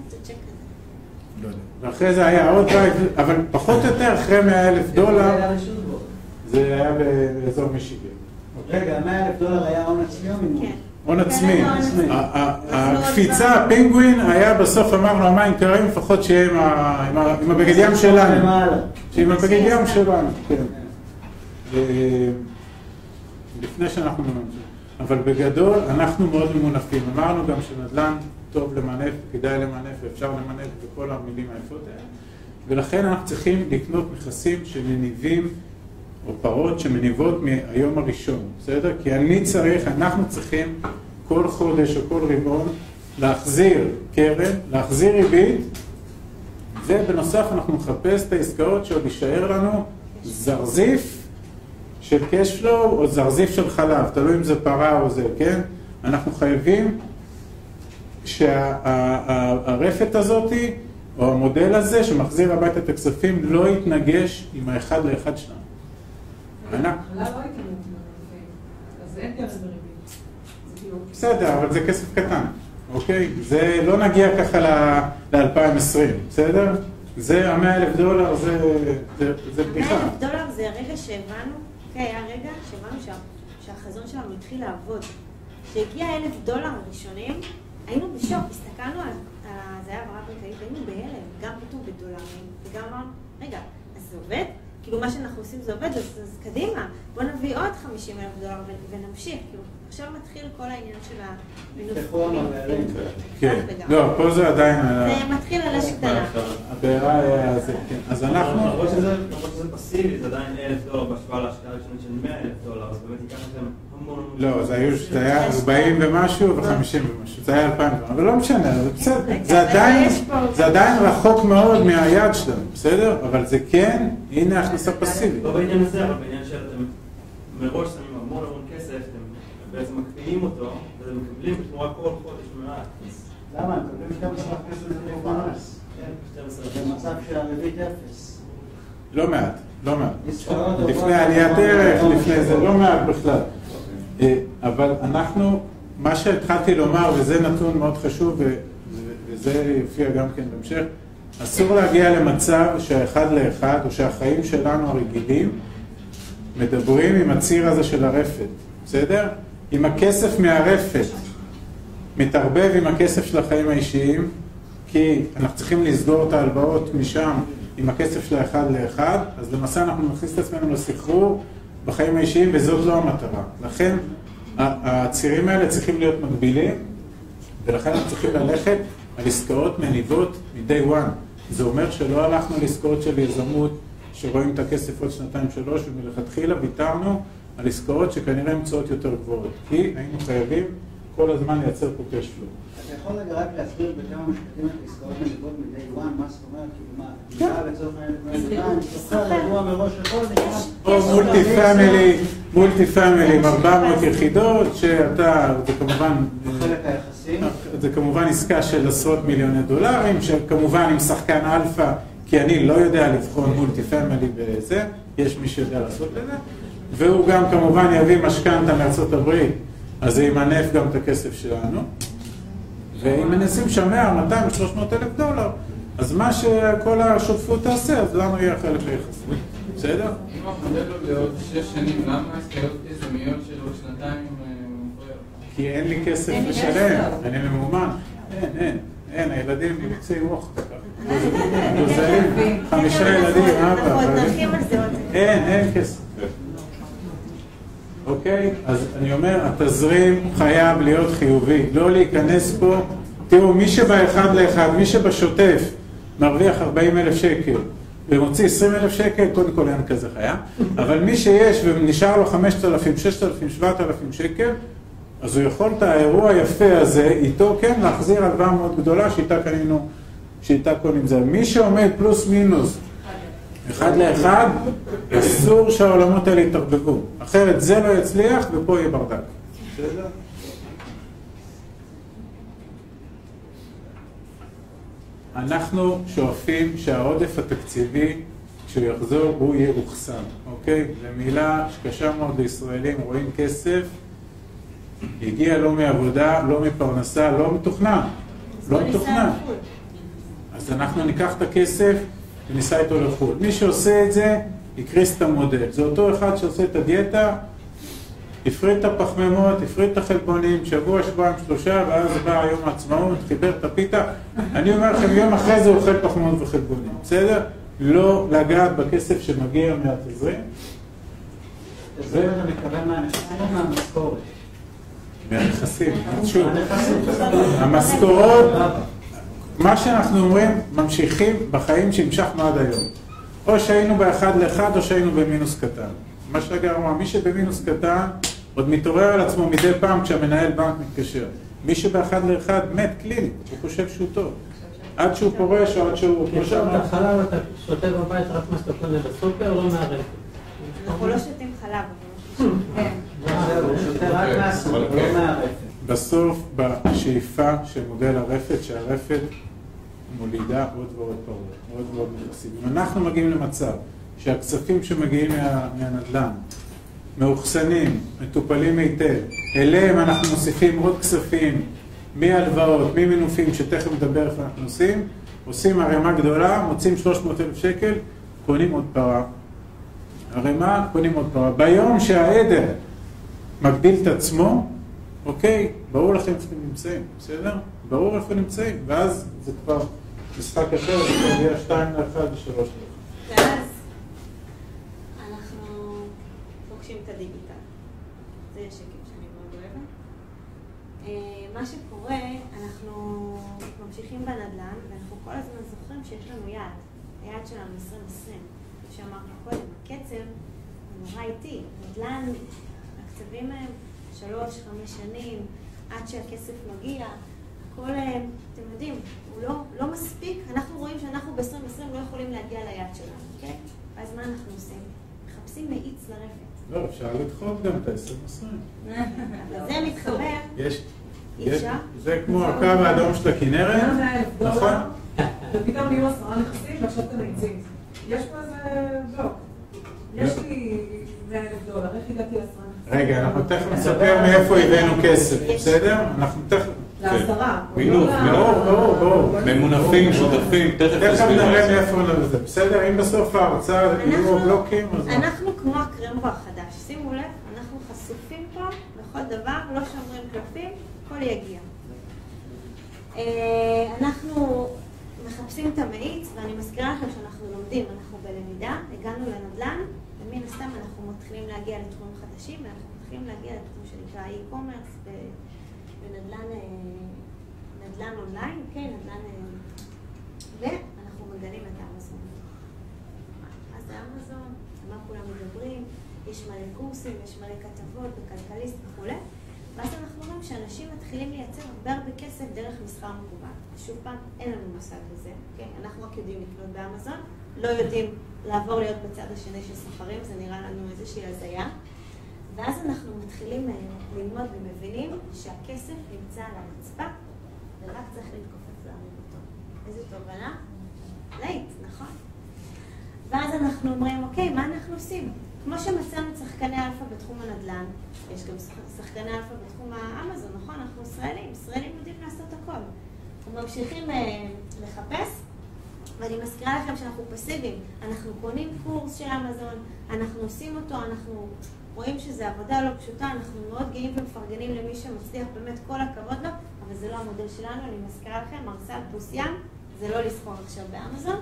ואחרי זה היה עוד בית, אבל פחות או יותר אחרי $100,000, זה היה באזור מישיגן. רגע, $100,000 היה הון עצמי או מימון? הון עצמי. הקפיצה, הפינגווין, היה בסוף אמרנו, המים קרים, לפחות שיהיה עם הבגד ים שלנו. שיהיה עם הבגד ים שלנו, כן. לפני שאנחנו ממשיכים. אבל בגדול, אנחנו מאוד ממונפים. אמרנו גם שנדל"ן טוב למנף, כדאי למנף, ואפשר למנף בכל המילים היפות האלה. ולכן אנחנו צריכים לקנות נכסים שמניבים, או פרות שמניבות מהיום הראשון, בסדר? כי אנחנו צריכים כל חודש או כל רבעון להחזיר קרן, להחזיר ריבית, ובנוסף אנחנו נחפש את העסקאות שעוד יישאר לנו זרזיף של cash flow או זרזיף של חלב, תלוי אם זה פרה או זה, כן? אנחנו חייבים שהרפת הזאת או המודל הזה שמחזיר הביתה את הכספים לא יתנגש עם האחד לאחד שלנו. חלב לא הייתי מבין, אז אין כסף בריבית. בסדר, אבל זה כסף קטן, אוקיי? זה לא נגיע ככה ל-2020, בסדר? זה $100,000, זה בדיחה. $100,000 זה הרגע שהבנו, אוקיי, היה רגע שהבנו שהחזון שלנו התחיל לעבוד. כשהגיע $1,000 הראשונים, היינו בשוק, הסתכלנו על זה היה העברה בנקאית, היינו בהלם, גם פתאום בדולרים, וגם אמרנו, רגע, אז זה עובד? כאילו מה שאנחנו עושים זה עובד, אז קדימה, בוא נביא עוד $50,000 ונמשיך, כאילו עכשיו מתחיל כל העניין של המינוף. כן, לא, פה זה עדיין... זה מתחיל על השקטנה. הבעירה היה זה, כן, אז אנחנו... למרות שזה פסיבי, זה עדיין $1,000 בהשוואה להשקעה ראשונית של $100,000, אז באמת ייקח לכם המון... לא, זה היה 40 ומשהו ו50 ומשהו, זה היה 2,000, אבל לא משנה, זה בסדר, זה עדיין רחוק מאוד מהיעד שלנו, בסדר? אבל זה כן, הנה הכנסה פסיבית. לא בעניין הזה, אבל בעניין שאתם מראש שמים המון כסף, אתם בעצם מקפיאים אותו, ואתם מקבלים בתמורה כל חודש מעט. למה? הם מקבלים 12% לפרנס. זה מצב של הריבית 0. לא מעט, לא מעט. לפני עליית ערך, לפני זה, לא מעט בכלל. אבל אנחנו, מה שהתחלתי לומר, וזה נתון מאוד חשוב, וזה יופיע גם כן בהמשך, אסור להגיע למצב שהאחד לאחד, או שהחיים שלנו הרגילים, מדברים עם הציר הזה של הרפת, בסדר? אם הכסף מהרפת מתערבב עם הכסף של החיים האישיים, כי אנחנו צריכים לסגור את ההלוואות משם עם הכסף של האחד לאחד, אז למעשה אנחנו נכניס את עצמנו לסחרור בחיים האישיים, וזאת לא המטרה. לכן הצירים האלה צריכים להיות מקבילים, ולכן אנחנו צריכים ללכת על עסקאות מניבות מ-day one. זה אומר שלא הלכנו לעסקאות של יזמות שרואים את הכסף עוד 2-3, ומלכתחילה ויתרנו על עסקאות שכנראה המצאות יותר גבוהות, כי היינו חייבים כל הזמן לייצר פה cash flow. אתה יכול רק להסביר בכמה משפטים את עסקאות מניבות מ-day one, מה זאת אומרת, כאילו מה, לצורך העניין, סוחר אירוע מראש לכל או מולטי פאמילי עם 400 יחידות, שאתה, זה כמובן... בחלק היחסי. זה כמובן עסקה של עשרות מיליוני דולרים, שכמובן עם שחקן אלפא, כי אני לא יודע לבחון מולטי פאמילי בזה, יש מי שיודע לעשות לזה, והוא גם כמובן יביא משכנתא מארצות הברית, אז זה ימנף גם את הכסף שלנו, ואם מנסים שם 100, 200, $300,000, אז מה שכל השותפות תעשה, אז לנו יהיה חלק ליחסי. בסדר? אם אנחנו נדע לו לעוד 6 שנים, למה עסקאות יזמיות של עוד 2 מפריע? כי אין לי כסף לשלם, אני ממומן. אין, הילדים נמצאים אוכל. גוזלים, 5 ילדים, אבא. אין כסף. אוקיי? אז אני אומר, התזרים חייב להיות חיובי, לא להיכנס פה. תראו, מי שבאחד לאחד, מי שבשוטף מרוויח 40,000 שקל ומוציא 20,000 שקל, קודם כל אין כזה חיה, אבל מי שיש ונשאר לו 5,000, 6,000, 7,000 שקל, אז הוא יכול את האירוע היפה הזה, איתו כן להחזיר הלוואה מאוד גדולה שאיתה קונים זה. מי שעומד פלוס מינוס, אחד לאחד, אסור שהעולמות האלה יתערבבו. אחרת זה לא יצליח ופה יהיה ברדק. בסדר? אנחנו שואפים שהעודף התקציבי, כשהוא יחזור, הוא יהיה אוכסן. אוקיי? זו מילה שקשה מאוד לישראלים, רואים כסף, הגיע לא מעבודה, לא מפרנסה, לא מתוכנן. לא מתוכנן. אז אנחנו ניקח את הכסף וניסה איתו לחו"ל. מי שעושה את זה, יקריס את המודל. זה אותו אחד שעושה את הדיאטה, הפריד את הפחמימות, הפריד את החלבונים, שבוע, שבועיים, 3, ואז בא יום העצמאות, חיבר את הפיתה. אני אומר לכם, יום אחרי זה אוכל פחמימות וחלבונים. בסדר? לא לגעת בכסף שמגיע מהתזרים. זה אתה מקבל מהנכסים או מהמשכורת? מהנכסים. שוב, המשכורות, מה שאנחנו אומרים, ממשיכים בחיים שהמשכנו עד היום. או שהיינו באחד לאחד או שהיינו במינוס קטן. מה שהגר אמרה, מי שבמינוס קטן עוד מתעורר על עצמו מדי פעם כשהמנהל בנק מתקשר. מי שבאחד לאחד מת קלינית, הוא חושב שהוא טוב. עד שהוא פורש או עד שהוא... יש לך את החלב, אתה שותה בבית רק מה שאתה קונה בסופר, לא מהרפת. אנחנו לא שותים חלב. הוא שותה רק מהסופר, לא מהרפת. בסוף, בשאיפה של מודל הרפת, שהרפת מולידה עוד ועוד פרות, עוד ועוד נכסים. אם אנחנו מגיעים למצב שהכספים שמגיעים מהנדל"ן מאוחסנים, מטופלים היטב, אליהם אנחנו מוסיפים עוד כספים מהלוואות, ממנופים, שתכף מדבר איך אנחנו עושים הרמה גדולה, מוצאים 300,000 שקל, קונים עוד פרה. הרמה, קונים עוד פרה. ביום שהעדר מגדיל את עצמו, אוקיי, ברור לכם איפה אתם נמצאים, בסדר? ברור איפה נמצאים, ואז זה כבר משחק אחר, זה כבר יהיה 2-1 ו-3-1. ואז אנחנו פוגשים את הדיגיטל. זה השקף שאני מאוד אוהבת. מה שקורה, אנחנו ממשיכים בנדל"ן, ואנחנו כל הזמן זוכרים שיש לנו יעד. היעד שלנו 2020. כמו שאמרנו קודם, הקצב הוא נורא איטי. נדל"ן, הקצבים הם 3-5 שנים, עד שהכסף מגיע. הכל, אתם יודעים, הוא לא מספיק. אנחנו רואים שאנחנו ב-2020 לא יכולים להגיע ליעד שלנו, אוקיי? אז מה אנחנו עושים? מחפשים מאיץ לרפת. לא, אפשר לדחות גם את ה-2020. אבל זה מתחבר. זה כמו הקו האדום של הכנרת, נכון? ופתאום נהיו 10 נכסים ועכשיו אתם מאיצים. יש פה איזה בלוק. יש לי $100,000, איך הגעתי 10 נכסים? רגע, אנחנו תכף נספר מאיפה הבאנו כסף, בסדר? אנחנו תכף... לעשרה. מינוף, ברור. ממונפים, שותפים, תכף נראה מאיפה זה. בסדר, אם בסוף ההרצאה יהיו בלוקים, אז... אנחנו כמו הקרמבו החדש. שימו לב, אנחנו חשופים פה לכל דבר, לא שומרים קלפים, הכל יגיע. אנחנו מחפשים את המאיץ, ואני מזכירה לכם שאנחנו לומדים, אנחנו בלמידה, הגענו לנדל"ן, ומן הסתם אנחנו מתחילים להגיע לתחומים חדשים, ואנחנו מתחילים להגיע לתחום שנקרא e-commerce, בנדל"ן אונליין, כן, נדל"ן... ואנחנו מגלים את אמזון. מה זה אמזון? מה כולם מדברים? יש מלא קורסים, יש מלא כתבות בכלכליסט וכו'. ואז אנחנו רואים שאנשים מתחילים לייצר הרבה כסף דרך מסחר מקוון. שוב פעם, אין לנו מושג בזה, כן? אנחנו רק יודעים לקנות באמזון, לא יודעים לעבור להיות בצד השני של סוחרים, זה נראה לנו איזושהי הזיה. ואז אנחנו מתחילים ללמוד ומבינים שהכסף נמצא על הרצפה, ורק צריך להתכופף להרים אותו. איזו תובנה? לית, נכון? ואז אנחנו אומרים, אוקיי, מה אנחנו עושים? כמו שמצאנו את שחקני אלפא בתחום הנדל"ן, יש גם שחקני אלפא בתחום האמזון, נכון? אנחנו ישראלים יודעים לעשות הכל. אנחנו ממשיכים לחפש, ואני מזכירה לכם שאנחנו פסיביים. אנחנו קונים קורס של אמזון, אנחנו עושים אותו, אנחנו רואים שזו עבודה לא פשוטה, אנחנו מאוד גאים ומפרגנים למי שמצליח, באמת כל הכבוד לו, אבל זה לא המודל שלנו, אני מזכירה לכם, מרסל פלוס ים, זה לא לסחור עכשיו באמזון,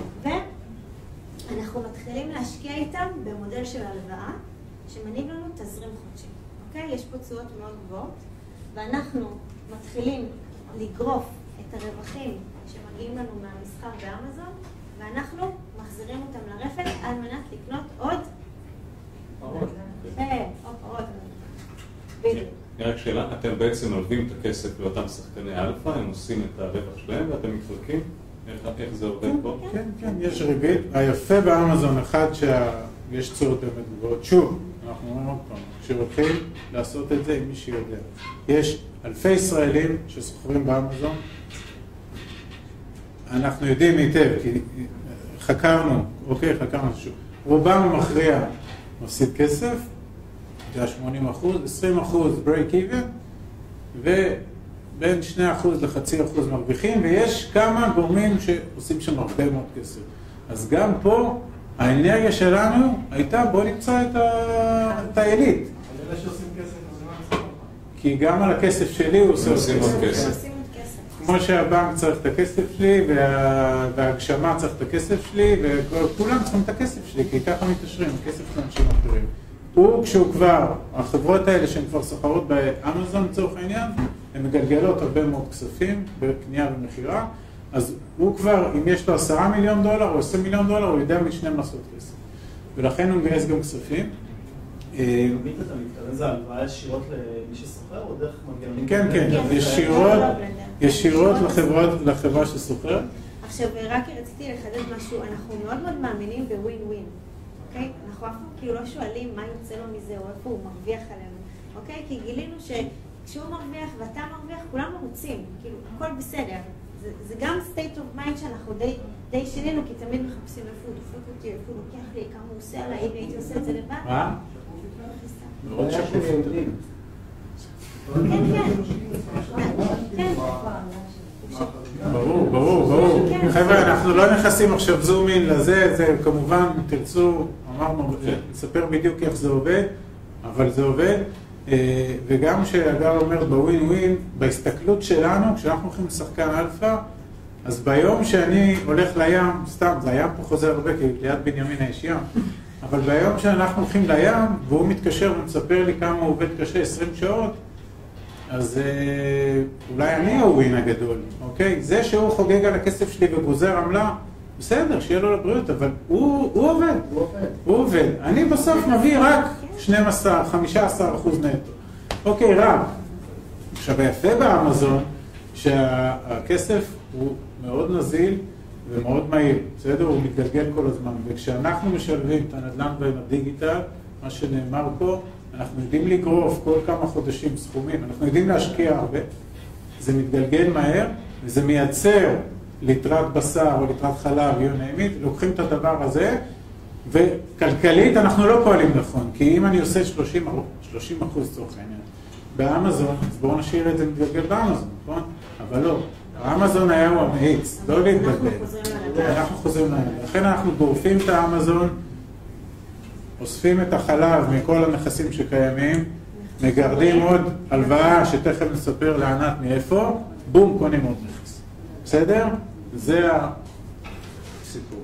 ואנחנו מתחילים להשקיע איתם במודל של הלוואה, שמניב לנו תזרים חודשי, אוקיי? יש פה תשואות מאוד גבוהות, ואנחנו מתחילים לגרוף את הרווחים שמגיעים לנו מהמסחר באמזון, ואנחנו מחזירים אותם לרפת על מנת לקנות עוד פרות. רק שאלה, אתם בעצם מלווים את הכסף לאותם שחקני אלפא, הם עושים את הרווח שלהם ואתם מתחלקים? איך זה עובד פה? כן, כן, יש ריבית. היפה באמזון, אחד שיש תשואות באמת גבוהות. שוב, אנחנו אומרים עוד פעם, כשהולכים לעשות את זה עם מי שיודע. יש אלפי ישראלים שסוחרים באמזון, אנחנו יודעים היטב, כי חקרנו, שוב. רובם המכריע מפסיד כסף, זה 80%, 20% break even, ובין 2% ל0.5% מרוויחים, ויש כמה גורמים שעושים שם הרבה מאוד כסף. אז גם פה, האנרגיה שלנו הייתה, בוא נמצא את העילית. אבל אלה שעושים כסף, אז מה עושים? כי גם על הכסף שלי הוא עושה עוד כסף. כמו שהבנק צריך את הכסף שלי, וההגשמה צריך את הכסף שלי, וכולם צריכים את הכסף שלי, כי ככה מתעשרים, הכסף של אנשים אחרים. כשהוא כבר, החברות האלה שהן כבר סוחרות באמזון לצורך העניין, הן מגלגלות הרבה מאוד כספים בקנייה ומכירה, אז הוא כבר, אם יש לו $10 מיליון או $20 מיליון, הוא יודע משניהם לעשות כסף. ולכן הוא מגייס גם כספים. תמיד אתה מתכוון, זה הלוואה ישירות למי שסוחר או דרך מנגנונים? כן, כן, ישירות לחברה שסוחרת. עכשיו, רק רציתי לחדד משהו, אנחנו מאוד מאוד מאמינים בווין ווין, אוקיי? אנחנו אף פעם כאילו לא שואלים מה יוצא לו מזה או איפה הוא מרוויח עלינו, אוקיי? כי גילינו שכשהוא מרוויח ואתה מרוויח, כולם מרוצים, כאילו, הכל בסדר. זה גם state of mind שאנחנו די שינינו, כי תמיד מחפשים איפה הוא דופק אותי, איפה הוא לוקח לי, כמה הוא עושה עליי, אם הייתי עושה את זה לבד. מה? מאוד שקוף יהודים. כן. ברור. חבר'ה, אנחנו לא נכנסים עכשיו זומין לזה, זה כמובן, תרצו, אמרנו, נספר בדיוק איך זה עובד, אבל זה עובד. וגם שהגר אומר בווין ווין, בהסתכלות שלנו, כשאנחנו הולכים לשחקן אלפא, אז ביום שאני הולך לים, סתם, זה הים פה חוזר הרבה, כי ליד בנימין יש ים, אבל ביום שאנחנו הולכים לים, והוא מתקשר ומספר לי כמה הוא עובד קשה 20 שעות, אז אולי אני הווין הגדול, אוקיי? זה שהוא חוגג על הכסף שלי וגוזר עמלה, בסדר, שיהיה לו לבריאות, אבל הוא עובד. אני בסוף מביא רק 15% נטו. אוקיי, רב. עכשיו, היפה באמזון, שהכסף הוא מאוד נזיל ומאוד מהיר, בסדר? הוא מתגלגל כל הזמן. וכשאנחנו משלבים את הנדל"ן ועם הדיגיטל, מה שנאמר פה, אנחנו יודעים לגרוף כל כמה חודשים סכומים, אנחנו יודעים להשקיע הרבה, זה מתגלגל מהר, וזה מייצר ליטרת בשר או ליטרת חלב, לוקחים את הדבר הזה, וכלכלית אנחנו לא פועלים נכון, כי אם אני עושה 30% צורך העניין באמזון, אז בואו נשאיר את זה מתגלגל באמזון, נכון? אבל לא, האמזון היה הוא המאיץ, לא להתגלגל. אנחנו חוזרים לעניין. לכן אנחנו גורפים את האמזון, אוספים את החלב מכל הנכסים שקיימים, מגרדים עוד הלוואה שתכף נספר לענת מאיפה, בום, קונים עוד נכס. בסדר? זה הסיפור.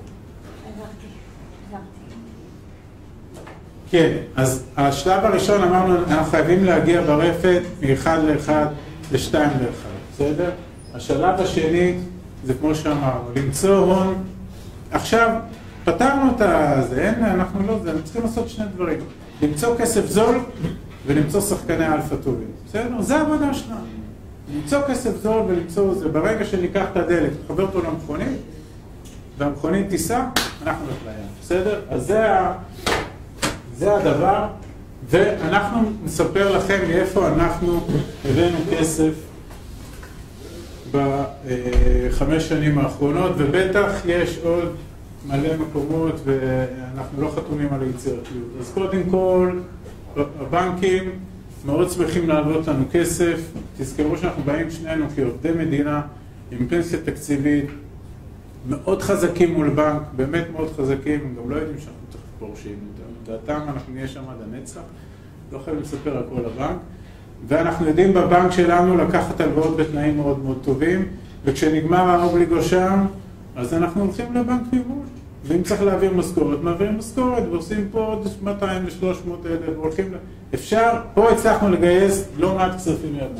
כן, אז השלב הראשון אמרנו, אנחנו חייבים להגיע ברפת מ-1 ל-1 ל-2 ל-1, בסדר? השלב השני זה כמו שאמרנו, למצוא הון. עכשיו, פתרנו את זה, אנחנו לא, אנחנו צריכים לעשות שני דברים. למצוא כסף זול ולמצוא שחקני אלפא טובים. בסדר? זה העבודה שלנו. למצוא כסף זול ולמצוא זה. ברגע שניקח את הדלק, נחבר אותו למכונית, והמכונית תיסע, אנחנו נלך לים. בסדר? אז זה הדבר, ואנחנו נספר לכם מאיפה אנחנו הבאנו כסף ב5 שנים האחרונות, ובטח יש עוד מלא מקומות ואנחנו לא חתומים על היצירתיות. אז קודם כל, הבנקים מאוד שמחים להלוות לנו כסף. תזכרו שאנחנו באים שנינו כעובדי מדינה עם פנסיה תקציבית, מאוד חזקים מול בנק, באמת מאוד חזקים, הם גם לא יודעים שאנחנו פורשים. דעתם אנחנו נהיה שם עד הנצח, לא חייבים לספר הכל לבנק. ואנחנו יודעים בבנק שלנו לקחת הלוואות בתנאים מאוד מאוד טובים, וכשנגמר האובליגו שם, אז אנחנו הולכים לבנק ניהול. ואם צריך להעביר משכורת, מעבירים משכורת, ועושים פה עוד 200 ו-300 אלף, והולכים אפשר, פה הצלחנו לגייס לא מעט כספים מהבנק.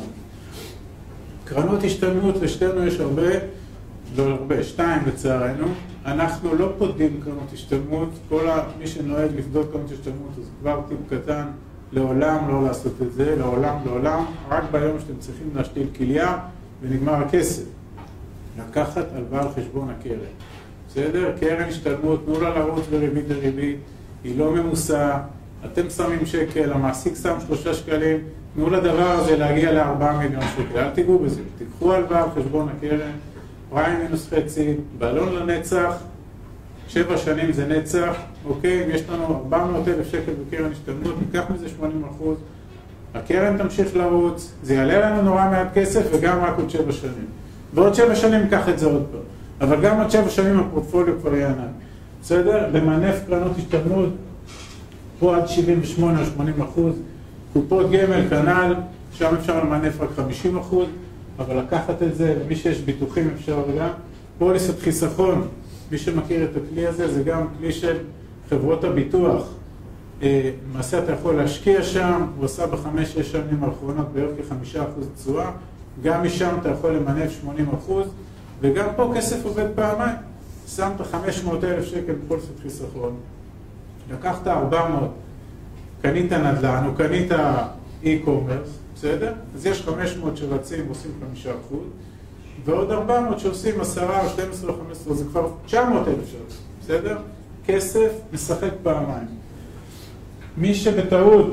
קרנות השתלמות, ושתינו יש הרבה, לא הרבה, 2 לצערנו, אנחנו לא פודים קרנות השתלמות, מי שנוהג לפדות קרנות השתלמות, אז כבר טיפ קטן, לעולם לא לעשות את זה, לעולם, רק ביום שאתם צריכים להשתיל כליה, ונגמר הכסף. לקחת הלוואה על חשבון הקרן. בסדר? קרן השתלמות, תנו לה לרוץ בריבית דריבית, היא לא ממוסה, אתם שמים שקל, המעסיק שם 3 שקלים, תנו לדבר הזה להגיע ל4 מיליון שקל, אל תיגעו בזה, תיקחו הלוואה על חשבון הקרן, פריים מינוס חצי, בלון לנצח, 7 שנים זה נצח, אוקיי, אם יש לנו 400,000 שקל בקרן השתלמות, ניקח מזה 80%, הקרן תמשיך לרוץ, זה יעלה לנו נורא מעט כסף וגם רק עוד 7 שנים. ועוד 7 שנים ניקח את זה עוד פעם. אבל גם עוד 7 שנים הפורטפוליו כבר יהיה ענק. בסדר? למנף קרנות השתלמות, פה עד 78 או 80%, קופות גמל, כנ"ל, שם אפשר למנף רק 50%, אבל לקחת את זה, ומי שיש ביטוחים אפשר גם. פוליסת חיסכון, מי שמכיר את הכלי הזה, זה גם כלי של חברות הביטוח. למעשה אתה יכול להשקיע שם, הוא עשה ב5-6 שנים האחרונות בערך כ5% תשואה, גם משם אתה יכול למנף 80%, וגם פה כסף עובד פעמיים. שמת 500,000 שקל בפוליסת חיסכון, לקחת 400, קנית נדל"ן או קנית e-commerce, בסדר? אז יש 500 שרצים ועושים 5%, ועוד 400 שעושים 10 או 12 או 15, זה כבר 900,000 שרצים, בסדר? כסף משחק פעמיים. מי שבטעות,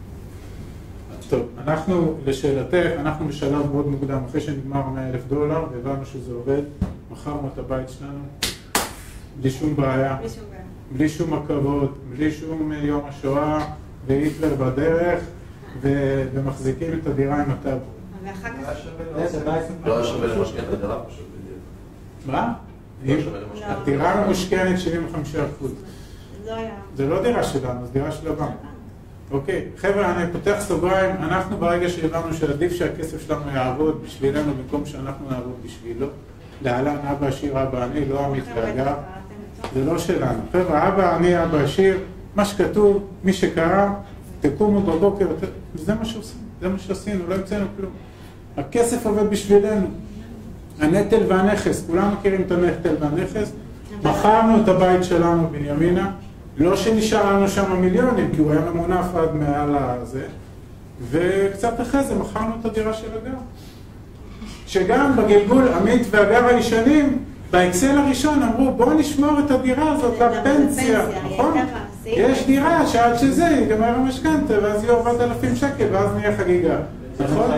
טוב, אנחנו, לשאלתך, אנחנו בשלב מאוד מוקדם, אחרי שנגמר $100,000, והבנו שזה עובד, מכרנו את הבית שלנו, בלי שום בעיה, בלי שום עכבות, בלי שום יום השואה, והיטלר בדרך, ומחזיקים את הדירה עם הטאבו. ואחר כך... לא שווה למשכן את הדירה פשוט בדיוק. מה? הדירה ממושכנת 75%. זה לא דירה שלנו, זה דירה של הבנק. אוקיי, חבר'ה, אני פותח סוגריים, אנחנו ברגע שהבנו שעדיף שהכסף שלנו יעבוד בשבילנו במקום שאנחנו נעבוד בשבילו, להלן אבא עשיר, אבא אני, לא עמית ואגב, זה לא שלנו. חבר'ה, אבא אני, אבא עשיר, מה שכתוב, מי שקרא, תקומו בבוקר, זה מה שעושים, זה מה שעשינו, לא המצאנו כלום. הכסף עובד בשבילנו, הנטל והנכס, כולם מכירים את הנטל והנכס, מכרנו את הבית שלנו בנימינה, לא שנשאר לנו שם מיליונים, כי הוא היה ממונף עד מעל הזה, וקצת אחרי זה מכרנו את הדירה של הגר. שגם בגלגול עמית והגר הישנים, באקסל הראשון אמרו, בואו נשמור את הדירה הזאת לפנסיה, נכון? יש דירה שעד שזה ייגמר המשכנתה, ואז יהיו 4,000 שקל, ואז נהיה חגיגה. נכון?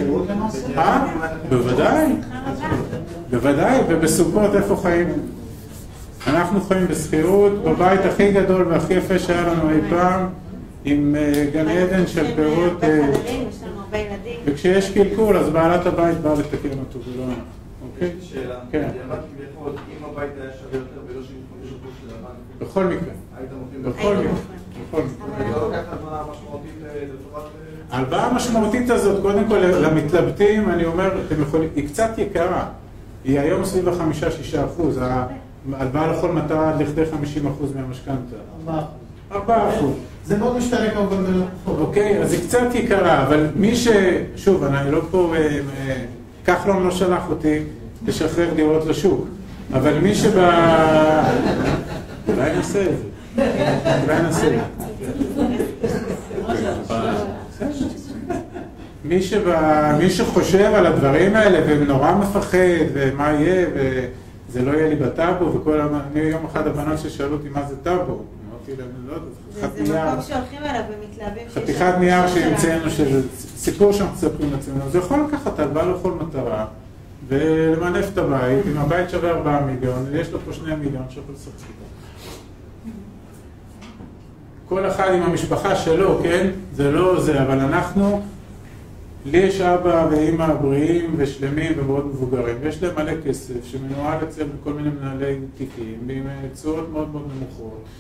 בוודאי. בוודאי, ובסוכות איפה חיים? אנחנו חיים בסחירות, בבית הכי גדול והכי יפה שהיה לנו אי פעם, עם גן עדן של פירות, וכשיש קלקול, אז בעלת הבית באה לתקן אותו, ולא אנחנו. אוקיי? שאלה, כן. כביכול, אם הבית היה שווה יותר ולא 75% של הבנק, בכל מקרה. היית מוכרים בכל מקרה. בכל מקרה. לא לוקח הלוואה משמעותית לטובת... ההלוואה המשמעותית הזאת, קודם כל למתלבטים, אני אומר, היא קצת יקרה. היא היום סביב 5-6%. ההלוואה לכל מטרה עד לכדי 50% מהמשכנתה. 4%. זה מאוד משתנה כמובן בלקוחות. אוקיי, אז היא קצת יקרה, אבל מי שוב, אני לא פה, כחלון לא שלח אותי לשחרר דירות לשוק, אבל מי אולי נעשה את זה. אולי נעשה את זה. מי שחושב על הדברים האלה ונורא מפחד ומה יהיה וזה לא יהיה לי בטאבו וכל אני יום אחד הבנות ששאלו אותי מה זה טאבו, אמרתי להם לא יודעת, זה מקום שהולכים אליו ומתלהבים חתיכת נייר שהמצאנו שזה סיפור שאנחנו מספרים לעצמנו, זה יכול לקחת הלוואה לכל מטרה ולמנף את הבית, אם הבית שווה 4 מיליון יש לו פה 2 מיליון שיכול לשחק איתו. כל אחד עם המשפחה שלו, כן? זה לא זה, אבל אנחנו, לי יש אבא ואמא בריאים ושלמים ומאוד מבוגרים, ויש להם מלא כסף שמנוהל אצל כל מיני מנהלי תיקים, ועם צורות מאוד מאוד נמוכות,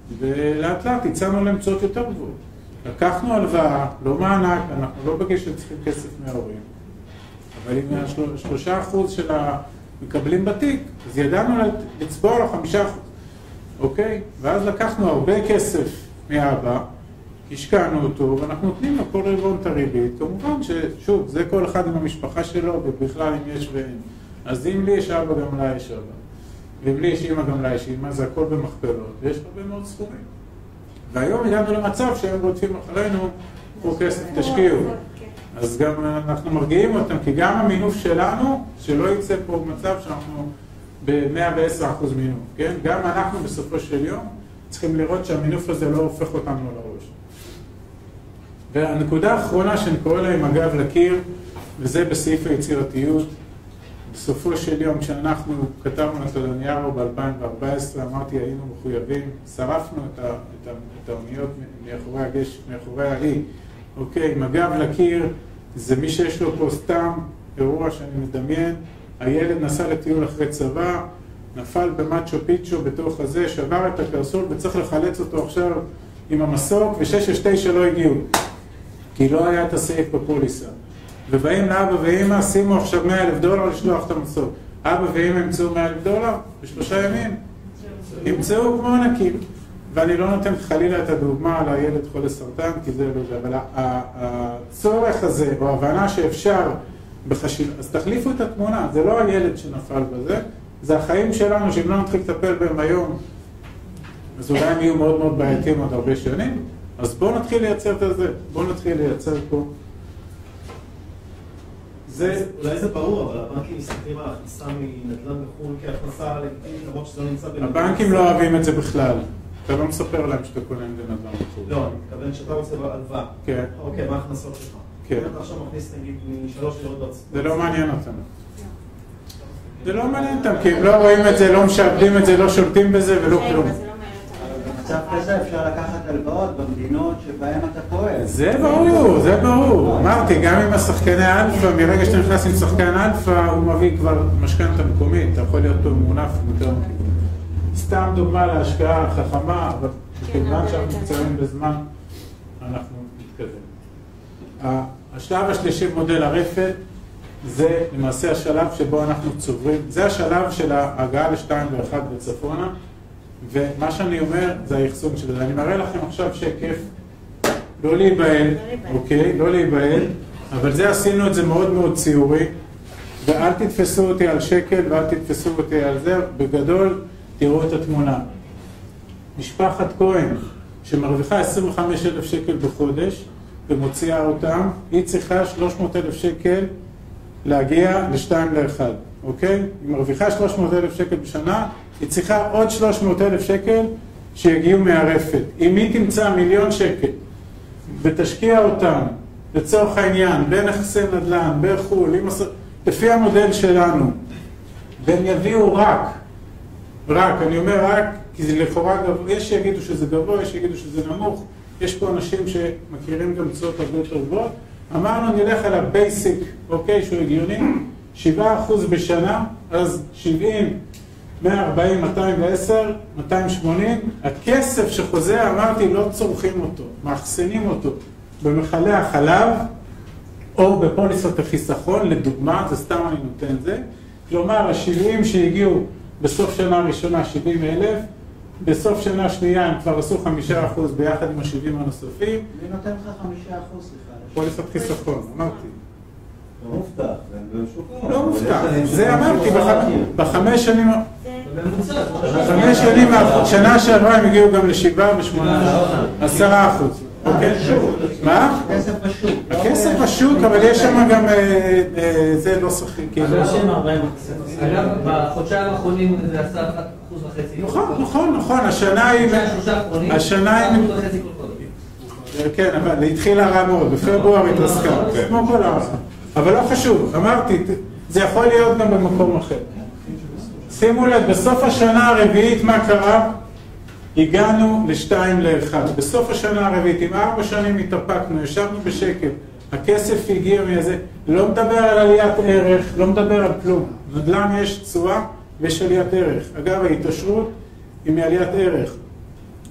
ולאט לאט הצענו להם תשואות יותר גבוהות. לקחנו הלוואה, לא מענק, אנחנו לא בגיל שצריכים כסף מההורים, אבל אם 3% של המקבלים בתיק, אז ידענו לצבוע לו 5%, אוקיי? ואז לקחנו הרבה כסף מאבא, השקענו אותו, ואנחנו נותנים לו כל רבעון את הריבית. כמובן ששוב, זה כל אחד עם המשפחה שלו, ובכלל אם יש ואין. אז אם לי יש אבא, גם לה יש אבא. ואם לי יש אמא, גם לה יש אמא, זה הכל במכפלות, ויש הרבה מאוד סכומים. והיום הגענו למצב שהם רודפים אחרינו, קחו כסף, תשקיעו. אז גם אנחנו מרגיעים אותם, כי גם המינוף שלנו, שלא יצא פה מצב שאנחנו ב-110% מינוף, כן? גם אנחנו בסופו של יום צריכים לראות שהמינוף הזה לא הופך אותנו לראש. והנקודה האחרונה שאני קורא לה עם הגב לקיר, וזה בסעיף היצירתיות, בסופו של יום כשאנחנו כתבנו את הלניארו ב-2014, אמרתי היינו מחויבים, שרפנו את האוניות מאחורי האי. אוקיי, עם הגב לקיר, זה מי שיש לו פה סתם אירוע שאני מדמיין, הילד נסע לטיול אחרי צבא, נפל במצ'ו פיצ'ו בתוך הזה, שבר את הקרסול וצריך לחלץ אותו עכשיו עם המסוק, ו669 לא הגיעו, כי לא היה את הסעיף בפוליסה. ובאים לאבא ואמא, שימו עכשיו $100,000 לשלוח את המסוק. אבא ואמא ימצאו $100,000 ב3 ימים, ימצאו כמו ענקים. ואני לא נותן חלילה את הדוגמה על הילד חולה סרטן, כי זה לא זה, אבל הצורך הזה, או ההבנה שאפשר בחשיבה, אז תחליפו את התמונה, זה לא הילד שנפל בזה, זה החיים שלנו, שאם לא נתחיל לטפל בהם היום, אז אולי הם יהיו מאוד מאוד בעייתיים עוד הרבה שנים, אז בואו נתחיל לייצר את זה, בואו נתחיל לייצר פה. אולי זה ברור, אבל הבנקים מסתכלים על הכנסה מנדל"ן בחו"ל כהכנסה לגיטימית, למרות שזה לא נמצא בנדל"ן. הבנקים לא אוהבים את זה בכלל. אתה לא מספר להם שאתה קונה נדל"ן בחו"ל. לא, אני מתכוון שאתה רוצה בהלוואה. כן. אוקיי, מה ההכנסות שלך? כן. אתה עכשיו מכניס נגיד מ3 דירות בארצות. זה לא מעניין אותם. זה לא מעניין אותם, כי הם לא רואים את זה, לא משעבדים את זה, לא שולטים בזה ולא כלום. במצב כזה אפשר לקחת הלוואות במדינות שבהן אתה פועל. זה ברור, זה ברור. אמרתי, גם עם השחקני אלפא, מרגע שאתה נכנס עם שחקן אלפא, הוא מביא כבר משכנתא מקומית, אתה יכול להיות פה מונף יותר מכיוון. סתם דוגמה להשקעה חכמה, אבל כיוון שאנחנו קצרים בזמן, אנחנו נתקדם. השלב השלישי מודל הרפת, זה למעשה השלב שבו אנחנו צוברים, זה השלב של ההגעה ל2 ו1 בצפונה, ומה שאני אומר זה היחסון של זה. אני מראה לכם עכשיו שקף, לא להיבהל, אוקיי? לא להיבהל, אבל זה עשינו את זה מאוד מאוד ציורי, ואל תתפסו אותי על שקל ואל תתפסו אותי על זה, בגדול תראו את התמונה. משפחת כהן שמרוויחה 25,000 שקל בחודש ומוציאה אותם, היא צריכה 300,000 שקל להגיע ל2 ל1, אוקיי? היא מרוויחה 300,000 שקל בשנה, היא צריכה עוד 300,000 שקל שיגיעו מהרפת. אם היא תמצא 1,000,000 שקל ותשקיע אותם לצורך העניין בנכסי נדל"ן, בחו"ל, לפי המודל שלנו, והם יביאו רק, אני אומר רק, כי זה לכאורה גבוה, יש שיגידו שזה גבוה, יש שיגידו שזה נמוך, יש פה אנשים שמכירים גם צועות הרבה יותר גבוהות, אמרנו נלך על הבייסיק, אוקיי, שהוא הגיוני, 7% בשנה, אז 70, 140, 210, 280, הכסף שחוזר, אמרתי, לא צורכים אותו, מאחסנים אותו במחלי החלב, או בפוליסות החיסכון, לדוגמה, זה סתם אני נותן זה, כלומר, ה-70 שהגיעו בסוף שנה ראשונה 70,000, בסוף שנה שנייה הם כבר עשו 5% ביחד עם ה-70 הנוספים. מי נותן לך 5%? פוליסת חיסכון, אמרתי. לא מובטח, לא מובטח, זה אמרתי, בחמש שנים, שנה שעברה הם הגיעו גם ל7 ו8, 10%. מה? הכסף בשוק. הכסף בשוק, אבל יש שם גם, זה לא שחקים. אגב, בחודשיים האחרונים זה 10.5%. נכון, השנה היא... כן, אבל היא התחילה רע מאוד, בפברואר התרסקה, כמו כל העולם. אבל לא חשוב, אמרתי, זה יכול להיות גם במקום אחר. שימו לב, בסוף השנה הרביעית מה קרה? הגענו ל2 ל1. בסוף השנה הרביעית, עם 4 שנים התאפקנו, ישבנו בשקט, הכסף הגיע מאיזה, לא מדבר על עליית ערך, לא מדבר על כלום. נדל"ן יש תשואה ויש עליית ערך. אגב, ההתעשרות היא מעליית ערך.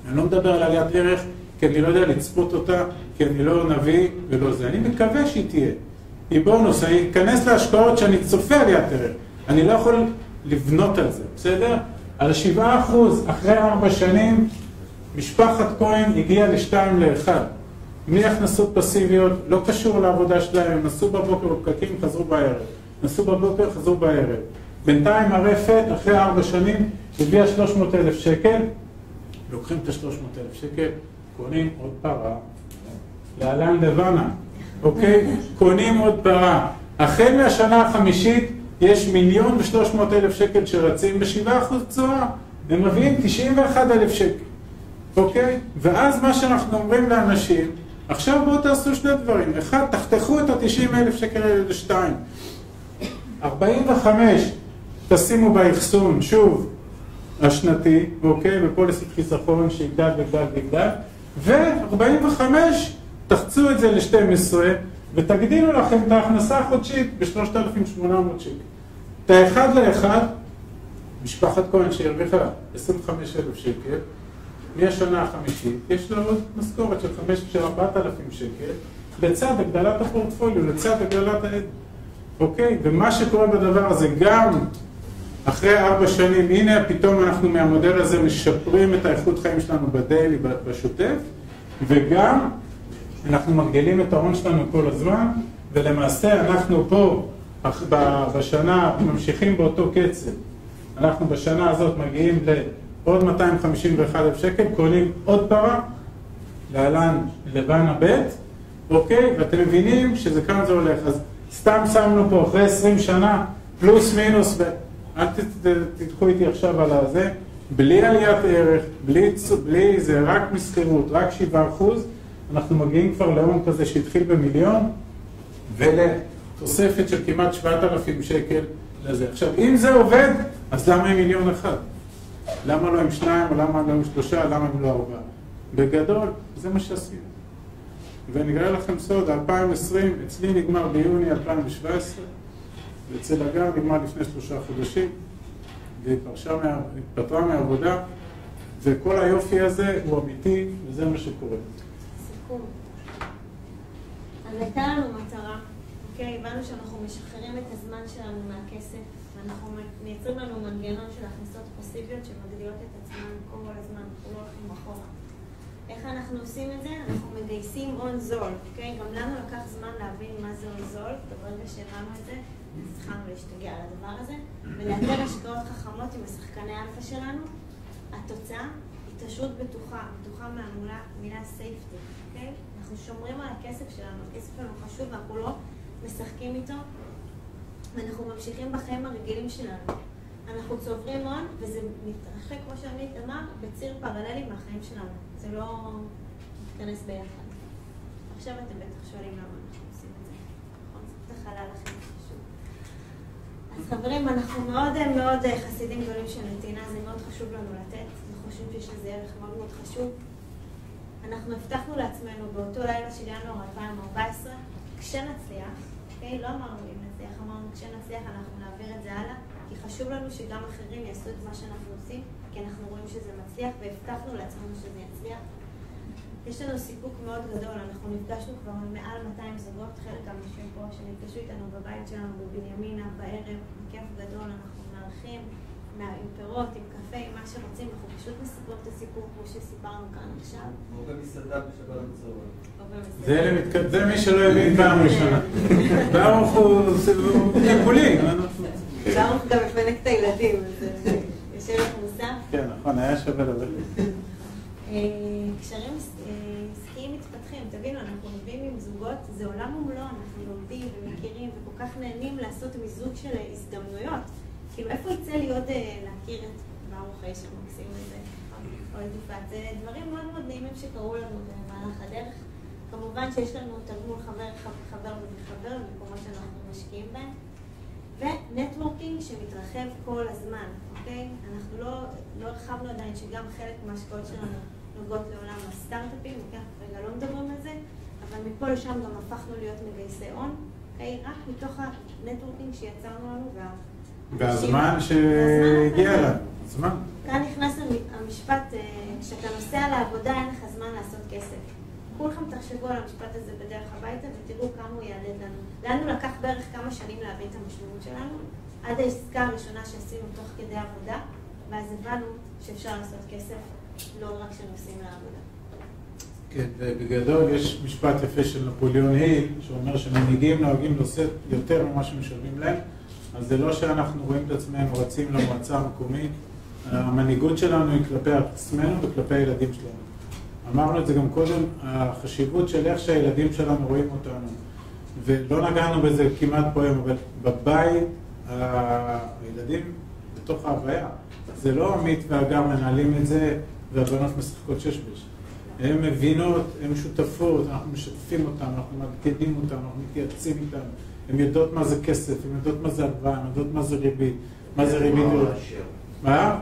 אני לא מדבר על עליית ערך, כי אני לא יודע לצפות אותה, כי אני לא נביא ולא זה. אני מקווה שהיא תהיה. היא בונוס, אני אכנס להשקעות שאני צופה עליית ערך. אני לא יכול לבנות על זה, בסדר? על 7% אחרי 4 שנים, משפחת כהן הגיעה ל2-1. בלי הכנסות פסיביות, לא קשור לעבודה שלהם, נסו בבוקר בפקקים, חזרו בערב. נסו בבוקר, חזרו בערב. בינתיים הרפת, אחרי 4 שנים, הביאה 300,000 שקל, לוקחים את 300,000 שקל, קונים עוד פרה, להלן לבנה, אוקיי? קונים עוד פרה. החל מהשנה החמישית, יש 1,300,000 שקל שרצים ב7% תשואה, הם מביאים 91,000 שקל, אוקיי? ואז מה שאנחנו אומרים לאנשים, עכשיו בואו תעשו 2 דברים. 1, תחתכו את 90,000 שקל האלה ל2. 45, תשימו באחסון, שוב, השנתי, אוקיי? בפוליסת חיסכון שיגדל וגדל. ו-45, תחצו את זה ל12, ותגדילו לכם את ההכנסה החודשית ב3,800 שקל. את ה1 ל1, משפחת כהן שהרוויחה 25,000 שקל, מהשנה החמישית, יש לה עוד משכורת של 4,000 שקל, לצד הגדלת הפורטפוליו, לצד הגדלת העד. אוקיי? ומה שקורה בדבר הזה, גם אחרי 4 שנים, הנה פתאום אנחנו מהמודל הזה משפרים את האיכות חיים שלנו בדיילי, בשוטף, וגם אנחנו מגדילים את ההון שלנו כל הזמן, ולמעשה אנחנו פה בשנה ממשיכים באותו קצב. אנחנו בשנה הזאת מגיעים לעוד 251,000 שקל, קונים עוד פרה, להלן לבנה ב', אוקיי? ואתם מבינים שזה כמה זה הולך. אז סתם שמנו פה אחרי 20 שנה, פלוס מינוס, אל תדחו איתי עכשיו על הזה, בלי עליית ערך, בלי זה, רק מסחירות, רק 7%, אנחנו מגיעים כבר להון כזה שהתחיל במיליון, ולתוספת של כמעט 7,000 שקל לזה. עכשיו, אם זה עובד, אז למה הם 1,000,000? למה לא עם 2, או למה לא עם 3, למה הם לא 4? בגדול, זה מה שעשינו. ואני אגלה לכם סוד, 2020, אצלי נגמר ביוני 2017, ואצל הגר נגמר לפני 3 חודשים, והתפטרה מהעבודה, וכל היופי הזה הוא אמיתי, וזה מה שקורה. סיכום. אז הייתה לנו מטרה, אוקיי? הבנו שאנחנו משחררים את הזמן שלנו מהכסף, ואנחנו מייצרים לנו מנגנון של הכנסות פסיביות שמגדילות את עצמן כל הזמן, אנחנו לא הולכים אחורה. איך אנחנו עושים את זה? אנחנו מגייסים הון זול, אוקיי? גם לנו לקח זמן להבין מה זה הון זול, ברגע שהבנו את זה, התחלנו להשתגע על הדבר הזה, ולאתר השקעות חכמות עם השחקני אלפא שלנו. התוצאה, התעשרות בטוחה מהמילה safety, אוקיי? אנחנו שומרים על הכסף שלנו, הכסף שלנו חשוב ואנחנו לא משחקים איתו, ואנחנו ממשיכים בחיים הרגילים שלנו. אנחנו צוברים הון, וזה מתרחק, כמו שעמית אמר, בציר פרללי מהחיים שלנו. זה לא מתכנס ביחד. עכשיו אתם בטח שואלים למה אנחנו עושים את זה. נכון? זה בטח עלה לכם חשוב. אז חברים, אנחנו מאוד חסידים גדולים של נתינה, זה מאוד חשוב לנו לתת. אנחנו חושבים שיש לזה ערך מאוד חשוב. אנחנו הבטחנו לעצמנו באותו לילה של ינואר 2014, כשנצליח, אוקיי? לא אמרנו אם נצליח, אמרנו כשנצליח אנחנו נעביר את זה הלאה, כי חשוב לנו שגם אחרים יעשו את מה שאנחנו עושים, כי אנחנו רואים שזה מצליח, והבטחנו לעצמנו שזה יצליח. יש לנו סיפוק מאוד גדול, אנחנו נפגשנו כבר מעל 200 זוגות, חלק האנשים פה שנפגשו איתנו בבית שלנו בבנימינה, בערב, בכיף גדול, אנחנו מארחים, עם פירות, עם קפה, עם מה שרוצים, אנחנו פשוט מספרים את הסיפור כמו שסיפרנו כאן עכשיו. או במסעדה בשבת בצהריים. זה מי שלא הבין פעם ראשונה. ברוך הוא טיפולי. ברוך גם מפנק את הילדים, יש ערך מוסף. כן, נכון, היה שווה לדבר. קשרים עסקיים מתפתחים, תבינו, אנחנו עובדים עם זוגות, זה עולם ומלואו, אנחנו לומדים ומכירים וכל כך נהנים לעשות מיזוג של הזדמנויות. כאילו, איפה יצא לי עוד להכיר את ברוך האיש המקסים הזה, או את יפעת? זה דברים מאוד מאוד נעימים שקרו לנו במהלך הדרך. כמובן שיש לנו תגמול חבר וחבר במקומות שאנחנו משקיעים בהם. ונטוורקינג שמתרחב כל הזמן, אוקיי? אנחנו לא הרחבנו עדיין שגם חלק מההשקעות שלנו נוגעות לעולם הסטארט-אפים, אוקיי? רגע, לא מדברים על זה, אבל מפה לשם גם הפכנו להיות מגייסי הון, אוקיי? רק מתוך הנטוורקינג שיצרנו לנו והזמן שהגיע לה, הזמן. כאן נכנס המשפט, כשאתה נוסע לעבודה אין לך זמן לעשות כסף. כולכם תחשבו על המשפט הזה בדרך הביתה ותראו כמה הוא יעלד לנו. לנו לקח בערך כמה שנים להבין את המשמעות שלנו, עד העסקה הראשונה שעשינו תוך כדי עבודה, ואז הבנו שאפשר לעשות כסף לא רק כשנוסעים לעבודה. כן, ובגדול יש משפט יפה של נפוליאון היל, שאומר שמנהיגים נוהגים לשאת יותר ממה שמשלמים להם, אז זה לא שאנחנו רואים את עצמנו רצים למועצה המקומית, המנהיגות שלנו היא כלפי עצמנו וכלפי הילדים שלנו. אמרנו את זה גם קודם, החשיבות של איך שהילדים שלנו רואים אותנו, ולא נגענו בזה כמעט פה היום, אבל בבית הילדים בתוך ההוויה, זה לא עמית והגר מנהלים את זה והבנות משחקות שש-בש. הן מבינות, הן שותפות, אנחנו משתפים אותם, אנחנו מעדכנים אותם, אנחנו מתייעצים איתם, הן יודעות מה זה כסף, הן יודעות מה זה הלוואה, הן יודעות מה זה ריבית, מה זה ריבית. מה?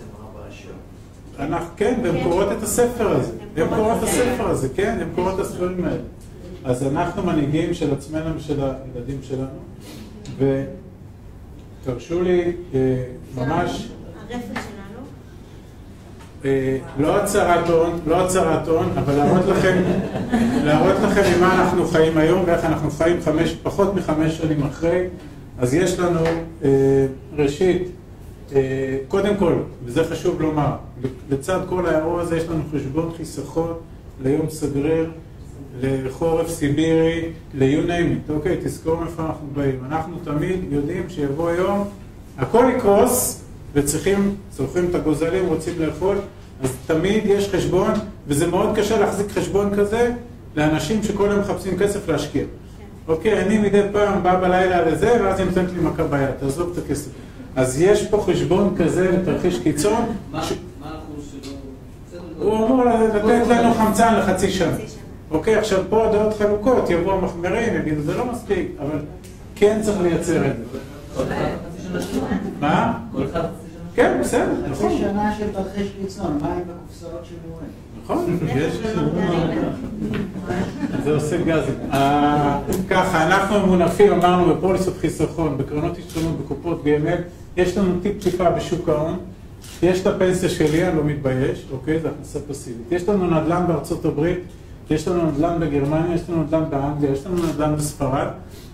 כן, והן קוראות את הספר הזה, הן קוראות את הספר הזה, כן, הן קוראות את הספרים האלה. אז אנחנו מנהיגים של עצמנו ושל הילדים שלנו, ותרשו לי ממש... הרפת שלנו. לא הצהרת הון, אבל להראות לכם ממה אנחנו חיים היום ואיך אנחנו חיים פחות מ5 שנים אחרי. אז יש לנו ראשית, קודם כל, וזה חשוב לומר, לצד כל האירוע הזה יש לנו חשבון חיסכון ליום סגריר, לחורף סיבירי, ל-you name it, אוקיי? תזכור איפה אנחנו באים. אנחנו תמיד יודעים שיבוא היום, הכל יקרוס, צורכים את הגוזלים, רוצים לאכול, אז תמיד יש חשבון, וזה מאוד קשה להחזיק חשבון כזה לאנשים שכל היום מחפשים כסף להשקיע. אוקיי, אני מדי פעם בא בלילה לזה, ואז היא נותנת לי מכה ביד, תעזוב את הכסף. אז יש פה חשבון כזה לתרחיש קיצון. מה האחוז שלו? הוא אמור לתת לנו חמצן לחצי שנה. אוקיי, עכשיו פה הדעות חלוקות, יבואו המחמרים, יגידו, זה לא מספיק, אבל כן צריך לייצר את זה. מה? כן, בסדר, נכון. חצי שנה של תרחיש קיצון, מה עם בקופסאות של מורה? נכון, יש... זה עושה גזים. ככה, אנחנו מונפים, אמרנו, בפוליסות חיסכון, בקרנות השתלמות, בקופות גמל, יש לנו טיפה בשוק ההון, יש את הפנסיה שלי, אני לא מתבייש, אוקיי, זה הכנסה פסיבית. יש לנו נדל"ן בארצות הברית, יש לנו נדל"ן בגרמניה, יש לנו נדל"ן באנגליה, יש לנו נדל"ן בספרד,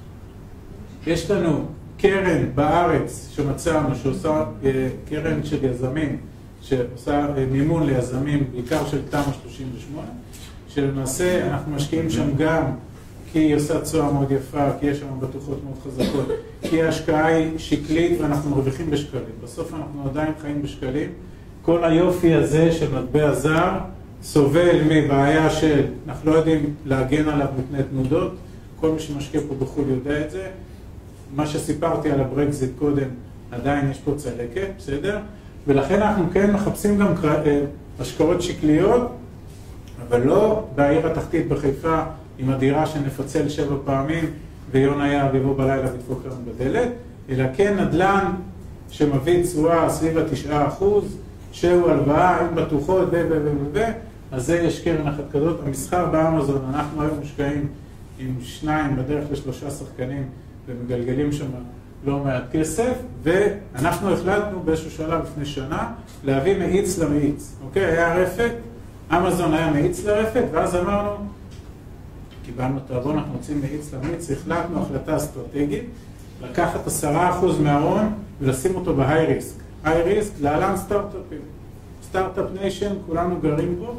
יש לנו קרן בארץ שמצאנו, שעושה קרן של יזמים, שעושה מימון ליזמים, בעיקר של תמ"א 38, שלמעשה אנחנו משקיעים שם גם כי היא עושה תשואה מאוד יפה, כי יש שם בטוחות מאוד חזקות, כי ההשקעה היא שקלית ואנחנו מרוויחים בשקלים. בסוף אנחנו עדיין חיים בשקלים. כל היופי הזה של מטבע זר סובל מבעיה של, אנחנו לא יודעים להגן עליו מפני תנודות, כל מי שמשקיע פה בחו"ל יודע את זה. מה שסיפרתי על הברקזיט קודם, עדיין יש פה צלקת, בסדר? ולכן אנחנו כן מחפשים גם השקעות שקליות, אבל לא בעיר התחתית בחיפה עם הדירה שנפצל 7 פעמים ויונה יער יבוא בלילה ודפוק לנו בדלת, אלא כן נדל"ן שמביא תשואה סביב 9%, שהוא הלוואה עם בטוחות אז זה יש קרן אחת כזאת. המסחר באמזון, אנחנו היום משקעים עם 2 בדרך ל3 שחקנים ומגלגלים שם לא מעט כסף, ואנחנו החלטנו באיזשהו שלב לפני שנה להביא מאיץ למאיץ. אוקיי? היה רפת, אמזון היה מאיץ לרפת, ואז אמרנו, קיבלנו את הרבון, אנחנו רוצים מאיץ למאיץ, החלטנו החלטה אסטרטגית, לקחת 10% מההון ולשים אותו בהיי ריסק. היי ריסק, לעולם סטארט-אפים. סטארט-אפ ניישן, כולנו גרים פה,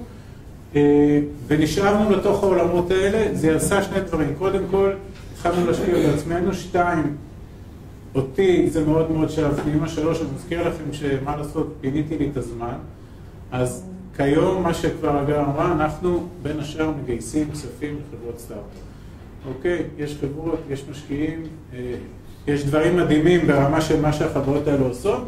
ונשארנו לתוך העולמות האלה. זה עשה 2 דברים. קודם כל, התחלנו להשקיע בעצמנו. 2, אותי זה מאוד מאוד שאפנימה. 3, אני מזכיר לכם שמה לעשות, פיניתי לי את הזמן. אז כיום, מה שכבר אגר אמרה, אנחנו בין השאר מגייסים כספים לחברות סטארט-אפ. אוקיי? יש חברות, יש משקיעים, יש דברים מדהימים ברמה של מה שהחברות האלה עושות.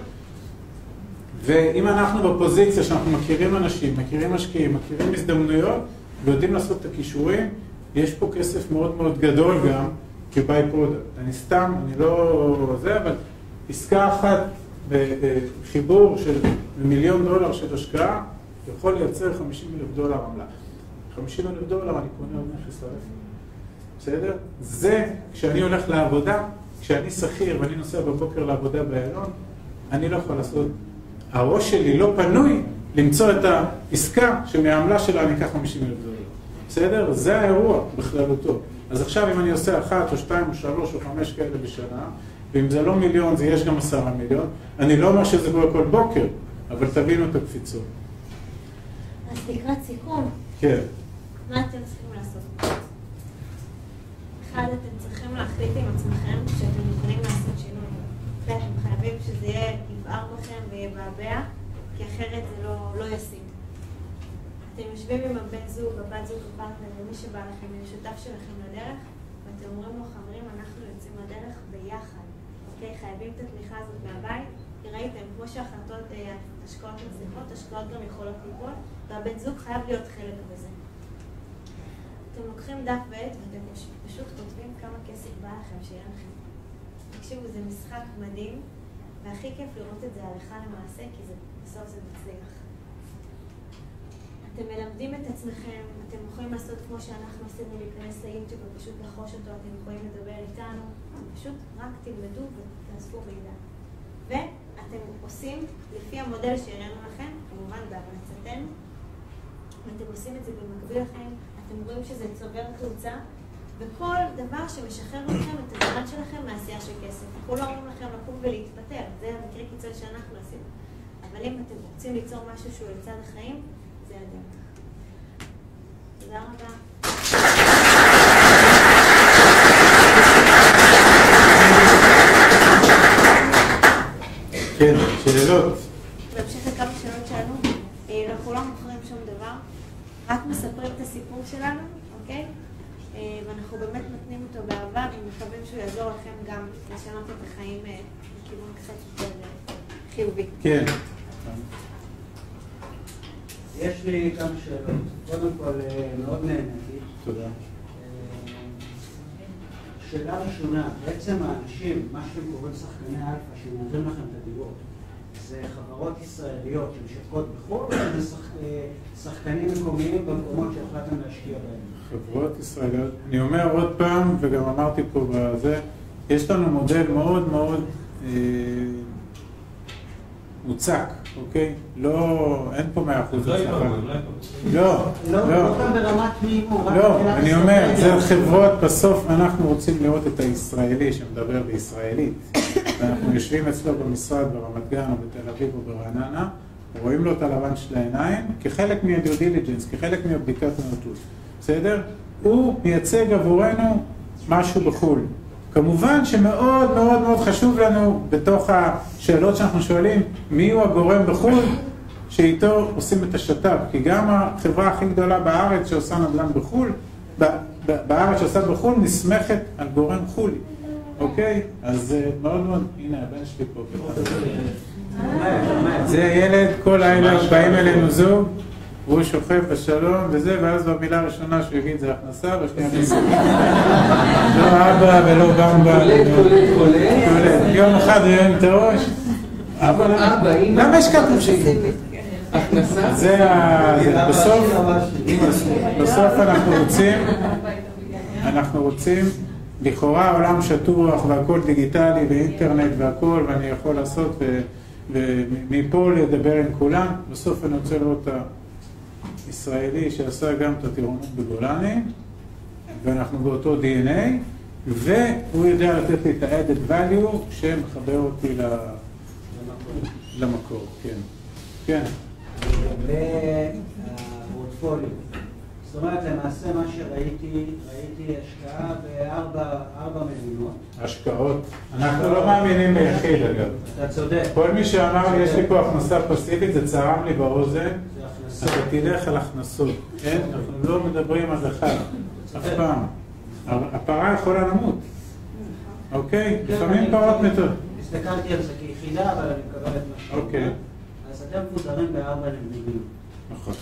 ואם אנחנו בפוזיציה שאנחנו מכירים אנשים, מכירים משקיעים, מכירים הזדמנויות, ויודעים לעשות את הכישורים, יש פה כסף מאוד מאוד גדול גם כביי פרודקט. אני סתם, אני לא זה, אבל עסקה אחת בחיבור של $1 מיליון של השקעה, יכול לייצר $50,000 עמלה. $50,000 אני קונה עוד נכס לרפת. בסדר? זה, כשאני הולך לעבודה, כשאני שכיר ואני נוסע בבוקר לעבודה באיילון, אני לא יכול לעשות, הראש שלי לא פנוי למצוא את העסקה שמהעמלה שלה אני אקח $50,000. בסדר? זה האירוע בכללותו. אז עכשיו אם אני עושה 1 או 2 או 3 או 5 כאלה בשנה, ואם זה לא מיליון, זה יש גם 10 מיליון, אני לא אומר שזה קורה כל בוקר, אבל תבינו את הקפיצות. אז לקראת סיכום. כן. מה אתם צריכים לעשות? אחד, אתם צריכים להחליט עם עצמכם שאתם יכולים לעשות שינוי. ואתם חייבים שזה יבער בכם ויבעבע, כי אחרת זה לא ישים. אתם יושבים עם הבן זוג, הבת זוג, הפרטנר, ומי שבא לכם, משותף שלכם לדרך, ואתם אומרים לו, חברים, אנחנו יוצאים לדרך ביחד. אוקיי? חייבים את התמיכה הזאת מהבית. ראיתם, כמו שהחלטות השקעות מצליחות, השקעות גם יכולות ליפול, והבן זוג חייב להיות חלק בזה. אתם לוקחים דף ועט ואתם פשוט כותבים כמה כסף בא לכם שיהיה לכם. תקשיבו, זה משחק מדהים, והכי כיף לראות את זה הלכה למעשה, כי בסוף זה מצליח. אתם מלמדים את עצמכם, אתם יכולים לעשות כמו שאנחנו עשינו, להיכנס ליוטיוב ופשוט לחוש אותו, אתם יכולים לדבר איתנו, פשוט רק תלמדו ותאספו מידע. ואתם עושים לפי המודל שהראינו לכם, כמובן בהמלצתנו, ואתם עושים את זה במקביל לכם, אתם רואים שזה צובר תאוצה, וכל דבר שמשחרר לכם את הזמן שלכם מעשייה של כסף. אנחנו לא אומרים לכם לקום ולהתפטר, זה המקרה קיצון שאנחנו עשינו. אבל אם אתם רוצים ליצור משהו שהוא לצד החיים, זה הדרך. תודה רבה. כן, שאלות. בהמשך לכמה שאלות שלנו, אנחנו לא מוכרים שום דבר, רק מספרים את הסיפור שלנו, אוקיי? ואנחנו באמת נותנים אותו באהבה, ומקווים שהוא יעזור לכם גם לשנות את החיים בכיוון קצת יותר חיובי. כן. יש לי כמה שאלות. קודם כל, מאוד נהניתי. תודה. שאלה ראשונה, בעצם האנשים, מה שאתם קוראים שחקני אלפא, שמארגנים לכם את הדירות, זה חברות ישראליות שמשווקות בחו"ל, או זה שחקנים מקומיים במקומות שהחלטתם להשקיע בהם? חברות ישראליות. אני אומר עוד פעם, וגם אמרתי פה בזה, יש לנו מודל מאוד מאוד מוצק, אוקיי? לא, אין פה 100% הצלחה. לא, לא, אני אומר, זה חברות, בסוף אנחנו רוצים לראות את הישראלי שמדבר בישראלית. ואנחנו יושבים אצלו במשרד ברמת גן או בתל אביב או ברעננה, רואים לו את הלבן של העיניים כחלק מה-due diligence, כחלק מהבדיקת הנוטות. בסדר? הוא מייצג עבורנו משהו בחו"ל. כמובן שמאוד מאוד מאוד חשוב לנו בתוך השאלות שאנחנו שואלים, מי הוא הגורם בחו"ל שאיתו עושים את השת"פ, כי גם החברה הכי גדולה בארץ שעושה נדל"ן בחו"ל, בארץ שעושה בחו"ל נסמכת על גורם חו"לי, אוקיי? אז מאוד מאוד, הנה הבן שלי פה. זה ילד, כל לילה באים אלינו זוג, הוא שוכב בשלום וזה, ואז במילה הראשונה שהוא יגיד זה הכנסה, והשנייה כסף. לא אבא ולא במבה. קולט. יום אחד הוא יום את הראש. למה יש כתוב שלי? הכנסה? בסוף אנחנו רוצים, לכאורה העולם שטוח והכל דיגיטלי ואינטרנט והכל, ואני יכול לעשות ומפה לדבר עם כולם. בסוף אני רוצה לראות את ישראלי שעשה גם את הטירונות בגולני, ואנחנו באותו DNA, והוא יודע לתת לי את ה-added value שמחבר אותי למקור. כן. כן. והפורטפוליו. זאת אומרת, למעשה מה שראיתי, ראיתי השקעה בארבע מדינות. השקעות. אנחנו לא מאמינים ביחיד אגב. אתה צודק. כל מי שאמר לי יש לי פה הכנסה פסיבית, זה צרם לי באוזן. אתה תלך על הכנסות. אין? אנחנו לא מדברים על אחד. אף פעם. הפרה יכולה למות. אוקיי? לפעמים פרות מתות. הסתכלתי על זה כיחידה, אבל אני מקבל את מה שאתה אומר. אז אתם מפוזרים בארבע מדינות. נכון.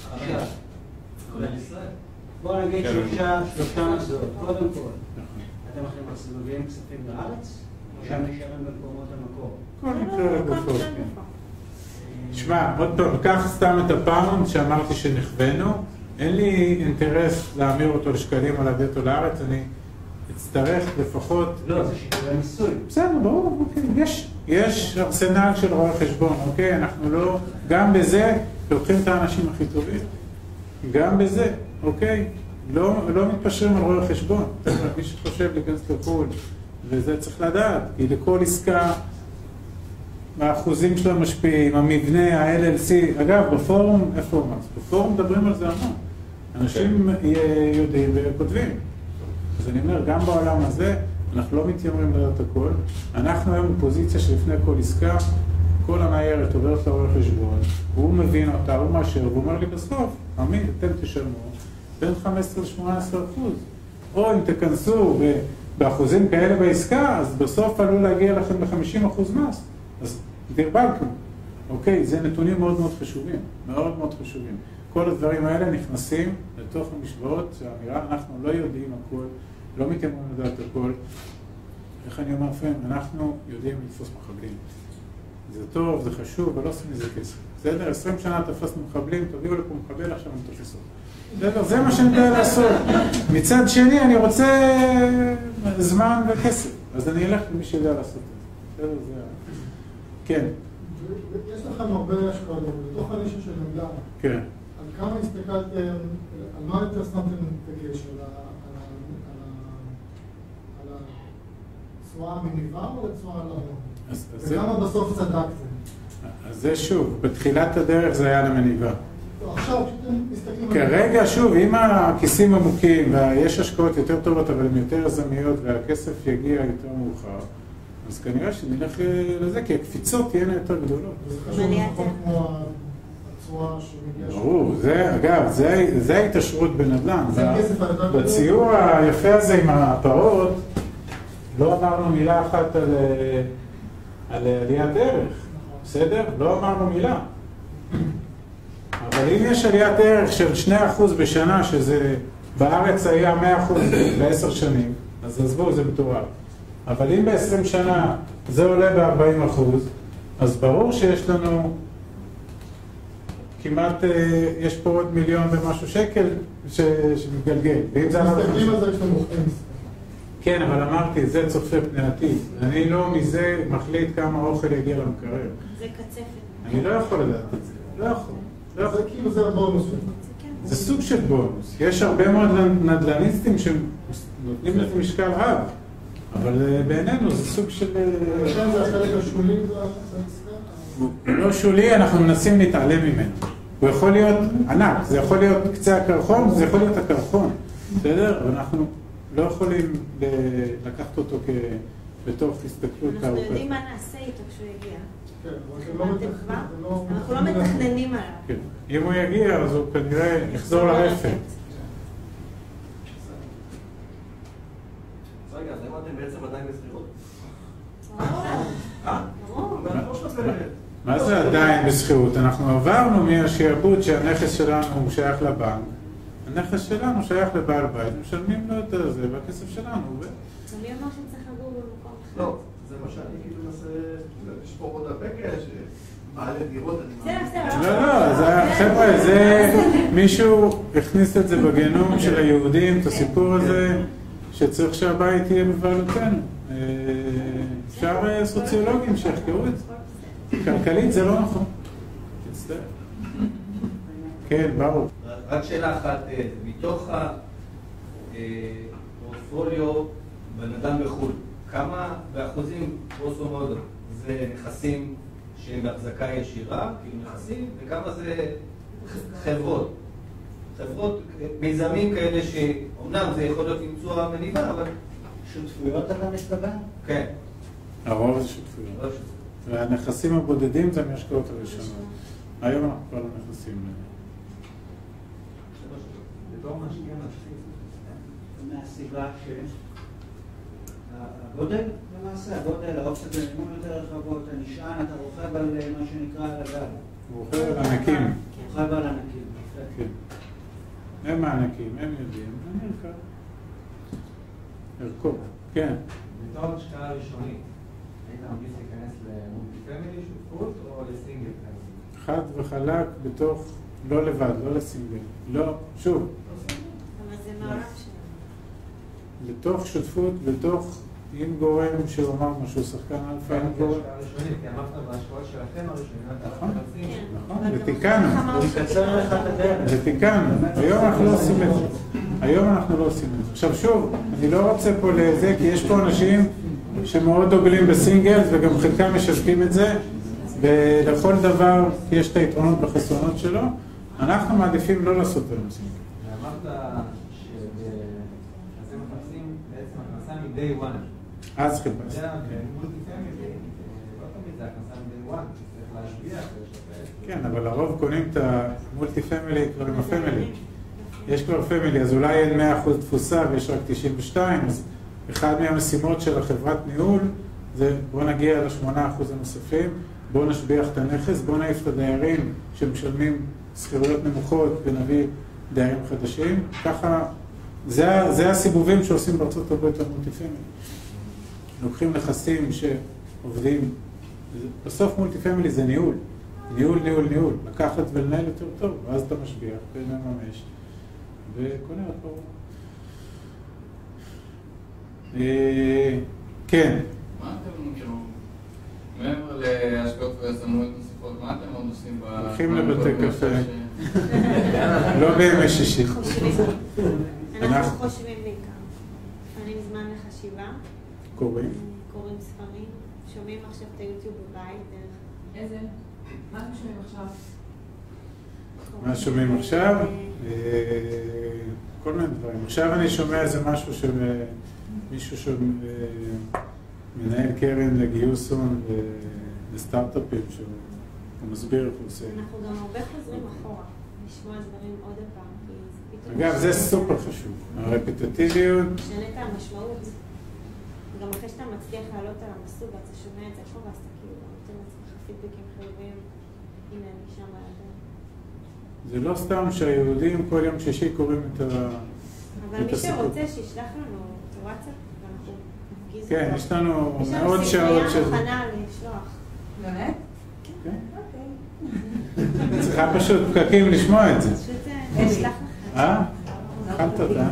בוא נגיד שלושה מסורות. קודם כל, אתם מביאים כספים לארץ, או שהם נשארים במקומות המקור? כל מקרה לגופות. שמע, עוד פעם, קח סתם את הפאונד שאמרתי שנחווינו, אין לי אינטרס להמיר אותו לשקלים או להביא אותו לארץ, תצטרך לפחות... לא, זה שיקולי מיסוי. בסדר, ברור, אוקיי. יש ארסנל של רואי חשבון, אוקיי? אנחנו לא... גם בזה לוקחים את האנשים הכי טובים. גם בזה, אוקיי? לא מתפשרים על רואי חשבון. מי שחושב להיכנס לחו"ל, וזה צריך לדעת, כי לכל עסקה, האחוזים שלו משפיעים, המבנה, ה-LLC, אגב, בפורום, איפה הוא אמר? בפורום מדברים על זה המון. אנשים יודעים וכותבים. אז אני אומר, גם בעולם הזה, אנחנו לא מתיימרים לדעת הכל. אנחנו היום בפוזיציה שלפני כל עסקה, כל הניירת עוברת לרואה חשבון, הוא מבין אותה, הוא מאשר, והוא אומר לי בסוף, עמית, אתם תשלמו בין 15-18%. או אם תכנסו באחוזים כאלה בעסקה, אז בסוף עלול להגיע לכם ל-50% מס. אז דרבלתם. אוקיי, זה נתונים מאוד מאוד חשובים, מאוד מאוד חשובים. כל הדברים האלה נכנסים לתוך המשוואות, שהאמירה, אנחנו לא יודעים הכל, לא מתיימרים לדעת הכל. איך אני אומר לפעמים, אנחנו יודעים לתפוס מחבלים. זה טוב, זה חשוב, אבל לא עושים מזה כסף. בסדר? 20 שנה תפסנו מחבלים, תביאו לפה מחבל, עכשיו אני תופס אותו. בסדר? זה מה שאני יודע לעשות. מצד שני, אני רוצה זמן וכסף. אז אני אלך למי שיודע לעשות את זה. בסדר? זה... כן. יש לכם הרבה השקעות, בתוך הנישה של נדל"ן. כן. על כמה הסתכלתם, על מה יותר שמתם דגש? על התשואה המניבה או לתשואה על ההון? וכמה בסוף צדקתם? אז זה שוב, בתחילת הדרך זה היה למניבה. עכשיו, כשאתם מסתכלים... כרגע, שוב, אם הכיסים עמוקים ויש השקעות יותר טובות, אבל הן יותר יזמיות והכסף יגיע יותר מאוחר, אז כנראה שנלך לזה, כי הקפיצות תהיינה יותר גדולות. זה חשוב נכון כמו התשואה שמגיעה... ברור, אגב, זה ההתעשרות בנדל"ן. בציור היפה הזה עם הפרות, לא אמרנו מילה אחת על עליית ערך, בסדר? לא אמרנו מילה. אבל אם יש עליית ערך של 2% בשנה, שזה בארץ היה 100% ב10 שנים, אז עזבו, זה מטורף. אבל אם ב20 שנה זה עולה ב40%, אז ברור שיש לנו כמעט, יש פה עוד מיליון ומשהו שקל שמתגלגל. מסתכלים על זה, יש לנו חיים. כן, אבל אמרתי, זה צופה פני עתיד. אני לא מזה מחליט כמה אוכל יגיע למקרר. זה קצפת. אני לא יכול לדעת את זה. לא יכול. זה כאילו זה הבונוס. זה סוג של בונוס. יש הרבה מאוד נדל"ניסטים שנותנים לזה משקל רב. אבל בעינינו זה סוג של... לכן זה החלק השולי, זה לא שולי, אנחנו מנסים להתעלם ממנו. הוא יכול להיות ענק, זה יכול להיות קצה הקרחון, זה יכול להיות הקרחון. בסדר? אבל אנחנו לא יכולים לקחת אותו בתוך הסתכלות. אנחנו יודעים מה נעשה איתו כשהוא יגיע. אנחנו לא מתכננים עליו. אם הוא יגיע, אז הוא כנראה יחזור לרפת. רגע, אז למה אתם בעצם עדיין בסחירות? מה זה עדיין בסחירות? אנחנו עברנו מהשעבוד שהנכס שלנו הוא שייך לבנק. הנכס שלנו שייך לבעל בית, משלמים לו את זה, והכסף שלנו הוא... מי אמר שצריך לגור במקום אחר? לא, זה מה שאני כאילו מנסה לשפוך עוד הרבה כאלה שמעלה דירות. לא, חבר'ה, זה מישהו הכניס את זה בגנום של היהודים, את הסיפור הזה, שצריך שהבית יהיה בבעלותנו. אפשר סוציולוגים שיחקרו את זה. כלכלית זה לא נכון. תצטער. כן, ברור. רק שאלה אחת, מתוך הפורטפוליו בנדל"ן בחו"ל, כמה באחוזים גרוסו מודו זה נכסים שהם בהחזקה ישירה, כאילו נכסים, וכמה זה חברות? חברות, מיזמים כאלה שאומנם זה יכול להיות למצוא המניבה, אבל... שותפויות אתה מסתבר? כן. הרוב זה שותפויות. והנכסים הבודדים זה מהשקעות הראשונות. היום אנחנו כבר לא נכנסים לזה. בתור משקיע נפסיק, מהסיבה שהגודל, למעשה, הגודל, האופציות במימון יותר רחבות, הנשען, אתה רוכב על מה שנקרא על הגל. הוא רוכב על ענקים. רוכב על ענקים. כן. הם הענקים, הם יודעים, אני ארכב. ערכו, כן. בתור השקעה ראשונית, היית ממליץ להיכנס למולטי פמילי, שותפות, או לסינגל פמילי? חד וחלק בתוך, לא לבד, לא לסינגל. לא, שוב. אבל זה מערב בתוך שותפות, בתוך, אם גורם שהוא אמר משהו, שחקן אלפא, אם גורם... כי אמרת בהשקעות שלכם הראשונים, נכון, ותיקנו, היום אנחנו לא עושים את זה. היום אנחנו לא עושים את זה. עכשיו שוב, אני לא רוצה פה לזה, כי יש פה אנשים שמאוד דוגלים בסינגלס, וגם חלקם משווקים את זה, ולכל דבר יש את היתרונות בחסרונות שלו, אנחנו מעדיפים לא לעשות את זה. אמרת שאתם מחפשים בעצם הכנסה מ-day one. אז חיפש. זה מולטי פמילי, לא תמיד זה הכנסה מ-day one, צריך להשביח ולשפט. כן, אבל לרוב קונים את המולטי פמילי כבר עם הפמילי. יש כבר פמילי, אז אולי אין 100% תפוסה ויש רק 92, אז אחד מהמשימות של החברת ניהול זה בוא נגיע ל8% הנוספים, בוא נשביח את הנכס, בוא נעיף את הדיירים שמשלמים שכירויות נמוכות ונביא דיירים חדשים. ככה, זה הסיבובים שעושים בארצות הברית למולטי פמילי. לוקחים נכסים שעובדים, בסוף מולטי פמילי זה ניהול. ניהול. לקחת ולנהל יותר טוב, ואז אתה משביח ומממש וקונה עוד פעם. כן. מה אתם כאילו, מעבר להשקעות ויזמויות נוספות, מה אתם עוד עושים? הולכים לבתי קפה. לא בימי שישי. אנחנו חושבים בעיקר. לפעמים זמן לחשיבה. קוראים ספרים. שומעים עכשיו את היוטיוב בבית דרך... איזה? מה אתם שומעים עכשיו? מה שומעים עכשיו? כל מיני דברים. עכשיו אני שומע איזה משהו מישהו שמנהל קרן לגיוס הון לסטארט-אפים שהוא מסביר איך הוא עושה. אנחנו גם הרבה חוזרים אחורה, לשמוע דברים עוד הפעם. אגב, זה סופר חשוב. הרפטטיביות... משנה את המשמעות. גם אחרי שאתה מצליח לעלות על המסלול ואתה שומע את זה אחורה, אז אתה כאילו נותן לעצמך פידבקים חיוביים. הנה, אני שם על זה לא סתם שהיהודים כל יום שישי קוראים את הסיפור. אבל מי שרוצה שישלח לנו את הוואטסאפ, ואנחנו נפגיז אותו. כן, יש לנו מאוד שעות של... יש לנו ספרייה מוכנה לשלוח. באמת? כן. אוקיי. צריכה פשוט פקקים לשמוע את זה. פשוט נשלח לך. חמת אותה.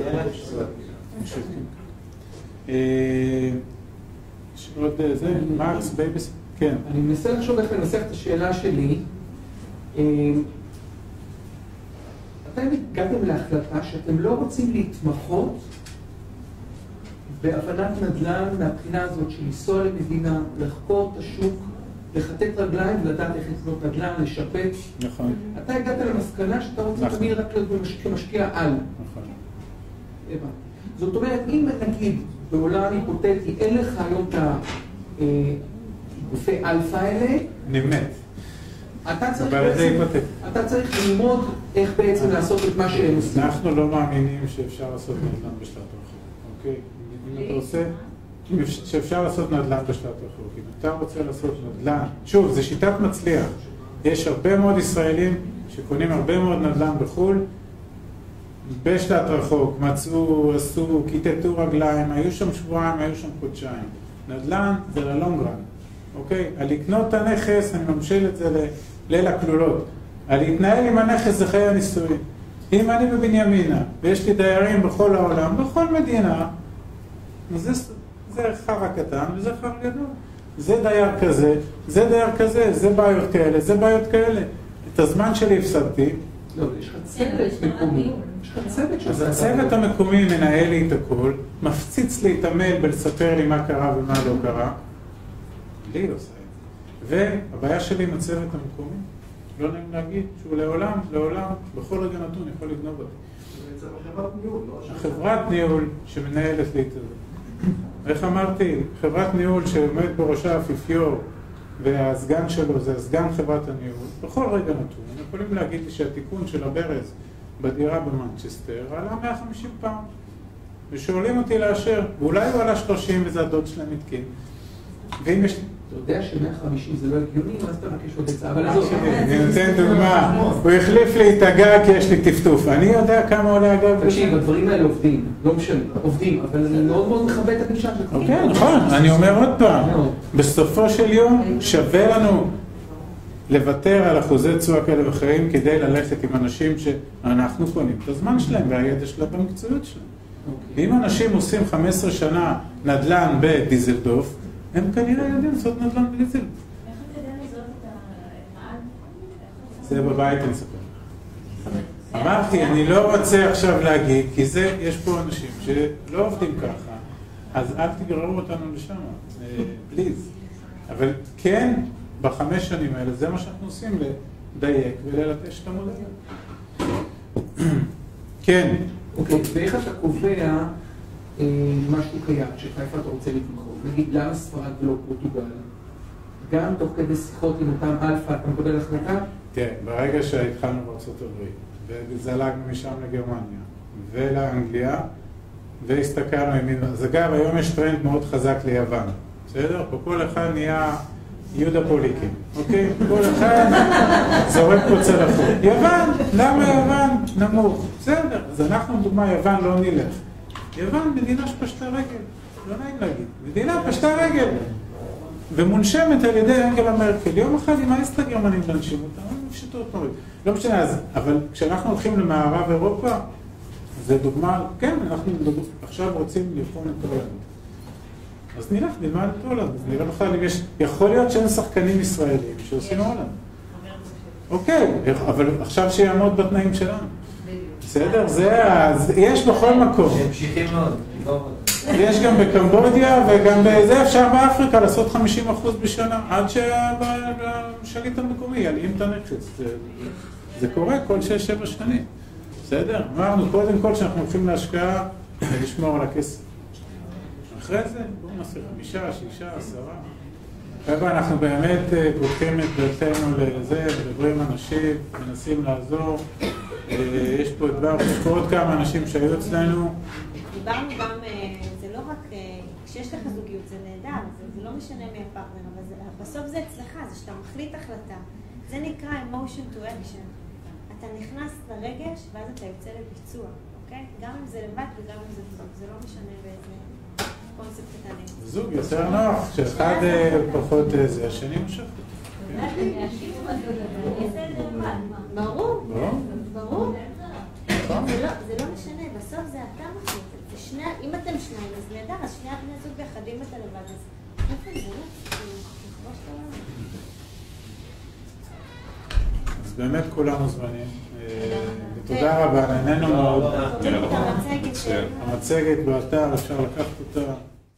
יש עוד זה, מקס, בייביס, כן. אני מנסה לחשוב איך לנסח את השאלה שלי. אתם הגעתם להחלטה שאתם לא רוצים להתמחות בהבנת נדל"ן מהבחינה הזאת של לנסוע למדינה, לחקור את השוק, לחטט רגליים ולדעת איך לקנות נדל"ן, לשפץ. נכון. אתה הגעת למסקנה שאתה רוצה תמיד רק כמשקיע על. נכון. זאת אומרת, אם נגיד בעולם היפותטי אין לך היום את גופי אלפא האלה, נמנת. אתה צריך ללמוד איך בעצם לעשות את מה שהם עושים. אנחנו לא מאמינים שאפשר לעשות נדל"ן בשלט רחוק, אוקיי? אם אתה עושה, שאפשר לעשות נדל"ן בשלט רחוק, אם אתה רוצה לעשות נדל"ן, שוב, זה שיטת מצליח. יש הרבה מאוד ישראלים שקונים הרבה מאוד נדל"ן בחו"ל, בשלט רחוק, מצאו, עשו, כיתתו רגליים, היו שם שבועיים, היו שם חודשיים. נדל"ן זה ללונגרן, אוקיי? על לקנות את הנכס, אני ממשיל את זה ליל הכלולות. על להתנהל עם הנכס זה חיי הניסויים. אם אני בבנימינה, ויש לי דיירים בכל העולם, בכל מדינה, זה חרא קטן וזה חרא גדול. זה דייר כזה, זה דייר כזה, זה בעיות כאלה, זה בעיות כאלה. את הזמן שלי הפסדתי. לא, יש לך צוות מקומי. אז הצוות המקומי מנהל לי את הכל, מפציץ לי את המייל בלספר לי מה קרה ומה לא קרה. לי עושה את זה. והבעיה שלי עם הצוות המקומי, לא נעים להגיד שהוא לעולם, בכל רגע נתון יכול לגנוב אותי. זה חברת ניהול, לא? חברת ניהול שמנהלת לי את זה. איך אמרתי? חברת ניהול שעומד בראשה האפיפיור, והסגן שלו זה הסגן חברת הניהול. בכל רגע נתון, הם יכולים להגיד לי שהתיקון של הברז בדירה במנצ'סטר עלה 150 פעם. ושואלים אותי לאשר, ואולי הוא עלה 30 וזה הדוד שלהם התקין. ואם יש... אתה יודע ש-150 זה לא הגיוני, אז אתה מבקש עוד עצה, אבל עזוב. אני נותן דוגמה, הוא החליף לי את הגג כי יש לי טפטוף. אני יודע כמה עולה הגג. תקשיב, הדברים האלה עובדים, לא משנה, עובדים, אבל אני מאוד מאוד מכבד את הגישה שלך. כן, נכון, אני אומר עוד פעם, בסופו של יום שווה לנו לוותר על אחוזי תשואה כאלה ואחרים כדי ללכת עם אנשים שאנחנו קונים את הזמן שלהם והידע שלהם במקצועיות שלהם. אם אנשים עושים 15 שנה נדל"ן בדיזלדורף, הם כנראה יודעים לעשות נדל"ן בדיזלדורף. איך אתה יודע לזהות את המעל? זה בבית אני אספר. אמרתי, אני לא רוצה עכשיו להגיד, כי יש פה אנשים שלא עובדים ככה, אז אל תגררו אותנו לשם, פליז. אבל כן, ב5 שנים האלה, זה מה שאנחנו עושים, לדייק וללטש את המודל. כן. אוקיי, ואיך אתה קובע משהו קיים, שחיפה אתה רוצה להתמחות? נגיד, למה ספרד ולא פורטוגל? גם תוך כדי שיחות עם אותם אלפא, אתה מקבל החלטה? כן, ברגע שהתחלנו בארצות הברית, וזלגנו משם לגרמניה ולאנגליה, והסתכלנו ימין, אז אגב, היום יש טרנד מאוד חזק ליוון, בסדר? פה כל אחד נהיה יהודה פוליקים, אוקיי? כל אחד זורק פה צלפות. יוון, למה יוון? נמוך. בסדר, אז אנחנו דוגמה, יוון לא נלך. יוון מדינה שפשטה רגל, לא נעים להגיד. מדינה פשטה רגל. ומונשמת על ידי אנגלה מרקל. יום אחד עם האסט הגרמנים להנשים אותה, פשוטות נורית. לא משנה, אבל כשאנחנו הולכים למערב אירופה, זה דוגמה, כן, אנחנו עכשיו רוצים לבחון את הולנד. אז נלך, נלמד את הולנד. נראה בכלל אם יש, יכול להיות שאין שחקנים ישראלים שעושים הולנד. אוקיי, אבל עכשיו שיעמוד בתנאים שלנו. בסדר? יש בכל מקום. שהמשיכים מאוד. יש גם בקמבודיה וגם בזה אפשר באפריקה לעשות 50% בשנה, עד שהשליט המקומי ילאים את הנכס. זה קורה כל 6-7 שנים. בסדר? אמרנו קודם כל שאנחנו הולכים להשקעה ולשמור על הכסף. אחרי זה בואו נעשה 5, 6, 10. חבר'ה, אנחנו באמת פותחים את דלתנו לזה, מדברים אנשים, מנסים לעזור. יש פה עוד כמה אנשים שהיו אצלנו. דיברנו גם, זה לא רק, כשיש לך זוגיות זה נהדר, זה לא משנה מי הפרטנר, אבל בסוף זה אצלך, זה שאתה מחליט החלטה. זה נקרא emotion to action. אתה נכנס לרגש ואז אתה יוצא לביצוע, אוקיי? גם אם זה לבד וגם אם זה זוג, זה לא משנה באיזה קונספט קטנים. זוג יותר נוח, שאחד פחות זה, השני משך. ברור, ברור. זה לא משנה, בסוף זה אתה מחליט. אם אתם שניים, אז נהדר, אז שני בני זוג ביחד, אם אתה לבד, אז איפה זה? לכבוש את העולם. אז באמת כולם מוזמנים. ותודה רבה, נהנינו מאוד. המצגת באתר, אפשר לקחת אותה.